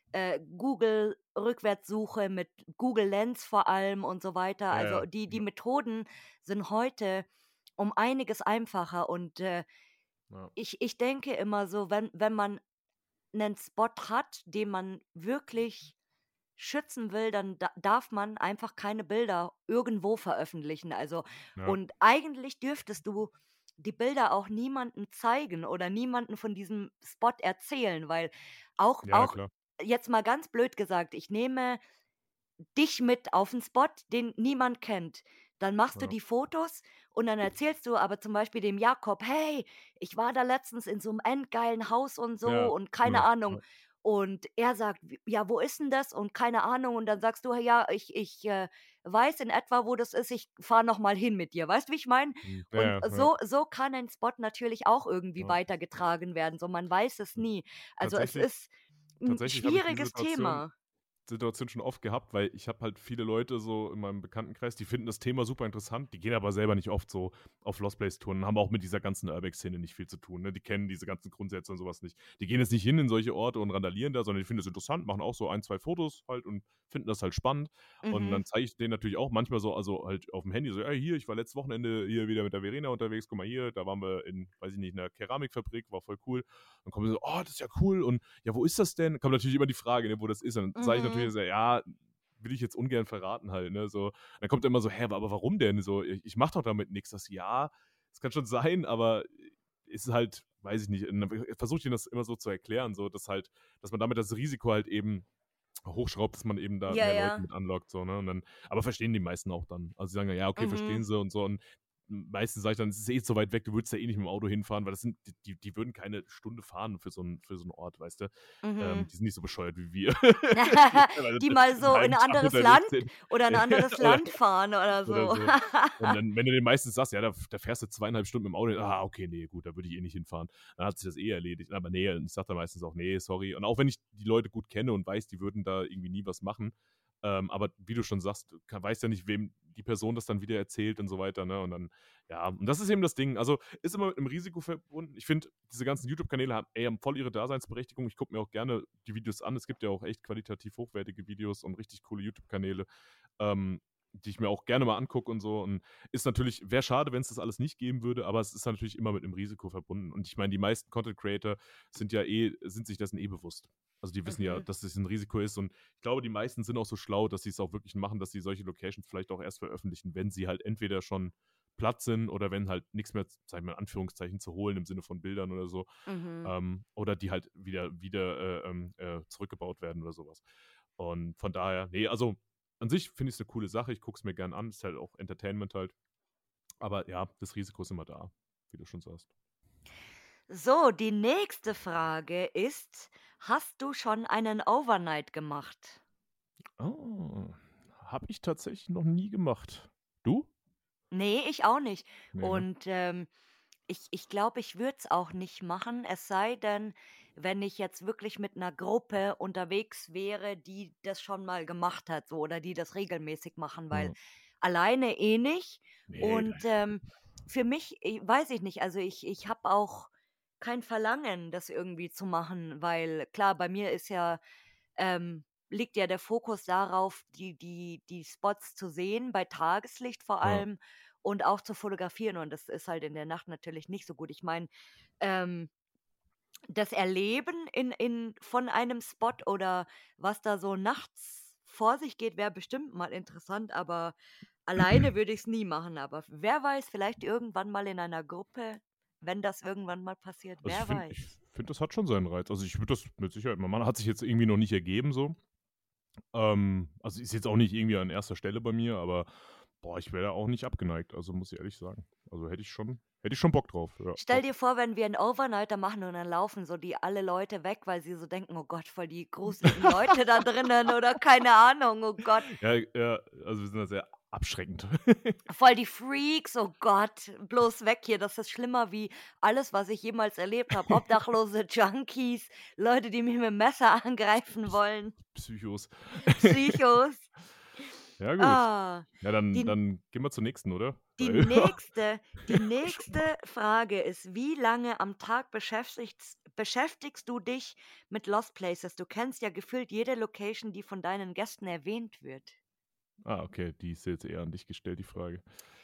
Speaker 1: Google-Rückwärtssuche, mit Google Lens vor allem und so weiter.
Speaker 2: ja,
Speaker 1: Also,
Speaker 2: ja,
Speaker 1: die
Speaker 2: ja,
Speaker 1: Methoden sind heute um einiges einfacher und,
Speaker 2: ja,
Speaker 1: ich denke immer so, wenn man 'nen Spot hat, den man wirklich schützen will, dann darf man einfach keine Bilder irgendwo veröffentlichen. Also,
Speaker 2: ja,
Speaker 1: und eigentlich dürftest du die Bilder auch niemandem zeigen oder niemanden von diesem Spot erzählen, weil
Speaker 2: ja,
Speaker 1: auch
Speaker 2: klar.
Speaker 1: jetzt mal ganz blöd gesagt, ich nehme dich mit auf 'n Spot, den niemand kennt. Dann machst du
Speaker 2: Ja,
Speaker 1: die Fotos und dann erzählst du aber zum Beispiel dem Jakob: „Hey, ich war da letztens in so 'nem endgeilen Haus und so
Speaker 2: ja,
Speaker 1: und keine
Speaker 2: genau.
Speaker 1: Ahnung.“
Speaker 2: Ja,
Speaker 1: Und er sagt: „W Ja, wo ist 'n das?“ Und keine Ahnung. Und dann sagst du: „Ja, ich weiß in etwa, wo das ist. Ich fahre noch mal hin mit dir.“ Weißt du, wie ich meine?
Speaker 2: mhm, ja,
Speaker 1: Und
Speaker 2: ja, ja,
Speaker 1: so kann ein Spot natürlich auch irgendwie
Speaker 2: ja.
Speaker 1: weitergetragen werden, so man weiß es nie. Also, es
Speaker 2: Tatsächlich
Speaker 1: ist 'n
Speaker 2: tatsächlich habe ich die
Speaker 1: schwieriges Thema.
Speaker 2: Situation schon oft gehabt, weil ich habe halt viele Leute so in meinem Bekanntenkreis, die finden das Thema super interessant, die gehen aber selber nicht oft so auf Lost Place Touren, haben auch mit dieser ganzen Urbex-Szene nicht viel zu tun, ne? Die kennen diese ganzen Grundsätze und sowas nicht. Die gehen jetzt nicht hin in solche Orte und randalieren da, sondern die finden das interessant, machen auch so ein 2 Fotos halt und finden das halt spannend. Und
Speaker 1: Mhm.
Speaker 2: dann zeige ich denen natürlich auch manchmal so also halt auf dem Handy so: „Ey, hier, ich war letztes Wochenende hier wieder mit der Verena unterwegs, guck mal hier, da waren wir in, weiß ich nicht, 'ner Keramikfabrik, war voll cool.“ Dann kommen sie so: „Oh, das ist ja cool und ja, wo ist das denn?“ Kommt natürlich immer die Frage, ne, wo das ist. Und dann sage ich natürlich
Speaker 1: Mhm.
Speaker 2: so: „Ja, will ich jetzt ungern verraten halt“, ne, so. Dann kommt immer so: „Hä, aber warum denn?“ So: „Ich mache doch damit nix.“ Das: „Ja, das kann schon sein, aber ist halt weiß ich nicht.“ Und dann versuche ich denen das immer so zu erklären, so, dass man damit das Risiko halt eben hochschraubt, dass man eben da
Speaker 1: Ja,
Speaker 2: mehr Leute
Speaker 1: ja.
Speaker 2: mit anlockt, so, ne? Und dann aber verstehen die meisten auch dann. Also, sie sagen dann: „Ja, okay, verstehen
Speaker 1: Mhm.
Speaker 2: sie“ und so. Und meistens sage ich dann, es ist eh so weit weg, du würdest ja eh nicht mit dem Auto hinfahren, weil das sind, die würden keine Stunde fahren für so einen Ort, weißt du.
Speaker 1: Mhm.
Speaker 2: Die sind nicht so bescheuert wie wir, die teilweise
Speaker 1: Die mal
Speaker 2: 'n
Speaker 1: so in
Speaker 2: halben
Speaker 1: ein
Speaker 2: Tag
Speaker 1: anderes Land
Speaker 2: unterwegs sind.
Speaker 1: oder ein anderes
Speaker 2: Oder
Speaker 1: Land fahren oder
Speaker 2: oder
Speaker 1: so.
Speaker 2: so. Und dann, wenn du den meistens sagst, ja, da fährst du 2,5 Stunden mit dem Auto, okay, nee, gut, da würde ich eh nicht hinfahren. Dann hat sich das eh erledigt. Aber nee, ich sage dann meistens auch, nee, sorry. Und auch wenn ich die Leute gut kenne und weiß, die würden da irgendwie nie was machen, aber wie du schon sagst, du weißt ja nicht, wem die Person das dann wieder erzählt und so weiter, ne? Und dann, ja, und das ist eben das Ding. Also, ist immer mit einem Risiko verbunden. Ich finde, diese ganzen YouTube-Kanäle haben voll ihre Daseinsberechtigung. Ich gucke mir auch gerne die Videos an. Es gibt ja auch echt qualitativ hochwertige Videos und richtig coole YouTube-Kanäle, die ich mir auch gerne mal angucke und so. Und ist natürlich, wäre schade, wenn es das alles nicht geben würde, aber es ist natürlich immer mit einem Risiko verbunden. Und ich meine, die meisten Content-Creator sind sich dessen bewusst. Also die wissen ja,
Speaker 1: Mhm.
Speaker 2: dass es ein Risiko ist, und ich glaube, die meisten sind auch so schlau, dass sie es auch wirklich machen, dass sie solche Locations vielleicht auch erst veröffentlichen, wenn sie halt entweder schon platt sind oder wenn halt nichts mehr, sag ich mal in Anführungszeichen, zu holen im Sinne von Bildern oder so,
Speaker 1: Mhm.
Speaker 2: oder die halt wieder zurückgebaut werden oder sowas. Und von daher, nee, also an sich finde ich es eine coole Sache. Ich gucke es mir gern an. Ist halt auch Entertainment halt. Aber ja, das Risiko ist immer da, wie du schon sagst.
Speaker 1: So, die nächste Frage ist: Hast du schon einen Overnight gemacht?
Speaker 2: Oh, habe ich tatsächlich noch nie gemacht. Du?
Speaker 1: Ne, ich auch nicht.
Speaker 2: Ne, ne?
Speaker 1: Und, ich glaube, ich würde es auch nicht machen, es sei denn, wenn ich jetzt wirklich mit einer Gruppe unterwegs wäre, die das schon mal gemacht hat so oder die das regelmäßig machen, weil
Speaker 2: Ja.
Speaker 1: alleine eh nicht.
Speaker 2: Ne,
Speaker 1: Und, für mich, weiß ich nicht, also ich habe auch kein Verlangen, das irgendwie zu machen, weil klar, bei mir ist ja liegt ja der Fokus darauf, die Spots zu sehen, bei Tageslicht vor
Speaker 2: ja.
Speaker 1: allem und auch zu fotografieren und das ist halt in der Nacht natürlich nicht so gut. Ich meine, ähm, das Erleben in von einem Spot oder was da so nachts vor sich geht, wäre bestimmt mal interessant, aber alleine würde ich es nie machen. Aber wer weiß, vielleicht irgendwann mal in einer Gruppe, wenn das irgendwann mal passiert,
Speaker 2: Also,
Speaker 1: wer
Speaker 2: ich
Speaker 1: weiß.
Speaker 2: finde, das hat schon seinen Reiz. Also, ich würde das mit Sicherheit mal machen. Hat sich jetzt irgendwie noch nicht ergeben so. Also, ist jetzt auch nicht irgendwie an erster Stelle bei mir, aber boah, ich wäre da auch nicht abgeneigt, also, muss ich ehrlich sagen. Also, hätte ich schon Bock drauf, ja,
Speaker 1: Stell
Speaker 2: doch.
Speaker 1: dir vor, wenn wir 'n Overnighter machen und dann laufen so die alle Leute weg, weil sie so denken: „Oh Gott, voll die gruseligen Leute da drinnen“ oder keine Ahnung, oh Gott,
Speaker 2: Ja, ja, also, wir sind da sehr abschreckend.
Speaker 1: voll die Freaks, oh Gott, bloß weg hier. Das ist schlimmer wie alles, was ich jemals erlebt habe. Obdachlose Junkies, Leute, die mich mit'm Messer angreifen wollen,
Speaker 2: Psychos.
Speaker 1: Psychos.
Speaker 2: Ja gut.
Speaker 1: Ah,
Speaker 2: Ja, dann
Speaker 1: die
Speaker 2: dann gehen wir zur nächsten, oder?
Speaker 1: Die
Speaker 2: Weil ja,
Speaker 1: nächste die
Speaker 2: schon mal.
Speaker 1: nächste Frage ist: Wie lange am Tag beschäftigst du dich mit Lost Places? Du kennst ja gefühlt jede Location, die von deinen Gästen erwähnt wird.
Speaker 2: Okay, die ist jetzt eher an dich gestellt, die Frage.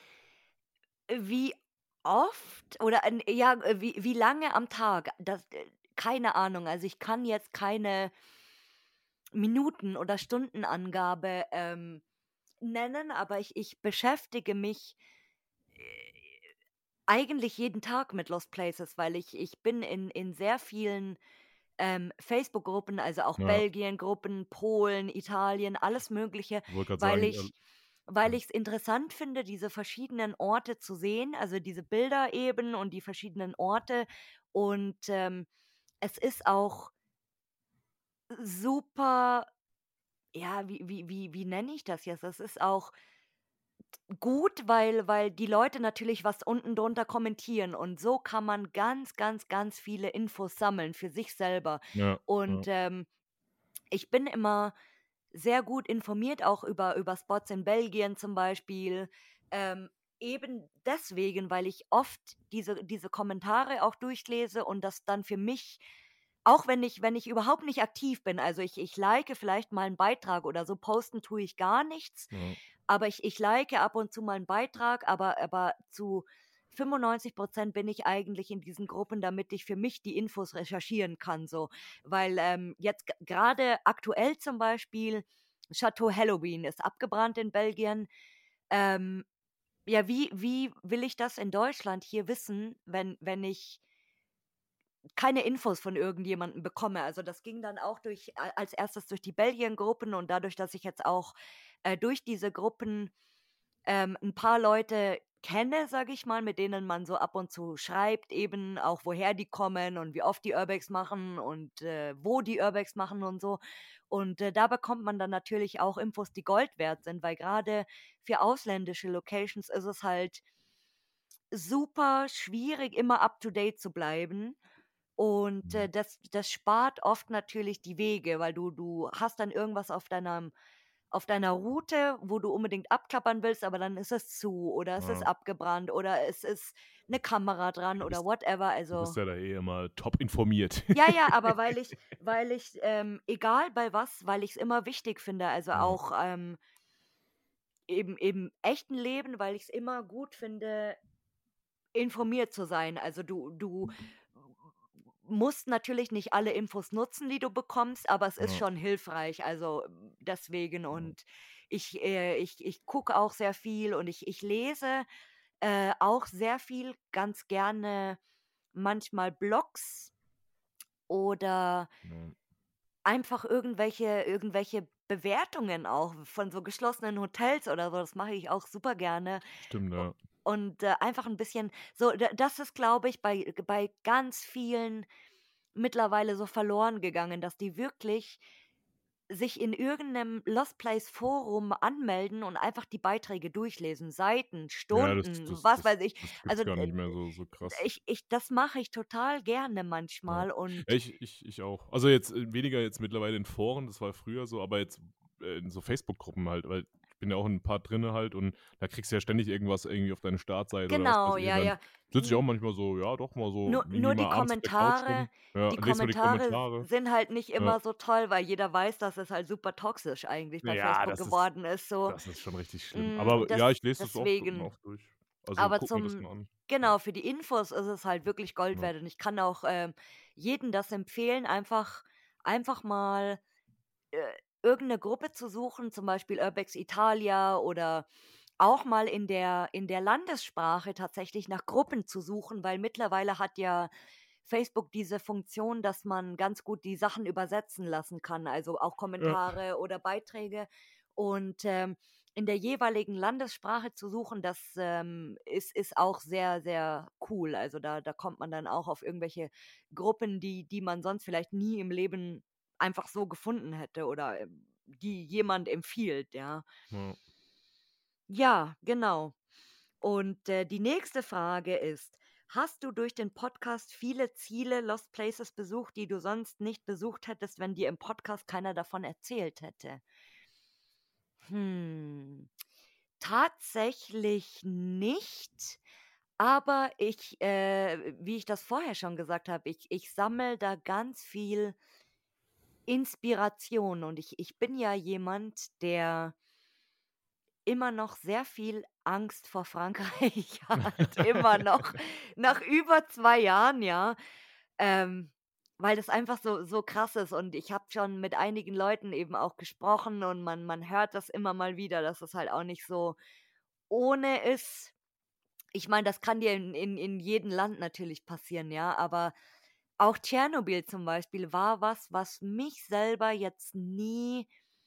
Speaker 1: Wie oft oder ja, wie lange am Tag? Das keine Ahnung. Also, ich kann jetzt keine Minuten oder Stundenangabe, nennen, aber ich beschäftige mich, äh eigentlich jeden Tag mit Lost Places, weil ich bin in sehr vielen, Facebook-Gruppen, also auch
Speaker 2: Ja,
Speaker 1: Belgien-Gruppen, Polen, Italien, alles Mögliche,
Speaker 2: wollte grad
Speaker 1: weil
Speaker 2: sagen,
Speaker 1: ich weil ich's interessant finde, diese verschiedenen Orte zu sehen, also diese Bilder eben und die verschiedenen Orte. Und, es ist auch super ja, wie nenne ich das jetzt? Es ist auch gut, weil die Leute natürlich was unten drunter kommentieren und so kann man ganz, ganz, ganz viele Infos sammeln für sich selber.
Speaker 2: ja,
Speaker 1: Und,
Speaker 2: ja.
Speaker 1: ich bin immer sehr gut informiert, auch über Spots in Belgien zum Beispiel, eben deswegen, weil ich oft diese Kommentare auch durchlese und das dann für mich auch wenn ich überhaupt nicht aktiv bin, also ich like vielleicht mal einen Beitrag oder so, posten tue ich gar nichts,
Speaker 2: Ja.
Speaker 1: aber ich like ab und zu mal 'n Beitrag, aber zu 95 bin ich eigentlich in diesen Gruppen, damit ich für mich die Infos recherchieren kann so. Weil, jetzt grade aktuell zum Beispiel Château Halloween ist abgebrannt in Belgien. Ähm, ja, wie will ich das in Deutschland hier wissen, wenn ich keine Infos von irgendjemandem bekomme? Also, das ging dann auch durch als Erstes durch die Belgien-Gruppen und dadurch, dass ich jetzt auch, durch diese Gruppen 'n paar Leute kenne, sage ich mal, mit denen man so ab und zu schreibt, eben auch woher die kommen und wie oft die Urbex machen und, wo die Urbex machen und so. Und, da bekommt man dann natürlich auch Infos, die Gold wert sind, weil gerade für ausländische Locations ist es halt super schwierig, immer up to date zu bleiben. Und,
Speaker 2: Mhm.
Speaker 1: das spart oft natürlich die Wege, weil du hast dann irgendwas auf deiner Route, wo du unbedingt abklappern willst, aber dann ist es zu oder es ist
Speaker 2: Ja.
Speaker 1: abgebrannt oder es ist 'ne Kamera dran
Speaker 2: Du
Speaker 1: oder
Speaker 2: bist
Speaker 1: whatever.
Speaker 2: du bist
Speaker 1: Also
Speaker 2: ja da eh immer top informiert.
Speaker 1: ja, ja, aber weil ich, egal bei was, weil ich's immer wichtig finde, also
Speaker 2: Ja,
Speaker 1: auch, im echten Leben, weil ich's immer gut finde, informiert zu sein. Also, du musst natürlich nicht alle Infos nutzen, die du bekommst, aber es ist
Speaker 2: ja,
Speaker 1: schon hilfreich. Also, deswegen
Speaker 2: ja.
Speaker 1: und ich gucke auch sehr viel und ich lese, auch sehr viel, ganz gerne manchmal Blogs oder
Speaker 2: Ja.
Speaker 1: einfach irgendwelche Bewertungen auch von so geschlossenen Hotels oder so. Das mache ich auch super gerne.
Speaker 2: Stimmt,
Speaker 1: U
Speaker 2: ja.
Speaker 1: und, einfach ein bisschen so das ist, glaube ich, bei ganz vielen mittlerweile so verloren gegangen, dass die wirklich sich in irgendeinem Lost Place Forum anmelden und einfach die Beiträge durchlesen, Seiten,
Speaker 2: Ja,
Speaker 1: Stunden, was weiß ich.
Speaker 2: das gibt's
Speaker 1: Also,
Speaker 2: gar nicht mehr so krass.
Speaker 1: das mache ich total gerne
Speaker 2: Ja.
Speaker 1: manchmal
Speaker 2: Ja,
Speaker 1: und
Speaker 2: ich auch. Also, jetzt, weniger jetzt mittlerweile in Foren, das war früher so, aber jetzt, in so Facebook-Gruppen halt, weil ich bin ja auch in 'n paar drinne halt und da kriegst du ja ständig irgendwas irgendwie auf deine Startseite oder was weiß
Speaker 1: genau,
Speaker 2: ich und
Speaker 1: ja,
Speaker 2: dann
Speaker 1: ja.
Speaker 2: sitze ich auch manchmal so, ja doch, mal so
Speaker 1: Nur
Speaker 2: irgendwie
Speaker 1: die
Speaker 2: mal abends auf der Couch rum, ja,
Speaker 1: Die
Speaker 2: lese mal die
Speaker 1: Kommentare
Speaker 2: Kommentare.
Speaker 1: sind halt nicht
Speaker 2: Ja.
Speaker 1: immer so toll, weil jeder weiß, dass es halt super toxisch eigentlich bei
Speaker 2: Ja,
Speaker 1: Facebook geworden ist so.
Speaker 2: das ist schon richtig schlimm. Aber ja,
Speaker 1: Das
Speaker 2: ich lese das
Speaker 1: deswegen.
Speaker 2: oft durch. Also,
Speaker 1: Aber
Speaker 2: gucke mir das dann an. Ja,
Speaker 1: genau, für die Infos ist es halt wirklich Gold
Speaker 2: ja.
Speaker 1: wert und ich kann auch, jedem das empfehlen, einfach mal, äh, irgend 'ne Gruppe zu suchen, zum Beispiel Urbex Italia oder auch mal in der Landessprache tatsächlich nach Gruppen zu suchen, weil mittlerweile hat ja Facebook diese Funktion, dass man ganz gut die Sachen übersetzen lassen kann, also auch
Speaker 2: Ja.
Speaker 1: Kommentare oder Beiträge. Und, in der jeweiligen Landessprache zu suchen, das, ist auch sehr, sehr cool. Also, da kommt man dann auch auf irgendwelche Gruppen, die man sonst vielleicht nie im Leben einfach so gefunden hätte oder, die jemand empfiehlt, ja.
Speaker 2: Ja.
Speaker 1: Ja, genau. Und, die nächste Frage ist: Hast du durch den Podcast viele Ziele, Lost Places besucht, die du sonst nicht besucht hättest, wenn dir im Podcast keiner davon erzählt hätte? Hm, tatsächlich nicht, aber wie ich das vorher schon gesagt habe, ich sammle da ganz viel Inspiration und ich bin ja jemand, der immer noch sehr viel Angst vor Frankreich hat, immer noch, nach über 2 Jahren, ja, ähm, weil das einfach so krass ist und ich habe schon mit einigen Leuten eben auch gesprochen und man hört das immer mal wieder, dass es halt auch nicht so ohne ist. Ich meine, das kann dir in jedem Land natürlich passieren, ja, aber auch Tschernobyl zum Beispiel war was, was mich selber jetzt nie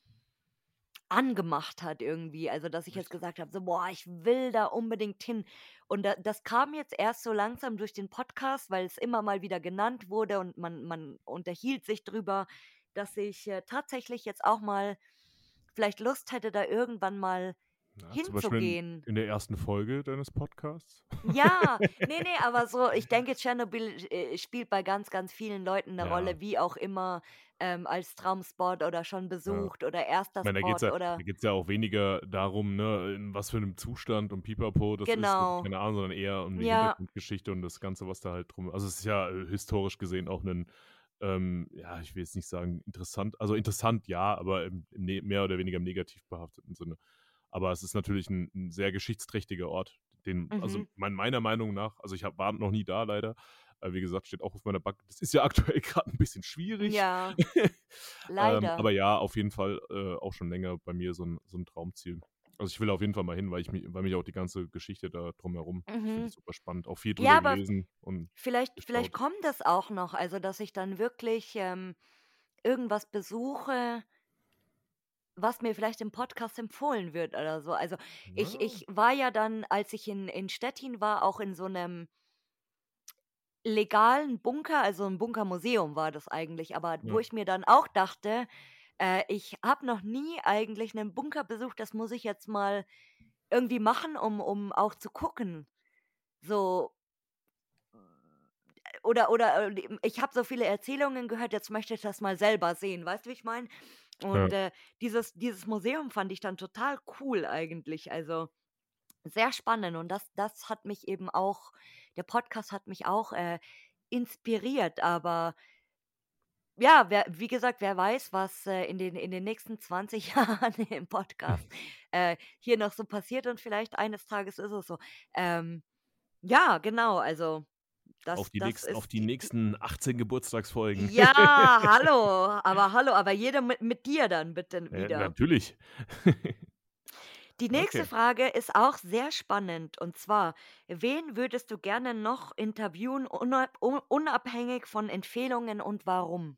Speaker 1: angemacht hat irgendwie. Also, dass ich jetzt
Speaker 2: Echt?
Speaker 1: gesagt habe, so: „Boah, ich will da unbedingt hin.“ Und das kam jetzt erst so langsam durch den Podcast, weil es immer mal wieder genannt wurde und man unterhielt sich drüber, dass ich, tatsächlich jetzt auch mal vielleicht Lust hätte, da irgendwann mal
Speaker 2: Ja, zum Beispiel
Speaker 1: hinzugehen.
Speaker 2: in der ersten Folge deines Podcasts?
Speaker 1: Ja, ne, aber so ich denke, Tschernobyl, spielt bei ganz, ganz vielen Leuten 'ne
Speaker 2: Ja,
Speaker 1: Rolle, wie auch immer, als Traumspot oder schon
Speaker 2: ja.
Speaker 1: besucht oder erster
Speaker 2: Ich meine,
Speaker 1: Spot
Speaker 2: da
Speaker 1: oder
Speaker 2: geht's ja auch weniger darum, ne, in was für 'nem Zustand und Pipapo das ist und
Speaker 1: genau.
Speaker 2: keine Ahnung, sondern eher um die
Speaker 1: Ja.
Speaker 2: Hintergrundgeschichte und das Ganze, was da halt drum also, es ist ja, historisch gesehen auch 'nen, ja, ich will jetzt nicht sagen interessant ja, aber im mehr oder weniger im negativ behafteten Sinne. Aber es ist natürlich 'n sehr geschichtsträchtiger Ort, den also,
Speaker 1: Mhm.
Speaker 2: meiner Meinung nach also, ich war noch nie da leider. Wie gesagt, steht auch auf meiner Das ist ja aktuell grad 'n bisschen schwierig.
Speaker 1: Ja, leider.
Speaker 2: Aber ja, auf jeden Fall, auch schon länger bei mir so 'n Traumziel. Also, ich will auf jeden Fall mal hin, weil mich auch die ganze Geschichte da drumherum ich finde
Speaker 1: Mhm.
Speaker 2: das super spannend, auch viel
Speaker 1: Ja,
Speaker 2: drüber
Speaker 1: aber
Speaker 2: gelesen und
Speaker 1: vielleicht
Speaker 2: geschaut.
Speaker 1: kommt das auch noch, also, dass ich dann wirklich, irgendwas besuche, was mir vielleicht im Podcast empfohlen wird oder so. Also, ich
Speaker 2: Ja.
Speaker 1: ich war ja dann, als ich in Stettin war, auch in so einem legalen Bunker, also 'n Bunkermuseum war das eigentlich, aber wo
Speaker 2: Ja.
Speaker 1: ich mir dann auch dachte, ich habe noch nie eigentlich 'nen Bunker besucht, das muss ich jetzt mal irgendwie machen, um auch zu gucken. So, ich habe so viele Erzählungen gehört, jetzt möchte ich das mal selber sehen. Weißt du, wie ich meine? Und,
Speaker 2: Ja.
Speaker 1: dieses Museum fand ich dann total cool eigentlich, also sehr spannend und das hat mich eben auch der Podcast hat mich auch, inspiriert, aber ja, wie gesagt, wer weiß, was, in den nächsten 20 Jahren im Podcast, hier noch so passiert und vielleicht eines Tages ist es so. Ähm, ja, genau, also das
Speaker 2: Auf
Speaker 1: ist
Speaker 2: die
Speaker 1: die
Speaker 2: nächsten 18 Geburtstagsfolgen.
Speaker 1: ja, hallo, aber jeder mit dir dann bitte wieder.
Speaker 2: Natürlich.
Speaker 1: Die nächste
Speaker 2: Okay.
Speaker 1: Frage ist auch sehr spannend und zwar: Wen würdest du gerne noch interviewen, unabhängig von Empfehlungen und warum?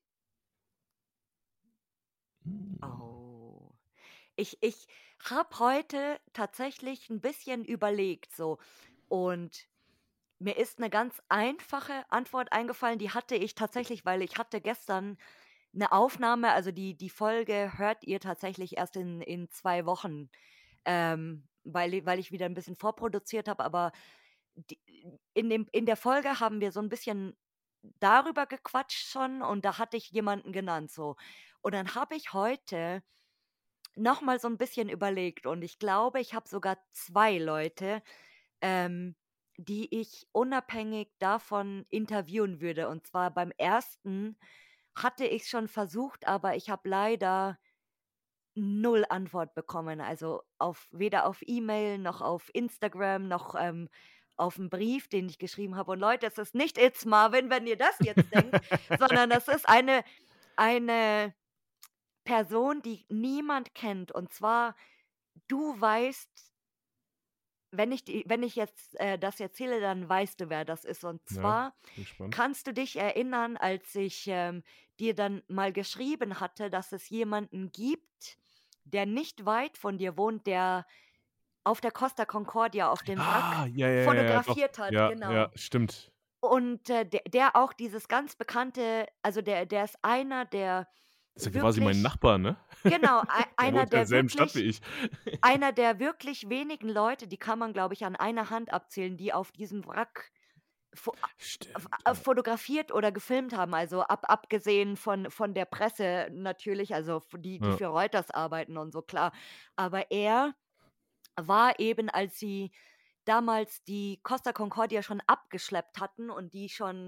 Speaker 2: Hm.
Speaker 1: Oh. Ich habe heute tatsächlich ein bisschen überlegt so und mir ist eine ganz einfache Antwort eingefallen, die hatte ich tatsächlich, weil ich hatte gestern eine Aufnahme, also die Folge hört ihr tatsächlich erst in 2 Wochen, weil ich wieder ein bisschen vorproduziert habe, aber die in der Folge haben wir so ein bisschen darüber gequatscht schon und da hatte ich jemanden genannt so. Und dann habe ich heute noch mal so ein bisschen überlegt und ich glaube, ich habe sogar 2 Leute, ähm, die ich unabhängig davon interviewen würde. Und zwar beim ersten hatte ich's schon versucht, aber ich habe leider null Antwort bekommen. Also, weder auf E-Mail noch auf Instagram noch, auf 'n Brief, den ich geschrieben habe. Und Leute, es ist nicht „It's Marvin", wenn ihr das jetzt denkt, sondern das ist eine Person, die niemand kennt. Und zwar, du weißt, wenn ich jetzt, das erzähle, dann weißt du, wer das ist. Und
Speaker 2: Ja,
Speaker 1: zwar
Speaker 2: bin gespannt.
Speaker 1: kannst du dich erinnern, als ich, dir dann mal geschrieben hatte, dass es jemanden gibt, der nicht weit von dir wohnt, der auf der Costa Concordia auf dem Wrack
Speaker 2: Ah, ja, ja, ja, ja, doch.
Speaker 1: fotografiert hat,
Speaker 2: Ja, ja,
Speaker 1: genau.
Speaker 2: stimmt.
Speaker 1: Und, der auch dieses ganz bekannte, also der ist einer, der
Speaker 2: Das ist ja quasi mein
Speaker 1: wirklich
Speaker 2: Nachbar, ne?
Speaker 1: genau,
Speaker 2: Der wohnt in derselben Stadt wie ich.
Speaker 1: einer der wirklich wenigen Leute, die kann man, glaube ich, an einer Hand abzählen, die auf diesem Wrack
Speaker 2: Stimmt, ja.
Speaker 1: fotografiert oder gefilmt haben, also abgesehen von der Presse natürlich, also die
Speaker 2: Ja.
Speaker 1: für Reuters arbeiten und so, klar. Aber er war eben, als sie damals die Costa Concordia schon abgeschleppt hatten und die schon,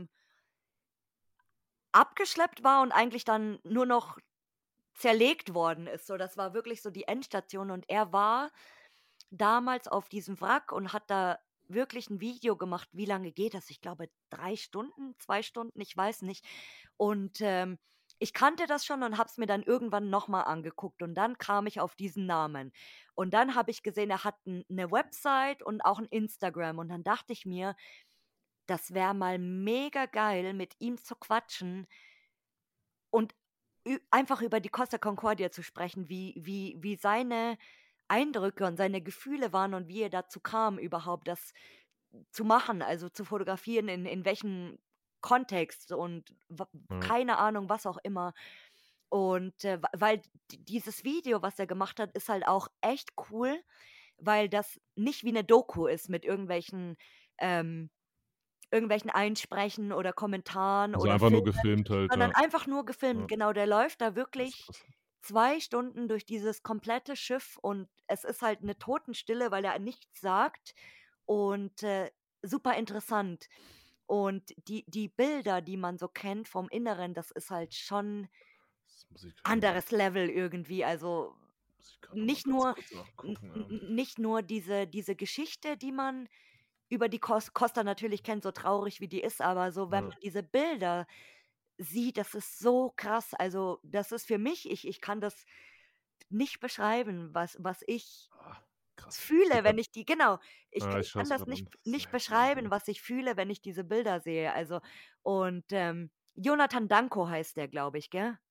Speaker 1: abgeschleppt war und eigentlich dann nur noch zerlegt worden ist. So, das war wirklich so die Endstation und er war damals auf diesem Wrack und hat da wirklich ein Video gemacht. Wie lange geht das? Ich glaube 3 Stunden, 2 Stunden, ich weiß nicht. Und, ich kannte das schon und habe es mir dann irgendwann noch mal angeguckt und dann kam ich auf diesen Namen. Und dann habe ich gesehen, er hat 'ne Website und auch ein Instagram und dann dachte ich mir, das wäre mal mega geil, mit ihm zu quatschen und einfach über die Costa Concordia zu sprechen, wie seine Eindrücke und seine Gefühle waren und wie er dazu kam, überhaupt das zu machen, also zu fotografieren, in welchem Kontext und
Speaker 2: Ja.
Speaker 1: keine Ahnung, was auch immer. Und weil dieses Video, was er gemacht hat, ist halt auch echt cool, weil das nicht wie eine Doku ist mit ähm, irgendwelchen Einsprechen oder Kommentaren
Speaker 2: Also,
Speaker 1: oder
Speaker 2: einfach nur
Speaker 1: Filmen,
Speaker 2: gefilmt halt,
Speaker 1: sondern
Speaker 2: ja.
Speaker 1: einfach nur
Speaker 2: Ja,
Speaker 1: gefilmt. Genau, der läuft da
Speaker 2: das ist
Speaker 1: wirklich
Speaker 2: interessant.
Speaker 1: 2 Stunden durch dieses komplette Schiff und es ist halt 'ne Totenstille, weil er nichts sagt und, super interessant. Und die Bilder, die man so kennt vom Inneren, das ist halt schon
Speaker 2: Das
Speaker 1: anderes Level irgendwie. Also,
Speaker 2: muss ich grad noch mal
Speaker 1: nicht
Speaker 2: ganz
Speaker 1: nur
Speaker 2: kurz nachgucken, ja.
Speaker 1: nicht nur diese Geschichte, die man über die Costa natürlich kennt, so traurig wie die ist, aber so, wenn
Speaker 2: Ja.
Speaker 1: man diese Bilder sieht, das ist so krass. Also, das ist für mich, ich kann das nicht beschreiben, was ich
Speaker 2: Ah, krass. Ich
Speaker 1: fühle,
Speaker 2: gucke
Speaker 1: wenn
Speaker 2: grad
Speaker 1: ich die genau,
Speaker 2: ich
Speaker 1: ich
Speaker 2: schaue
Speaker 1: kann
Speaker 2: es
Speaker 1: das
Speaker 2: grad an.
Speaker 1: nicht
Speaker 2: Sehr
Speaker 1: beschreiben,
Speaker 2: cool.
Speaker 1: was ich fühle, wenn ich diese Bilder sehe. Also und, Jonathan Danko heißt der, glaube ich, gell?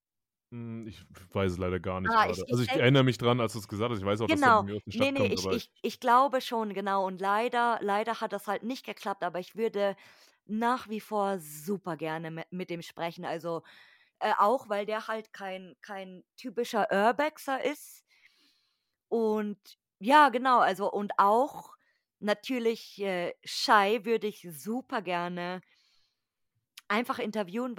Speaker 2: Ich weiß es leider gar nicht
Speaker 1: Ah, ich
Speaker 2: grade.
Speaker 1: ich
Speaker 2: Also, ich
Speaker 1: denke
Speaker 2: erinnere mich dran, als du's gesagt hast. Ich weiß auch, dass der bei
Speaker 1: genau.
Speaker 2: mir aus der
Speaker 1: Ne,
Speaker 2: Stadt
Speaker 1: ne,
Speaker 2: kommt,
Speaker 1: ich
Speaker 2: aber
Speaker 1: ich
Speaker 2: ich
Speaker 1: ich glaube schon, genau. Und leider hat das halt nicht geklappt, aber ich würde nach wie vor super gerne mit dem sprechen. Also, auch, weil der halt kein typischer Urbexer ist. Und ja, genau, also und auch natürlich, Shai würde ich super gerne einfach interviewen,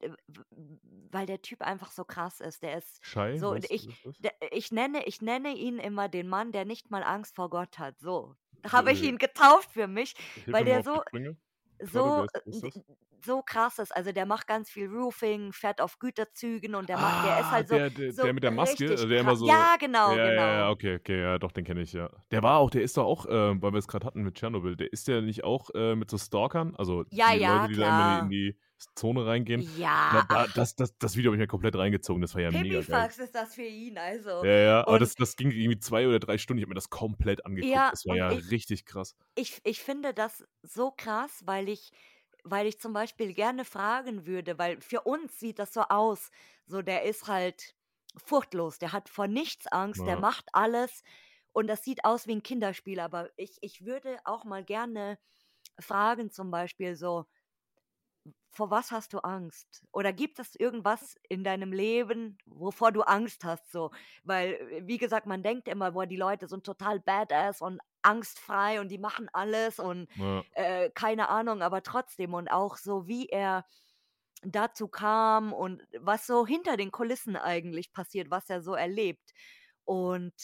Speaker 1: weil der Typ einfach so krass ist. Der ist
Speaker 2: Schei,
Speaker 1: so
Speaker 2: was ist das?
Speaker 1: ich nenne ihn immer den Mann, der nicht mal Angst vor Gott hat, so.
Speaker 2: W
Speaker 1: Habe ich ihn getauft für mich,
Speaker 2: Hilf
Speaker 1: weil
Speaker 2: mir mal
Speaker 1: der
Speaker 2: auf die
Speaker 1: so
Speaker 2: Sprünge grade.
Speaker 1: so,
Speaker 2: Wer ist
Speaker 1: d
Speaker 2: das?
Speaker 1: so krass ist. Also, der macht ganz viel Roofing, fährt auf Güterzügen und der ist
Speaker 2: Ah,
Speaker 1: halt so
Speaker 2: der mit der Maske,
Speaker 1: richtig
Speaker 2: der immer so
Speaker 1: ja,
Speaker 2: ja,
Speaker 1: genau,
Speaker 2: ja,
Speaker 1: genau.
Speaker 2: ja, okay, okay, ja, doch, den kenne ich, ja. Der ist doch auch, weil wir's grad hatten mit Tschernobyl, ist der nicht auch, mit so Stalkern, also
Speaker 1: Ja,
Speaker 2: die Leute,
Speaker 1: ja,
Speaker 2: die da immer in
Speaker 1: klar.
Speaker 2: die Zone reingehen,
Speaker 1: Ja, ach,
Speaker 2: das Video habe ich mir komplett reingezogen, das war ja mega geil.
Speaker 1: Pipifax ist das für ihn, also.
Speaker 2: Ja, ja, aber
Speaker 1: Und
Speaker 2: das ging irgendwie 2 oder 3 Stunden. Ich habe mir das komplett angeguckt.
Speaker 1: ja,
Speaker 2: Das war
Speaker 1: und
Speaker 2: ja richtig krass.
Speaker 1: ich finde das so krass, weil ich zum Beispiel gerne fragen würde, weil für uns sieht das so aus, so der ist halt furchtlos, der hat vor nichts Angst, der
Speaker 2: Ja.
Speaker 1: macht alles und das sieht aus wie ein Kinderspiel, aber ich würde auch mal gerne fragen zum Beispiel so: „Vor was hast du Angst?“ Oder gibt es irgendwas in deinem Leben, wovor du Angst hast so? Weil, wie gesagt, man denkt immer: „Boah, die Leute sind total badass und angstfrei und die machen alles und,
Speaker 2: Ja.
Speaker 1: keine Ahnung“, aber trotzdem und auch so, wie er dazu kam und was so hinter den Kulissen eigentlich passiert, was er so erlebt. Und,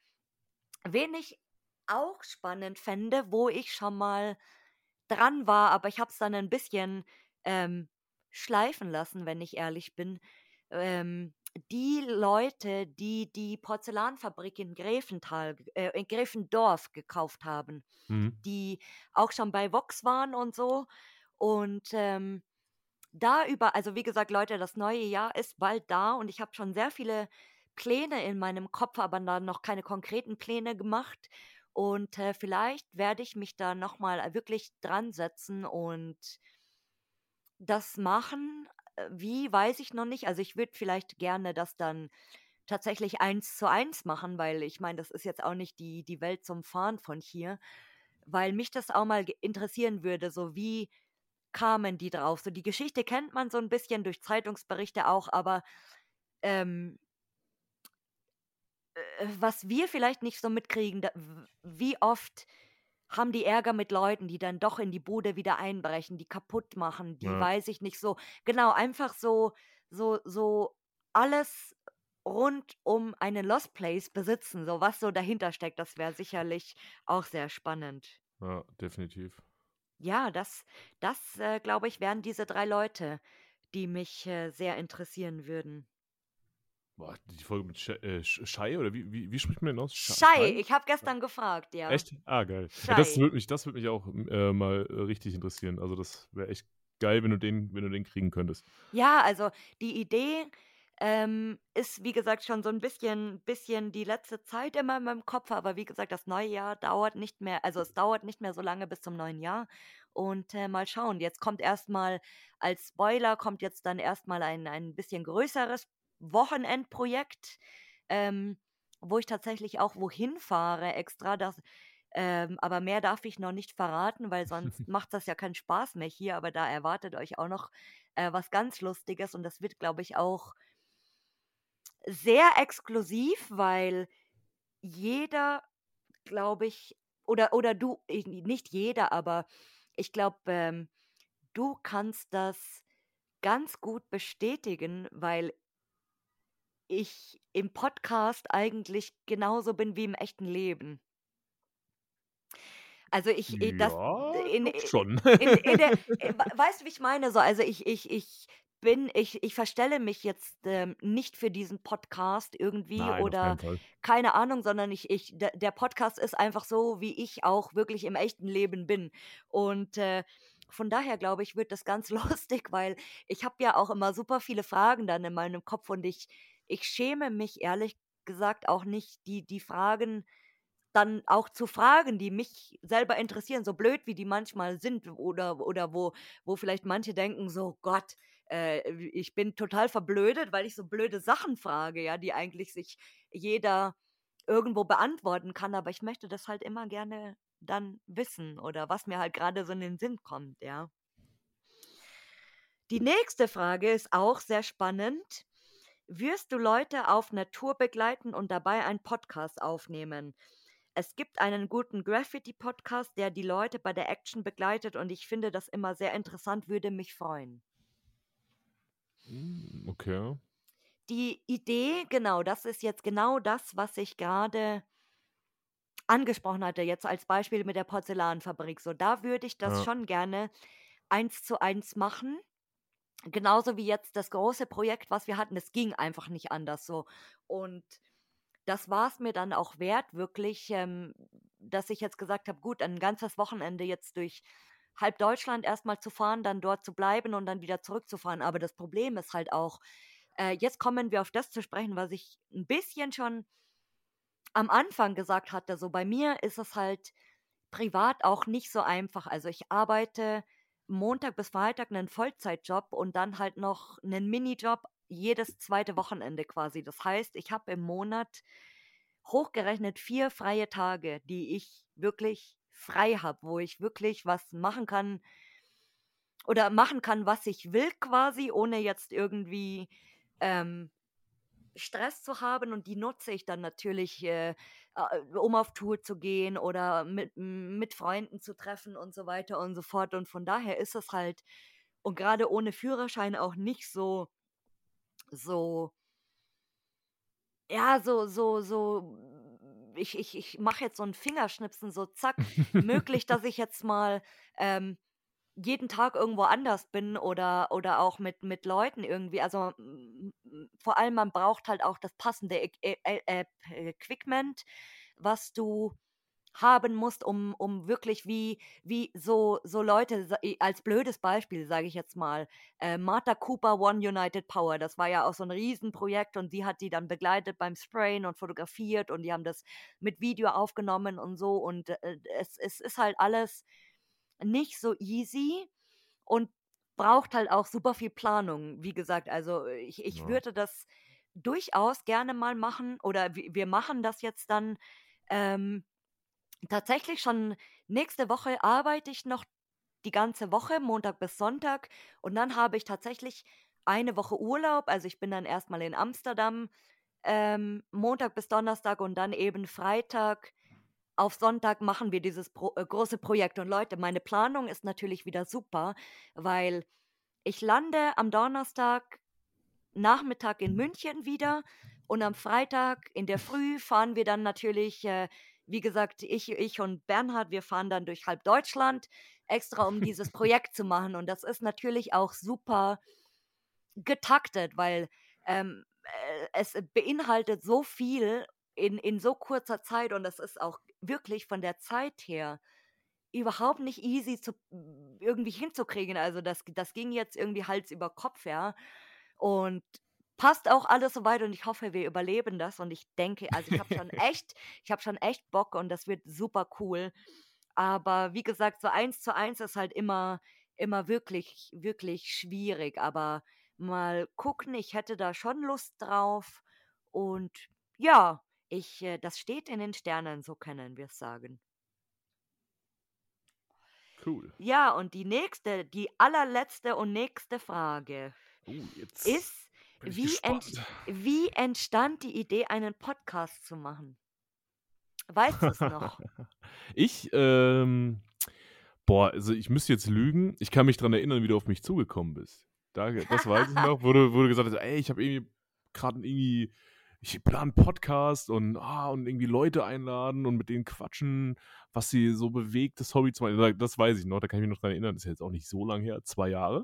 Speaker 1: wen ich auch spannend fände, wo ich schon mal dran war, aber ich habe es dann ein bisschen, ähm, schleifen lassen, wenn ich ehrlich bin. Die Leute, die die Porzellanfabrik in Gräfendorf gekauft haben,
Speaker 2: Mhm.
Speaker 1: die auch schon bei Vox waren und so. Und, also, wie gesagt, Leute, das neue Jahr ist bald da und ich habe schon sehr viele Pläne in meinem Kopf, aber dann noch keine konkreten Pläne gemacht. Und, vielleicht werde ich mich da noch mal, wirklich dran setzen und das machen. Wie, weiß ich noch nicht. Also, ich würde vielleicht gerne das dann tatsächlich 1:1 machen, weil ich meine, das ist jetzt auch nicht die Welt zum Fahren von hier, weil mich das auch mal ge interessieren würde, so wie kamen die drauf? So die Geschichte kennt man so ein bisschen durch Zeitungsberichte auch, aber, ähm, was wir vielleicht nicht so mitkriegen, da wie oft haben die Ärger mit Leuten, die dann doch in die Bude wieder einbrechen, die kaputt machen, die
Speaker 2: Ja.
Speaker 1: weiß ich nicht, so genau, einfach so alles rund um einen Lost Place besitzen, so was so dahinter steckt, das wäre sicherlich auch sehr spannend.
Speaker 2: Ja, definitiv.
Speaker 1: Ja, glaube ich, wären diese 3 Leute, die mich, sehr interessieren würden.
Speaker 2: Boah, die Folge mit Schei oder wie spricht man den aus?
Speaker 1: Shai,
Speaker 2: Schei?
Speaker 1: ich habe gestern gefragt, ja.
Speaker 2: Echt? Ah, geil. Ja,
Speaker 1: Shai.
Speaker 2: das würde mich auch, mal, richtig interessieren. Also, das wäre echt geil, wenn du den kriegen könntest.
Speaker 1: Ja, also die Idee, ist, wie gesagt, schon so ein bisschen die letzte Zeit immer in meinem Kopf, aber wie gesagt, das neue Jahr dauert nicht mehr also, es dauert nicht mehr so lange bis zum neuen Jahr und, mal schauen. Jetzt kommt erst mal als Spoiler kommt jetzt dann erst mal ein bisschen größeres Wochenendprojekt, ähm, wo ich tatsächlich auch wohin fahre extra, aber mehr darf ich noch nicht verraten, weil sonst macht das ja keinen Spaß mehr hier, aber da erwartet euch auch noch was ganz Lustiges und das wird, glaube ich, auch sehr exklusiv, weil jeder, glaube ich oder du nicht jeder, aber ich glaube, du kannst das ganz gut bestätigen, weil ich im Podcast eigentlich genauso bin wie im echten Leben. Also, das
Speaker 2: Ja,
Speaker 1: in
Speaker 2: glaube schon.
Speaker 1: in der weißt du, wie ich meine? So, also, ich verstelle mich jetzt, nicht für diesen Podcast irgendwie
Speaker 2: Nein, auf
Speaker 1: oder
Speaker 2: keinen Fall.
Speaker 1: keine Ahnung, sondern der Podcast ist einfach so, wie ich auch wirklich im echten Leben bin. Und, von daher glaube ich, wird das ganz lustig, weil ich habe ja auch immer super viele Fragen dann in meinem Kopf und ich schäme mich ehrlich gesagt auch nicht, die Fragen dann auch zu Fragen, die mich selber interessieren, so blöd wie die manchmal sind oder wo vielleicht manche denken so: „Gott, Ich bin total verblödet, weil ich so blöde Sachen frage, ja, die eigentlich sich jeder irgendwo beantworten kann, aber ich möchte das halt immer gerne dann wissen oder was mir halt gerade so in den Sinn kommt, ja. Die nächste Frage ist auch sehr spannend. Wirst du Leute auf Natur begleiten und dabei einen Podcast aufnehmen? Es gibt einen guten Graffiti-Podcast, der die Leute bei der Action begleitet und ich finde das immer sehr interessant, würde mich freuen.
Speaker 2: Okay.
Speaker 1: Die Idee, genau, das ist jetzt genau das, was ich gerade angesprochen hatte, jetzt als Beispiel mit der Porzellanfabrik. So, da würde ich das
Speaker 2: Ja.
Speaker 1: schon gerne 1:1 machen. Genauso wie jetzt das große Projekt, was wir hatten, das ging einfach nicht anders so. Und das war es mir dann auch wert, wirklich, dass ich jetzt gesagt habe, gut, ein ganzes Wochenende jetzt durch halb Deutschland erstmal zu fahren, dann dort zu bleiben und dann wieder zurückzufahren. Aber das Problem ist halt auch, jetzt kommen wir auf das zu sprechen, was ich ein bisschen schon am Anfang gesagt hatte. So bei mir ist es halt privat auch nicht so einfach. Also ich arbeite Montag bis Freitag einen Vollzeitjob und dann halt noch einen Minijob jedes zweite Wochenende quasi. Das heißt, ich habe im Monat hochgerechnet 4 freie Tage, die ich wirklich frei habe, wo ich wirklich was machen kann oder machen kann, was ich will quasi, ohne jetzt irgendwie ähm, Stress zu haben und die nutze ich dann natürlich, um auf Tour zu gehen oder mit Freunden zu treffen und so weiter und so fort. Und von daher ist es halt und gerade ohne Führerschein auch nicht so ja, ich mache jetzt so ein Fingerschnipsen, so zack, möglich, dass ich jetzt mal, ähm, jeden Tag irgendwo anders bin oder auch mit Leuten irgendwie. Also, vor allem, man braucht halt auch das passende Equipment, was du haben musst, um wirklich wie so Leute, als blödes Beispiel, sage ich jetzt mal, Martha Cooper, One United Power, das war ja auch so ein Riesenprojekt und sie hat die dann begleitet beim Sprayen und fotografiert und die haben das mit Video aufgenommen und so und, es ist halt alles nicht so easy und braucht halt auch super viel Planung. Wie gesagt, also, ich
Speaker 2: Ja.
Speaker 1: würde das durchaus gerne mal machen oder wir machen das jetzt dann, ähm tatsächlich schon nächste Woche arbeite ich noch die ganze Woche, Montag bis Sonntag. Und dann habe ich tatsächlich eine Woche Urlaub. Also ich bin dann erstmal in Amsterdam, Montag bis Donnerstag und dann eben Freitag auf Sonntag machen wir dieses große Projekt. Und Leute, meine Planung ist natürlich wieder super, weil ich lande am Donnerstag Nachmittag in München wieder und am Freitag in der Früh fahren wir dann natürlich, wie gesagt, ich und Bernhard, wir fahren dann durch halb Deutschland, extra um dieses Projekt zu machen. Und das ist natürlich auch super getaktet, weil es beinhaltet so viel in so kurzer Zeit und das ist auch wirklich von der Zeit her überhaupt nicht easy irgendwie hinzukriegen. Also das ging jetzt irgendwie Hals über Kopf, ja. Und passt auch alles so weit und ich hoffe, wir überleben das und ich denke also, ich habe schon echt Bock und das wird super cool. Aber wie gesagt, so 1:1 ist halt immer wirklich, wirklich schwierig. Aber mal gucken, ich hätte da schon Lust drauf und ja, das steht in den Sternen, so können wir's sagen.
Speaker 2: Cool.
Speaker 1: Ja, und die allerletzte und nächste Frage
Speaker 2: Jetzt
Speaker 1: ist:
Speaker 2: bin ich
Speaker 1: Wie ent
Speaker 2: gespannt.
Speaker 1: wie entstand die Idee, einen Podcast zu machen? Weißt du es noch?
Speaker 2: Ich, boah, also ich müsste jetzt lügen. Ich kann mich dran erinnern, wie du auf mich zugekommen bist. Das weiß ich noch, wo du gesagt hast: „Ey, ich habe irgendwie grad irgendwie ich plane 'n Podcast und irgendwie Leute einladen und mit denen quatschen, was sie so bewegt, das Hobby zu machen.“ Das weiß ich noch, da kann ich mich noch dran erinnern. Das ist ja jetzt auch nicht so lang her, 2 Jahre.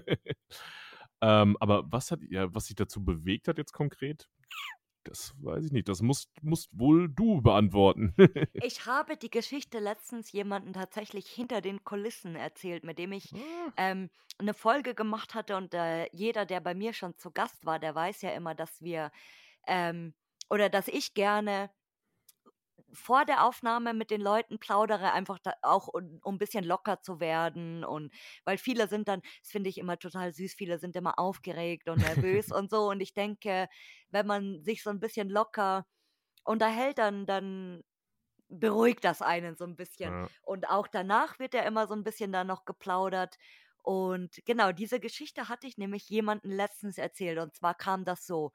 Speaker 2: Aber was dich dazu bewegt hat jetzt konkret, das weiß ich nicht. Das musst wohl du beantworten.
Speaker 1: Ich habe die Geschichte letztens jemanden tatsächlich hinter den Kulissen erzählt, mit dem ich,
Speaker 2: Ah,
Speaker 1: 'ne Folge gemacht hatte und, jeder, der bei mir schon zu Gast war, der weiß ja immer, dass wir, oder dass ich gerne vor der Aufnahme mit den Leuten plaudere, einfach da auch um 'n bisschen locker zu werden und weil viele sind dann das finde ich immer total süß, viele sind immer aufgeregt und nervös und so und ich denke, wenn man sich so 'n bisschen locker unterhält, dann beruhigt das einen so 'n bisschen.
Speaker 2: Ja.
Speaker 1: Und auch danach wird ja immer so 'n bisschen dann noch geplaudert. Und genau, diese Geschichte hatte ich nämlich jemandem letztens erzählt und zwar kam das so: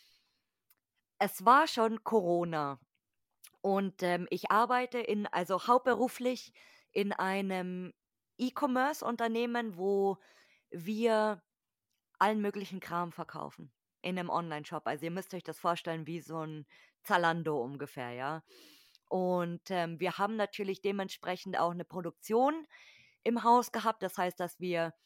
Speaker 1: Es war schon Corona und, ich arbeite also hauptberuflich in einem E-Commerce-Unternehmen, wo wir allen möglichen Kram verkaufen in 'nem Onlineshop. Also, ihr müsst euch das vorstellen wie so 'n Zalando ungefähr, ja? Und, wir haben natürlich dementsprechend auch 'ne Produktion im Haus gehabt. Das heißt, dass wir,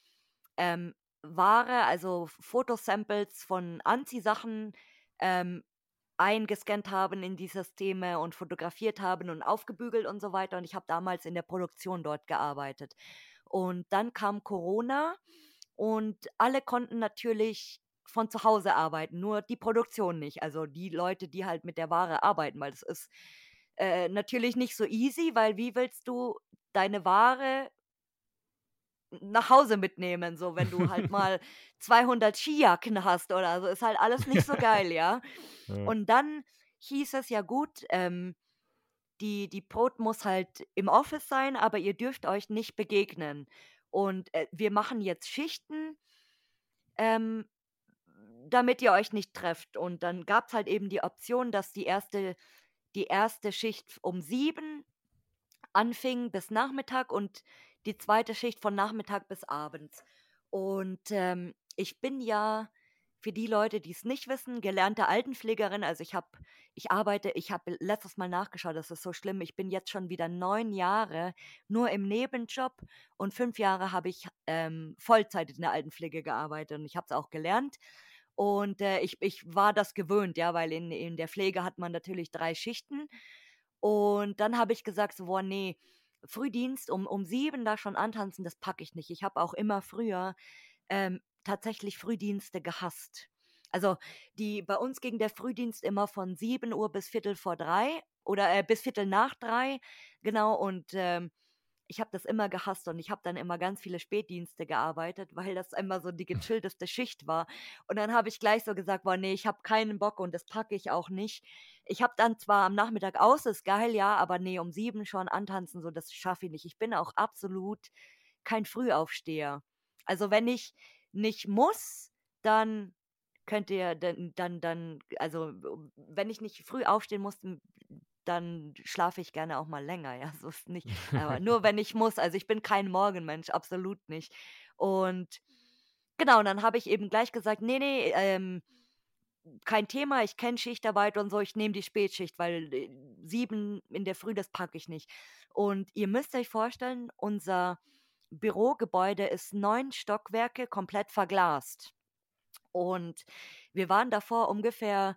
Speaker 1: Ware, also Fotosamples von Anziehsachen, ähm, eingescannt haben in die Systeme und fotografiert haben und aufgebügelt und so weiter. Und ich habe damals in der Produktion dort gearbeitet. Und dann kam Corona und alle konnten natürlich von zu Hause arbeiten, nur die Produktion nicht. Also die Leute, die halt mit der Ware arbeiten, weil das ist, natürlich nicht so easy, weil wie willst du deine Ware nach Hause mitnehmen, so wenn du halt mal 200 Skijacken hast oder so, ist halt alles nicht so geil, ja?
Speaker 2: Ja.
Speaker 1: Und dann hieß es: „Ja gut, die Brot muss halt im Office sein, aber ihr dürft euch nicht begegnen. Und, wir machen jetzt Schichten, ähm, damit ihr euch nicht trefft.“ Und dann gab's halt eben die Option, dass die erste Schicht um 7 anfing bis Nachmittag und die zweite Schicht von Nachmittag bis abends. Und, ich bin ja, für die Leute, die es nicht wissen, gelernte Altenpflegerin. Also, ich habe letztes Mal nachgeschaut, das ist so schlimm. Ich bin jetzt schon wieder 9 Jahre nur im Nebenjob und 5 Jahre habe ich, Vollzeit in der Altenpflege gearbeitet und ich habe es auch gelernt. Und, ich war das gewöhnt, ja, weil in der Pflege hat man natürlich 3 Schichten. Und dann habe ich gesagt so: „Boah, ne, Frühdienst um 7 da schon antanzen, das packe ich nicht.“ Ich habe auch immer früher, tatsächlich Frühdienste gehasst. Also, bei uns ging der Frühdienst immer von 7 Uhr bis Viertel vor 3 oder, bis Viertel nach 3 genau, und, ich habe das immer gehasst und ich habe dann immer ganz viele Spätdienste gearbeitet, weil das immer so die gechillteste Schicht war. Und dann habe ich gleich so gesagt: „Boah, ne, ich habe keinen Bock und das packe ich auch nicht.“ Ich habe dann zwar am Nachmittag aus, ist geil, ja, aber ne, um 7 schon antanzen, so, das schaffe ich nicht. Ich bin auch absolut kein Frühaufsteher. Also, wenn ich nicht muss, dann könnt ihr dann also, wenn ich nicht früh aufstehen muss, dann schlafe ich gerne auch mal länger, ja, so ist nicht. Aber nur wenn ich muss. Also, ich bin kein Morgenmensch, absolut nicht. Und genau, und dann habe ich eben gleich gesagt: „Ne, ne, kein Thema, ich kenne Schichtarbeit und so, ich nehme die Spätschicht, weil, 7 in der Früh, das packe ich nicht.“ Und ihr müsst euch vorstellen, unser Bürogebäude ist 9 Stockwerke komplett verglast. Und wir waren davor ungefähr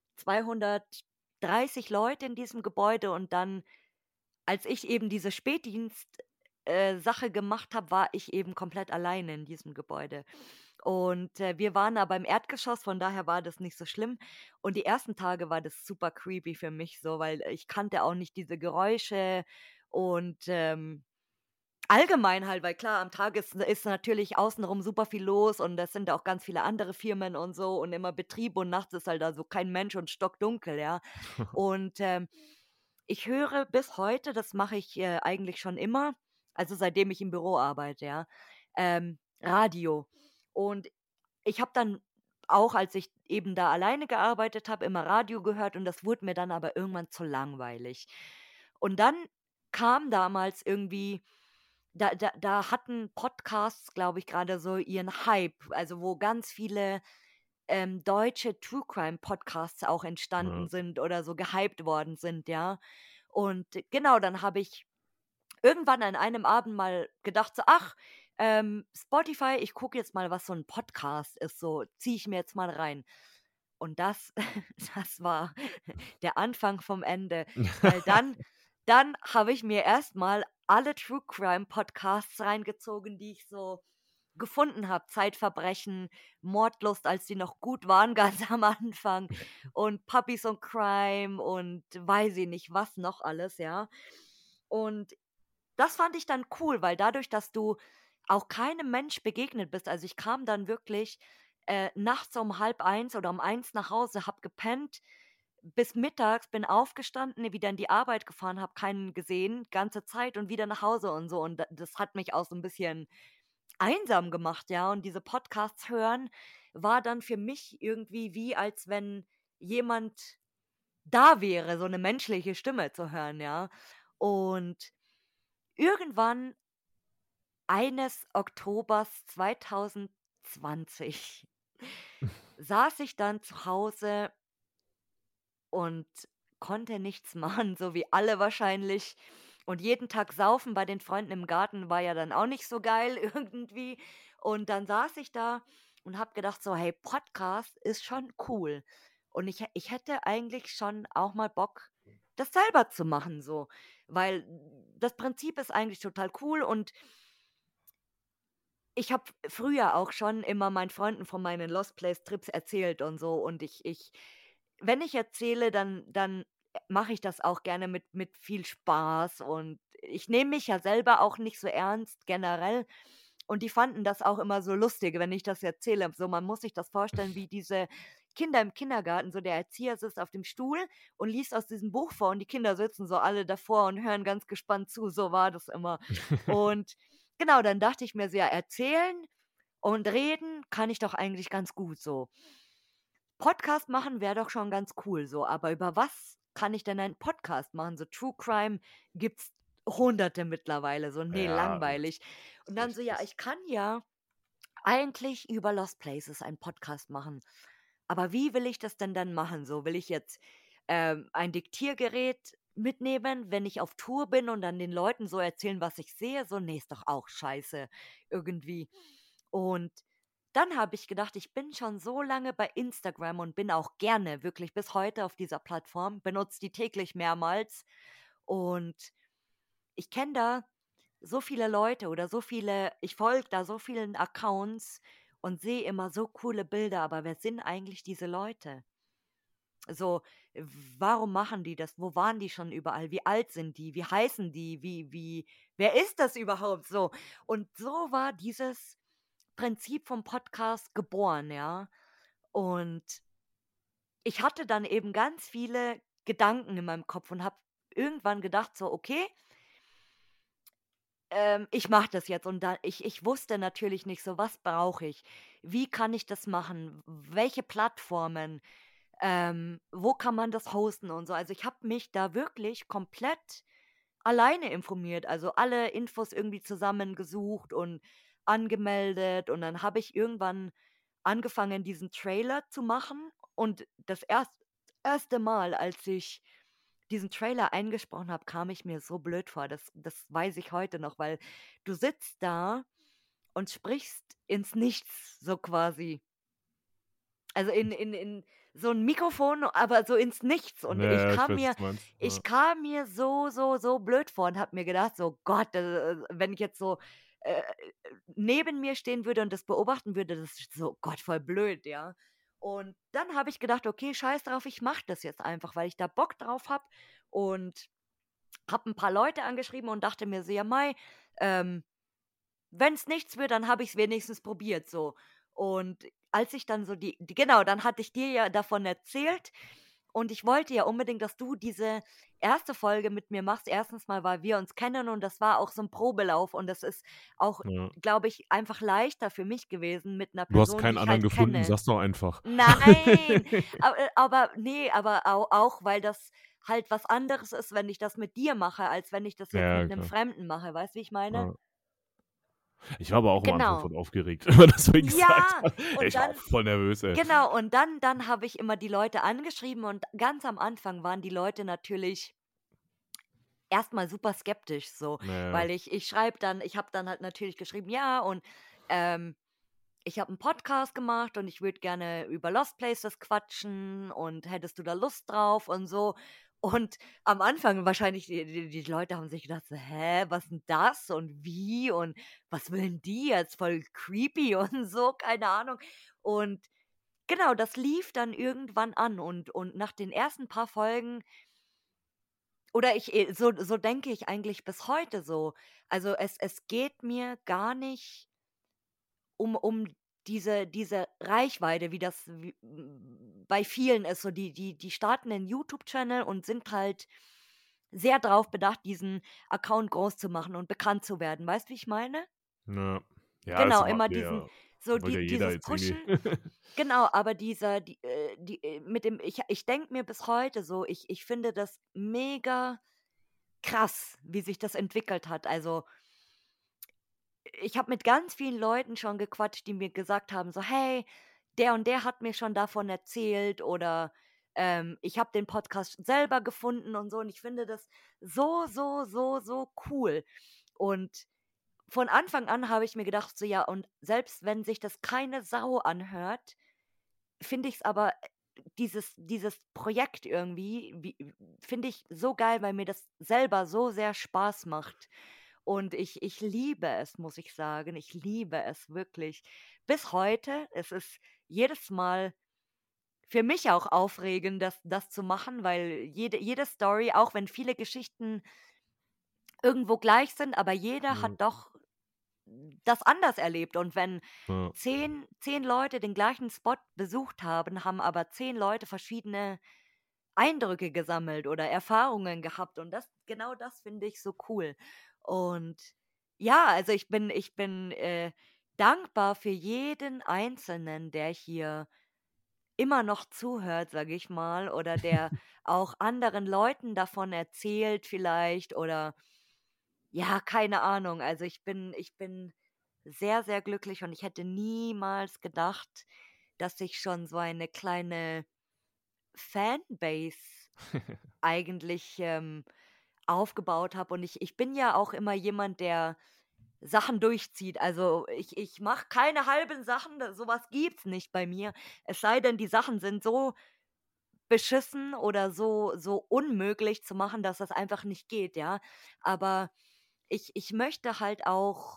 Speaker 1: 230 Leute in diesem Gebäude und dann, als ich eben diese Spätdienst Sache gemacht habe, war ich eben komplett alleine in diesem Gebäude. Und, wir waren aber im Erdgeschoss, von daher war das nicht so schlimm. Und die ersten Tage war das super creepy für mich so, weil ich kannte auch nicht diese Geräusche und, allgemein halt, weil klar, am Tag ist natürlich außenrum super viel los und es sind auch ganz viele andere Firmen und so und immer Betrieb und nachts ist halt also kein Mensch und stockdunkel, ja. Und, ich höre bis heute, das mache ich, eigentlich schon immer, also seitdem ich im Büro arbeite, ja, Radio. Und ich habe dann auch, als ich eben da alleine gearbeitet habe, immer Radio gehört und das wurde mir dann aber irgendwann zu langweilig. Und dann kam damals irgendwie da hatten Podcasts, glaube ich, gerade so ihren Hype, also wo ganz viele, deutsche True Crime Podcasts auch entstanden
Speaker 2: Ja.
Speaker 1: sind oder so gehypt worden sind, ja. Und genau, dann habe ich irgendwann an einem Abend mal gedacht so: „Ach, Spotify, ich gucke jetzt mal, was so ein Podcast ist, so ziehe ich mir jetzt mal rein.“ Und das das war der Anfang vom Ende, weil dann habe ich mir erst mal alle True Crime Podcasts reingezogen, die ich so gefunden habe. Zeitverbrechen, Mordlust, als die noch gut waren, ganz am Anfang und Puppies und Crime und weiß ich nicht was noch alles, ja. Und das fand ich dann cool, weil dadurch, dass du auch keinem Mensch begegnet bist, also ich kam dann wirklich nachts um 12:30 oder um 1 nach Hause, hab gepennt bis mittags, bin aufgestanden, wieder in die Arbeit gefahren, habe keinen gesehen, ganze Zeit und wieder nach Hause und so. Und das hat mich auch so ein bisschen einsam gemacht, ja. Und diese Podcasts hören war dann für mich irgendwie wie, als wenn jemand da wäre, so eine menschliche Stimme zu hören, ja. Und irgendwann eines Oktobers 2020 saß ich dann zu Hause und konnte nichts machen, so wie alle wahrscheinlich. Und jeden Tag saufen bei den Freunden im Garten war ja dann auch nicht so geil irgendwie. Und dann saß ich da und habe gedacht so: „Hey, Podcast ist schon cool.“ Und ich hätte eigentlich schon auch mal Bock, das selber zu machen so, weil das Prinzip ist eigentlich total cool und ich habe früher auch schon immer meinen Freunden von meinen Lost Place Trips erzählt und so und ich wenn ich erzähle, dann mache ich das auch gerne mit viel Spaß und ich nehme mich ja selber auch nicht so ernst generell und die fanden das auch immer so lustig, wenn ich das erzähle. So, man muss sich das vorstellen wie diese Kinder im Kindergarten, so der Erzieher sitzt auf dem Stuhl und liest aus diesem Buch vor und die Kinder sitzen so alle davor und hören ganz gespannt zu, so war das immer. Und genau, dann dachte ich mir so: „Ja, erzählen und reden kann ich doch eigentlich ganz gut so. Podcast machen wäre doch schon ganz cool so, aber über was kann ich denn einen Podcast machen?“ So True Crime gibt's Hunderte mittlerweile, so, ne,
Speaker 2: Ja,
Speaker 1: langweilig. Und
Speaker 2: ist
Speaker 1: dann so:
Speaker 2: echt
Speaker 1: „Ja,
Speaker 2: krass.
Speaker 1: ich kann ja eigentlich über Lost Places einen Podcast machen. Aber wie will ich das denn dann machen? So, will ich jetzt, ein Diktiergerät mitnehmen, wenn ich auf Tour bin und dann den Leuten so erzählen, was ich sehe? So, ne, ist doch auch scheiße irgendwie. Und dann habe ich gedacht, ich bin schon so lange bei Instagram und bin auch gerne wirklich bis heute auf dieser Plattform, benutze die täglich mehrmals und ich kenne da so viele Leute oder so viele ich folge da so vielen Accounts und sehe immer so coole Bilder, aber wer sind eigentlich diese Leute? So, warum machen die das? Wo waren die schon überall? Wie alt sind die? Wie heißen die? Wer ist das überhaupt so? Und so war dieses Prinzip vom Podcast geboren, ja. Und ich hatte dann eben ganz viele Gedanken in meinem Kopf und habe irgendwann gedacht so: „Okay, ich mache das jetzt.“ Und da ich wusste natürlich nicht so, was brauche ich? Wie kann ich das machen? Welche Plattformen? Wo kann man das hosten und so? Also, ich habe mich da wirklich komplett alleine informiert, also alle Infos irgendwie zusammengesucht und angemeldet und dann habe ich irgendwann angefangen, diesen Trailer zu machen und das erste Mal, als ich diesen Trailer eingesprochen habe, kam ich mir so blöd vor. Das weiß ich heute noch, weil du sitzt da und sprichst ins Nichts, so quasi. Also in so 'n Mikrofon, aber so ins Nichts
Speaker 2: Ja,
Speaker 1: und
Speaker 2: ja, ich weiß, was du meinst. Ja.
Speaker 1: ich kam mir so blöd vor und habe mir gedacht: „So Gott, wenn ich jetzt so, neben mir stehen würde und das beobachten würde, das ist so Gott, voll blöd“, ja? Und dann habe ich gedacht: „Okay, scheiß drauf, ich mache das jetzt einfach, weil ich da Bock drauf habe“ und habe 'n paar Leute angeschrieben und dachte mir so: „Ja, mei, ähm, wenn's nichts wird, dann habe ich's wenigstens probiert“, so. Und als ich dann so genau, dann hatte ich dir ja davon erzählt und ich wollte ja unbedingt, dass du diese erste Folge mit mir machst. Erstens mal, weil wir uns kennen und das war auch so 'n Probelauf und das ist auch,
Speaker 2: Ja.
Speaker 1: glaube ich, einfach leichter für mich gewesen mit 'ner
Speaker 2: Du hast
Speaker 1: Person, die
Speaker 2: keinen
Speaker 1: ich
Speaker 2: anderen
Speaker 1: halt
Speaker 2: gefunden,
Speaker 1: kenne.
Speaker 2: sag's doch einfach.
Speaker 1: Nein, aber ne, aber auch, weil das halt was anderes ist, wenn ich das mit dir mache, als wenn ich das jetzt
Speaker 2: Ja,
Speaker 1: mit
Speaker 2: ja,
Speaker 1: 'nem
Speaker 2: klar.
Speaker 1: Fremden mache. Weißt du, wie ich meine?
Speaker 2: Ja. Ich war aber auch am Anfang
Speaker 1: Genau.
Speaker 2: voll aufgeregt, wenn man das so gesagt
Speaker 1: Ja,
Speaker 2: hat. Ey,
Speaker 1: und
Speaker 2: ich war auch
Speaker 1: dann
Speaker 2: voll nervös, ey.
Speaker 1: genau, und dann habe ich immer die Leute angeschrieben und ganz am Anfang waren die Leute natürlich erst mal super skeptisch so,
Speaker 2: Ja, ja.
Speaker 1: weil ich habe dann halt natürlich geschrieben: „Ja, und, ähm, ich habe 'n Podcast gemacht und ich würde gerne über Lost Places quatschen und hättest du da Lust drauf?“ und so. Und am Anfang wahrscheinlich die Leute haben sich gedacht so: „Hä, was 'n das und wie und was will 'n die jetzt? Voll creepy und so“, keine Ahnung. Und genau, das lief dann irgendwann an und nach den ersten paar Folgen oder so denke ich eigentlich bis heute so. Also, es geht mir gar nicht um diese Reichweite, bei vielen ist so, die starten 'nen YouTube-Channel und sind halt sehr drauf bedacht, diesen Account groß zu machen und bekannt zu werden. Weißt du, wie ich meine?
Speaker 2: Ja. Ja, ist
Speaker 1: Genau,
Speaker 2: aber
Speaker 1: immer
Speaker 2: ja, wollte ja jeder
Speaker 1: dieses
Speaker 2: jetzt irgendwie.
Speaker 1: Pushen. Genau, aber mit dem ich denke mir bis heute so, ich finde das mega krass, wie sich das entwickelt hat. Also, ich habe mit ganz vielen Leuten schon gequatscht, die mir gesagt haben, so: „Hey, der und der hat mir schon davon erzählt“ oder, „Ich habe den Podcast selber gefunden“ und so. Und ich finde das so, so, so, so cool. Und von Anfang an habe ich mir gedacht, so: „Ja, und selbst wenn sich das keine Sau anhört, finde ich's aber dieses Projekt irgendwie finde ich so geil, weil mir das selber so sehr Spaß macht. Und ich liebe es, muss ich sagen. Ich liebe es wirklich. Bis heute. Es ist jedes Mal für mich auch aufregend, das zu machen, weil jede Story, auch wenn viele Geschichten irgendwo gleich sind, aber jeder hat
Speaker 2: Mhm.
Speaker 1: doch das anders erlebt. Und wenn
Speaker 2: Ja.
Speaker 1: zehn Leute den gleichen Spot besucht haben, haben aber 10 Leute verschiedene Eindrücke gesammelt oder Erfahrungen gehabt. Und genau das finde ich so cool. Und ja, also ich bin dankbar für jeden Einzelnen, der hier immer noch zuhört, sage ich mal, oder der auch anderen Leuten davon erzählt vielleicht oder ja, keine Ahnung. Also, ich bin sehr, sehr glücklich und ich hätte niemals gedacht, dass ich schon so eine kleine Fanbase eigentlich, aufgebaut habe. Und ich bin ja auch immer jemand, der Sachen durchzieht. Also, ich mache keine halben Sachen, so was gibt's nicht bei mir. Es sei denn, die Sachen sind so beschissen oder so unmöglich zu machen, dass das einfach nicht geht, ja. Aber ich möchte halt auch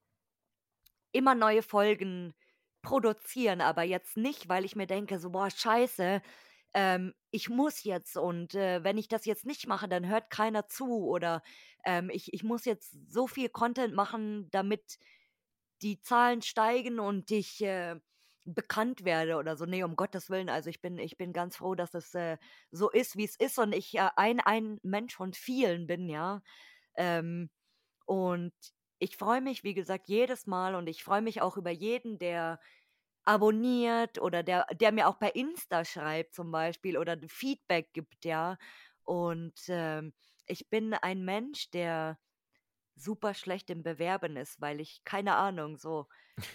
Speaker 1: immer neue Folgen produzieren, aber jetzt nicht, weil ich mir denke so: „Boah, scheiße, ich muss jetzt und, wenn ich das jetzt nicht mache, dann hört keiner zu“ oder, „ich muss jetzt so viel Content machen, damit die Zahlen steigen und ich, bekannt werde“ oder so. Ne, um Gottes Willen. Also, ich bin ganz froh, dass es, so ist, wie es ist und ich, ein Mensch von vielen bin, ja. Ähm, und ich freue mich, wie gesagt, jedes Mal und ich freue mich auch über jeden, der abonniert oder der mir auch bei Insta schreibt zum Beispiel oder Feedback gibt, ja. Und, ich bin ein Mensch, der super schlecht im Bewerben ist, weil ich keine Ahnung, so,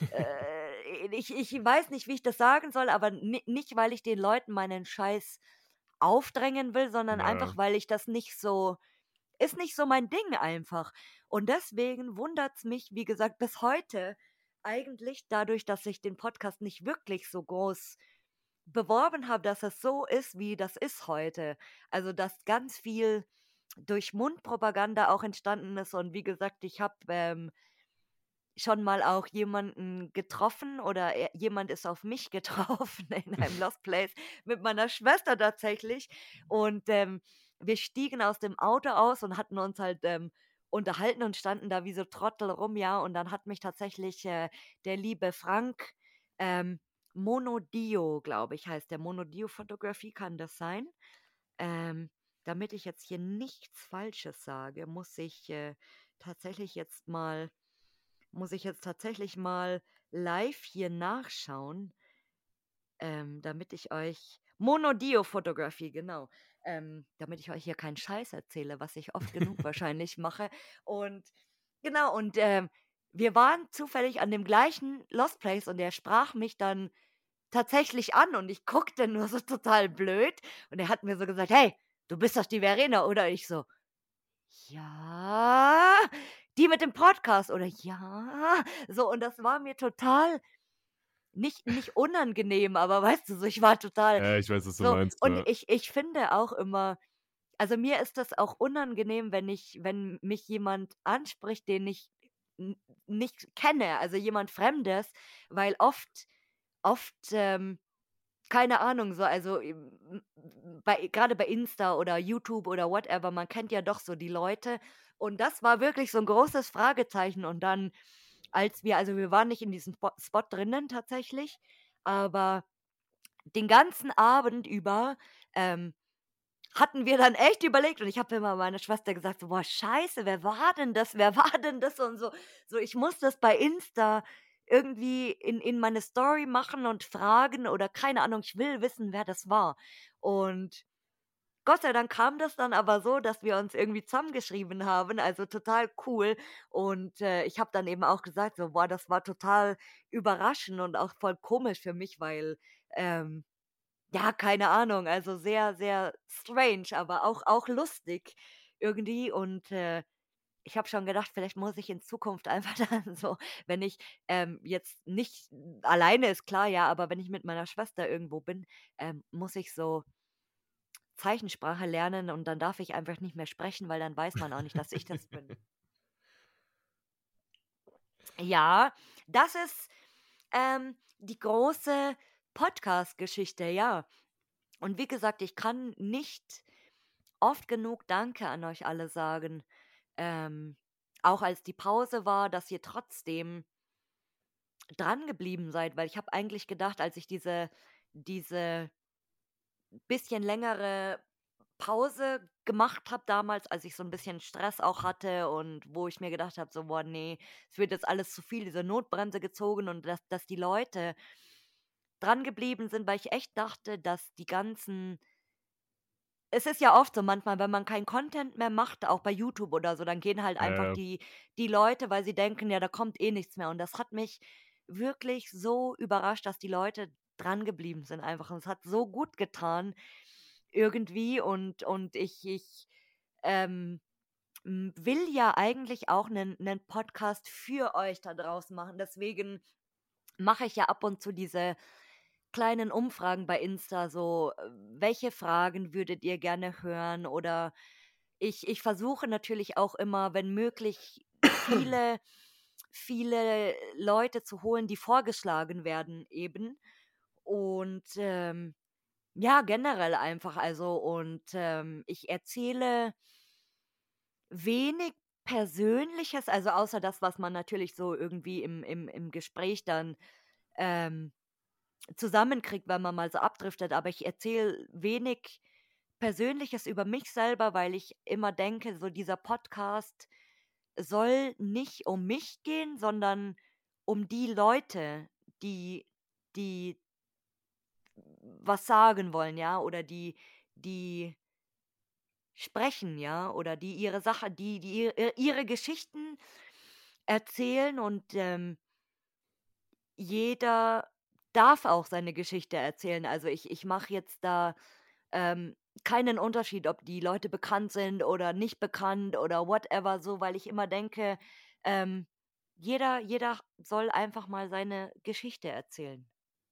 Speaker 1: ich weiß nicht, wie ich das sagen soll, aber nicht, weil ich den Leuten meinen Scheiß aufdrängen will, sondern
Speaker 2: Ja.
Speaker 1: einfach, weil ich das nicht so ist nicht so mein Ding einfach. Und deswegen wundert's mich, wie gesagt, bis heute eigentlich dadurch, dass ich den Podcast nicht wirklich so groß beworben habe, dass es so ist, wie das ist heute. Also, dass ganz viel durch Mundpropaganda auch entstanden ist und wie gesagt, ich habe, schon mal auch jemanden getroffen oder jemand ist auf mich getroffen in einem Lost Place mit meiner Schwester tatsächlich. Und, wir stiegen aus dem Auto aus und hatten uns halt, unterhalten und standen da wie so Trottel rum, ja. Und dann hat mich tatsächlich, der liebe Frank, ähm, Monodio, glaube ich, heißt der. Monodio Fotografie, kann das sein? Ähm, damit ich jetzt hier nichts Falsches sage, tatsächlich jetzt mal muss ich jetzt tatsächlich mal live hier nachschauen, damit ich euch Monodio-Fotografie, genau. Damit ich euch hier keinen Scheiß erzähle, was ich oft genug wahrscheinlich mache. Und genau, und, wir waren zufällig an dem gleichen Lost Place und er sprach mich dann tatsächlich an und ich guckte nur so total blöd und er hat mir so gesagt: „Hey, du bist doch die Verena, oder?“ Ich so: „Ja, die mit dem Podcast“, oder „Ja.“ So, und das war mir total nicht unangenehm, aber weißt du, so ich war total
Speaker 2: Ja, ich weiß, was du
Speaker 1: so
Speaker 2: meinst,
Speaker 1: und
Speaker 2: ja.
Speaker 1: ich finde auch immer Also, mir ist das auch unangenehm, wenn mich jemand anspricht, den ich n nicht kenne, also jemand Fremdes, weil oft, keine Ahnung, so, also, bei grade bei Insta oder YouTube oder whatever, man kennt ja doch so die Leute. Und das war wirklich so 'n großes Fragezeichen. Und dann, wir waren nicht in diesem Spot drinnen tatsächlich, aber den ganzen Abend über, ähm, hatten wir dann echt überlegt, und ich habe immer meiner Schwester gesagt so: „Boah, scheiße, wer war denn das? Wer war denn das?“ Und so. So, ich muss das bei Insta irgendwie in meine Story machen und fragen oder keine Ahnung, ich will wissen, wer das war. Und Gott sei Dank kam das dann aber so, dass wir uns irgendwie zusammengeschrieben haben, also total cool. Und, ich habe dann eben auch gesagt so: „Boah, das war total überraschend und auch voll komisch für mich“, weil, ähm ja, keine Ahnung, also sehr, sehr strange, aber auch lustig irgendwie. Und, ich habe schon gedacht, vielleicht muss ich in Zukunft einfach dann so, wenn ich, jetzt nicht alleine, ist klar, ja, aber wenn ich mit meiner Schwester irgendwo bin, muss ich so Zeichensprache lernen, und dann darf ich einfach nicht mehr sprechen, weil dann weiß man auch nicht, dass ich das bin. Ja, das ist, die große Podcast-Geschichte, ja. Und wie gesagt, ich kann nicht oft genug Danke an euch alle sagen. Ähm, Auch als die Pause war, dass ihr trotzdem dran geblieben seid, weil ich habe eigentlich gedacht, als ich diese bisschen längere Pause gemacht habe damals, als ich so ein bisschen Stress auch hatte und wo ich mir gedacht habe, so: „Boah, nee, es wird jetzt alles zu viel“, diese Notbremse gezogen, und dass die Leute dran geblieben sind, weil ich echt dachte, dass die ganzen es ist ja oft so manchmal, wenn man keinen Content mehr macht, auch bei YouTube oder so, dann gehen halt einfach
Speaker 2: Äh,
Speaker 1: die Leute, weil sie denken: „Ja, da kommt eh nichts mehr.“ Und das hat mich wirklich so überrascht, dass die Leute dran geblieben sind einfach. Und es hat so gut getan irgendwie. Und ich, ähm, will ja eigentlich auch einen Podcast für euch da draußen machen. Deswegen mache ich ja ab und zu diese kleinen Umfragen bei Insta, so, welche Fragen würdet ihr gerne hören? Oder ich versuche natürlich auch immer, wenn möglich, viele Leute zu holen, die vorgeschlagen werden eben. Und, ja, generell einfach, also, und, ich erzähle wenig Persönliches, also außer das, was man natürlich so irgendwie im Gespräch dann, ähm zusammenkriegt, wenn man mal so abdriftet, aber ich erzähle wenig Persönliches über mich selber, weil ich immer denke, so dieser Podcast soll nicht um mich gehen, sondern um die Leute, die was sagen wollen, ja, oder die sprechen, ja, oder die ihre Sache ihre Geschichten erzählen. Und, jeder darf auch seine Geschichte erzählen. Also, ich mache jetzt da, keinen Unterschied, ob die Leute bekannt sind oder nicht bekannt oder whatever so, weil ich immer denke, ähm, jeder soll einfach mal seine Geschichte erzählen.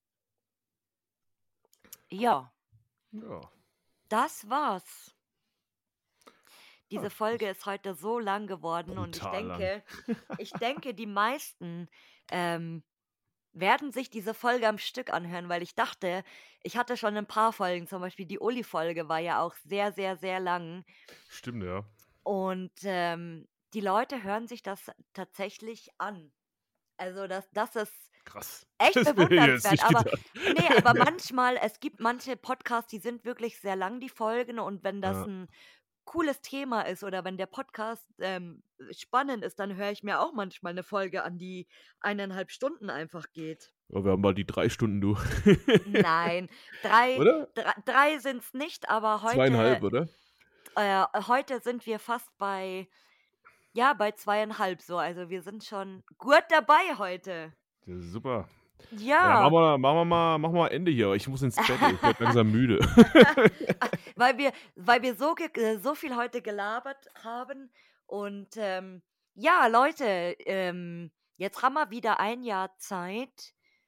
Speaker 1: Ja,
Speaker 2: ja.
Speaker 1: das war's.
Speaker 2: Ah,
Speaker 1: Diese Folge ist heute so lang geworden, und ich
Speaker 2: brutal lang.
Speaker 1: denke die meisten, ähm werden sich diese Folge am Stück anhören, weil ich hatte schon ein paar Folgen, zum Beispiel die Uli-Folge war ja auch sehr, sehr, sehr lang,
Speaker 2: Stimmt, ja.
Speaker 1: und, die Leute hören sich das tatsächlich an. Also, das ist
Speaker 2: Krass.
Speaker 1: echt
Speaker 2: Das hätte ich jetzt
Speaker 1: bewundernswert,
Speaker 2: nicht
Speaker 1: aber
Speaker 2: gedacht.
Speaker 1: nee, aber manchmal es gibt manche Podcasts, die sind wirklich sehr lang, die Folgen, und wenn das
Speaker 2: Ja.
Speaker 1: ein cooles Thema ist oder wenn der Podcast, spannend ist, dann höre ich mir auch manchmal eine Folge an, die 1,5 Stunden einfach geht.
Speaker 2: Ja, wir haben bald die 3 Stunden, du.
Speaker 1: Nein, 3
Speaker 2: Oder?
Speaker 1: 3 sind's nicht, aber
Speaker 2: 2,5, oder?
Speaker 1: heute sind wir fast bei, ja, bei 2,5 so. Also, wir sind schon gut dabei heute.
Speaker 2: Ja, super. Ja,
Speaker 1: Ja,
Speaker 2: machen wir mal Ende hier. Ich muss ins Bett, ey. Ich werde langsam müde.
Speaker 1: weil wir so viel heute gelabert haben. Und, ja, Leute, jetzt haben wir wieder ein Jahr Zeit,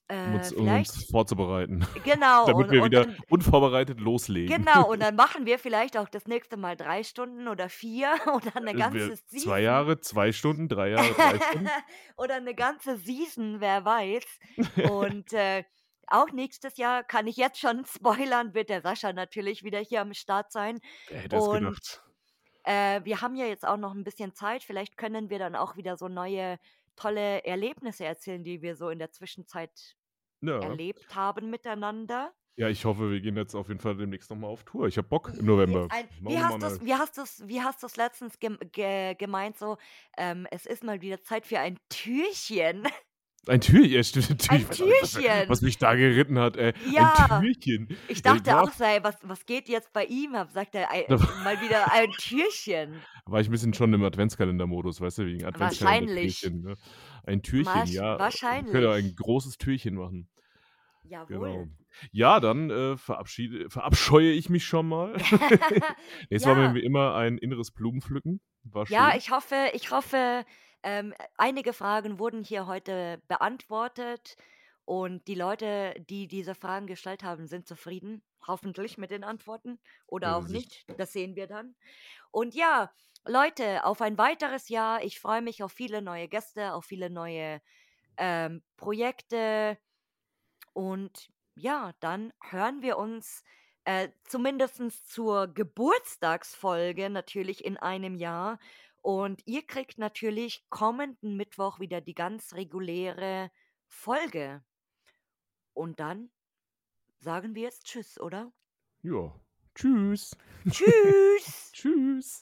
Speaker 2: Um
Speaker 1: Vielleicht
Speaker 2: uns vorzubereiten,
Speaker 1: genau,
Speaker 2: damit
Speaker 1: und
Speaker 2: wir
Speaker 1: und
Speaker 2: wieder
Speaker 1: und
Speaker 2: unvorbereitet loslegen.
Speaker 1: genau, und dann machen wir vielleicht auch das nächste Mal 3 Stunden oder 4 oder 'ne
Speaker 2: Wir
Speaker 1: ganze
Speaker 2: 2
Speaker 1: Season.
Speaker 2: Jahre, 2 Stunden, 3 Jahre, 3 Stunden.
Speaker 1: Oder 'ne ganze Season, wer weiß. Und, auch nächstes Jahr kann ich jetzt schon spoilern, wird der Sascha natürlich wieder hier am Start sein.
Speaker 2: Wer hätte es
Speaker 1: Und,
Speaker 2: gedacht?
Speaker 1: wir haben ja jetzt auch noch 'n bisschen Zeit. Vielleicht können wir dann auch wieder so neue tolle Erlebnisse erzählen, die wir so in der Zwischenzeit
Speaker 2: Ja.
Speaker 1: erlebt haben miteinander.
Speaker 2: Ja, ich hoffe, wir gehen jetzt auf jeden Fall demnächst noch mal auf Tour. Ich habe Bock im
Speaker 1: J
Speaker 2: November.
Speaker 1: ein
Speaker 2: Machen wir mal 'ne
Speaker 1: wie hast du's letztens gemeint so, „Es ist mal wieder Zeit für ein Türchen."
Speaker 2: ein Türchen, ja stimmt, natürlich,
Speaker 1: Ein
Speaker 2: ich weiß auch nicht, was
Speaker 1: Türchen!
Speaker 2: mich da geritten hat, ey. Ein
Speaker 1: Ja,
Speaker 2: Türchen.
Speaker 1: ich
Speaker 2: Ey,
Speaker 1: dachte auch so: „Ey, was geht jetzt bei ihm ab?" Sagt er: „Ei mal wieder ein Türchen."
Speaker 2: war ich 'n bisschen schon im Adventskalender-Modus, weißt du, wegen
Speaker 1: Wahrscheinlich.
Speaker 2: Adventskalender-Türchen, ne? Ein Türchen, ja. Wir können ja ein
Speaker 1: Wahrscheinlich.
Speaker 2: großes Türchen machen. Genau.
Speaker 1: Jawohl.
Speaker 2: Ja, dann, verabscheue ich mich schon mal. Es war mir
Speaker 1: Ja.
Speaker 2: wie immer ein inneres Blumenpflücken. War
Speaker 1: Ja,
Speaker 2: schön.
Speaker 1: ich hoffe, einige Fragen wurden hier heute beantwortet und die Leute, die diese Fragen gestellt haben, sind zufrieden, hoffentlich mit den Antworten oder auch
Speaker 2: Sich
Speaker 1: nicht. Das sehen wir dann. Und ja, Leute, auf ein weiteres Jahr. Ich freue mich auf viele neue Gäste, auf viele neue, Projekte und ja, dann hören wir uns, zumindestens zur Geburtstagsfolge natürlich in einem Jahr. Und ihr kriegt natürlich kommenden Mittwoch wieder die ganz reguläre Folge. Und dann sagen wir jetzt tschüss, oder?
Speaker 2: ja. Tschüss.
Speaker 1: Tschüss.
Speaker 2: Tschüss.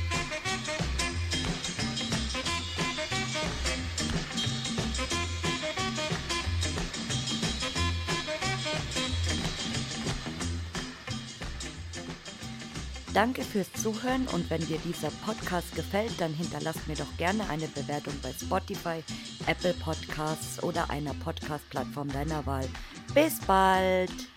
Speaker 1: Danke fürs Zuhören und wenn dir dieser Podcast gefällt, dann hinterlass mir doch gerne eine Bewertung bei Spotify, Apple Podcasts oder einer Podcast-Plattform deiner Wahl. Bis bald!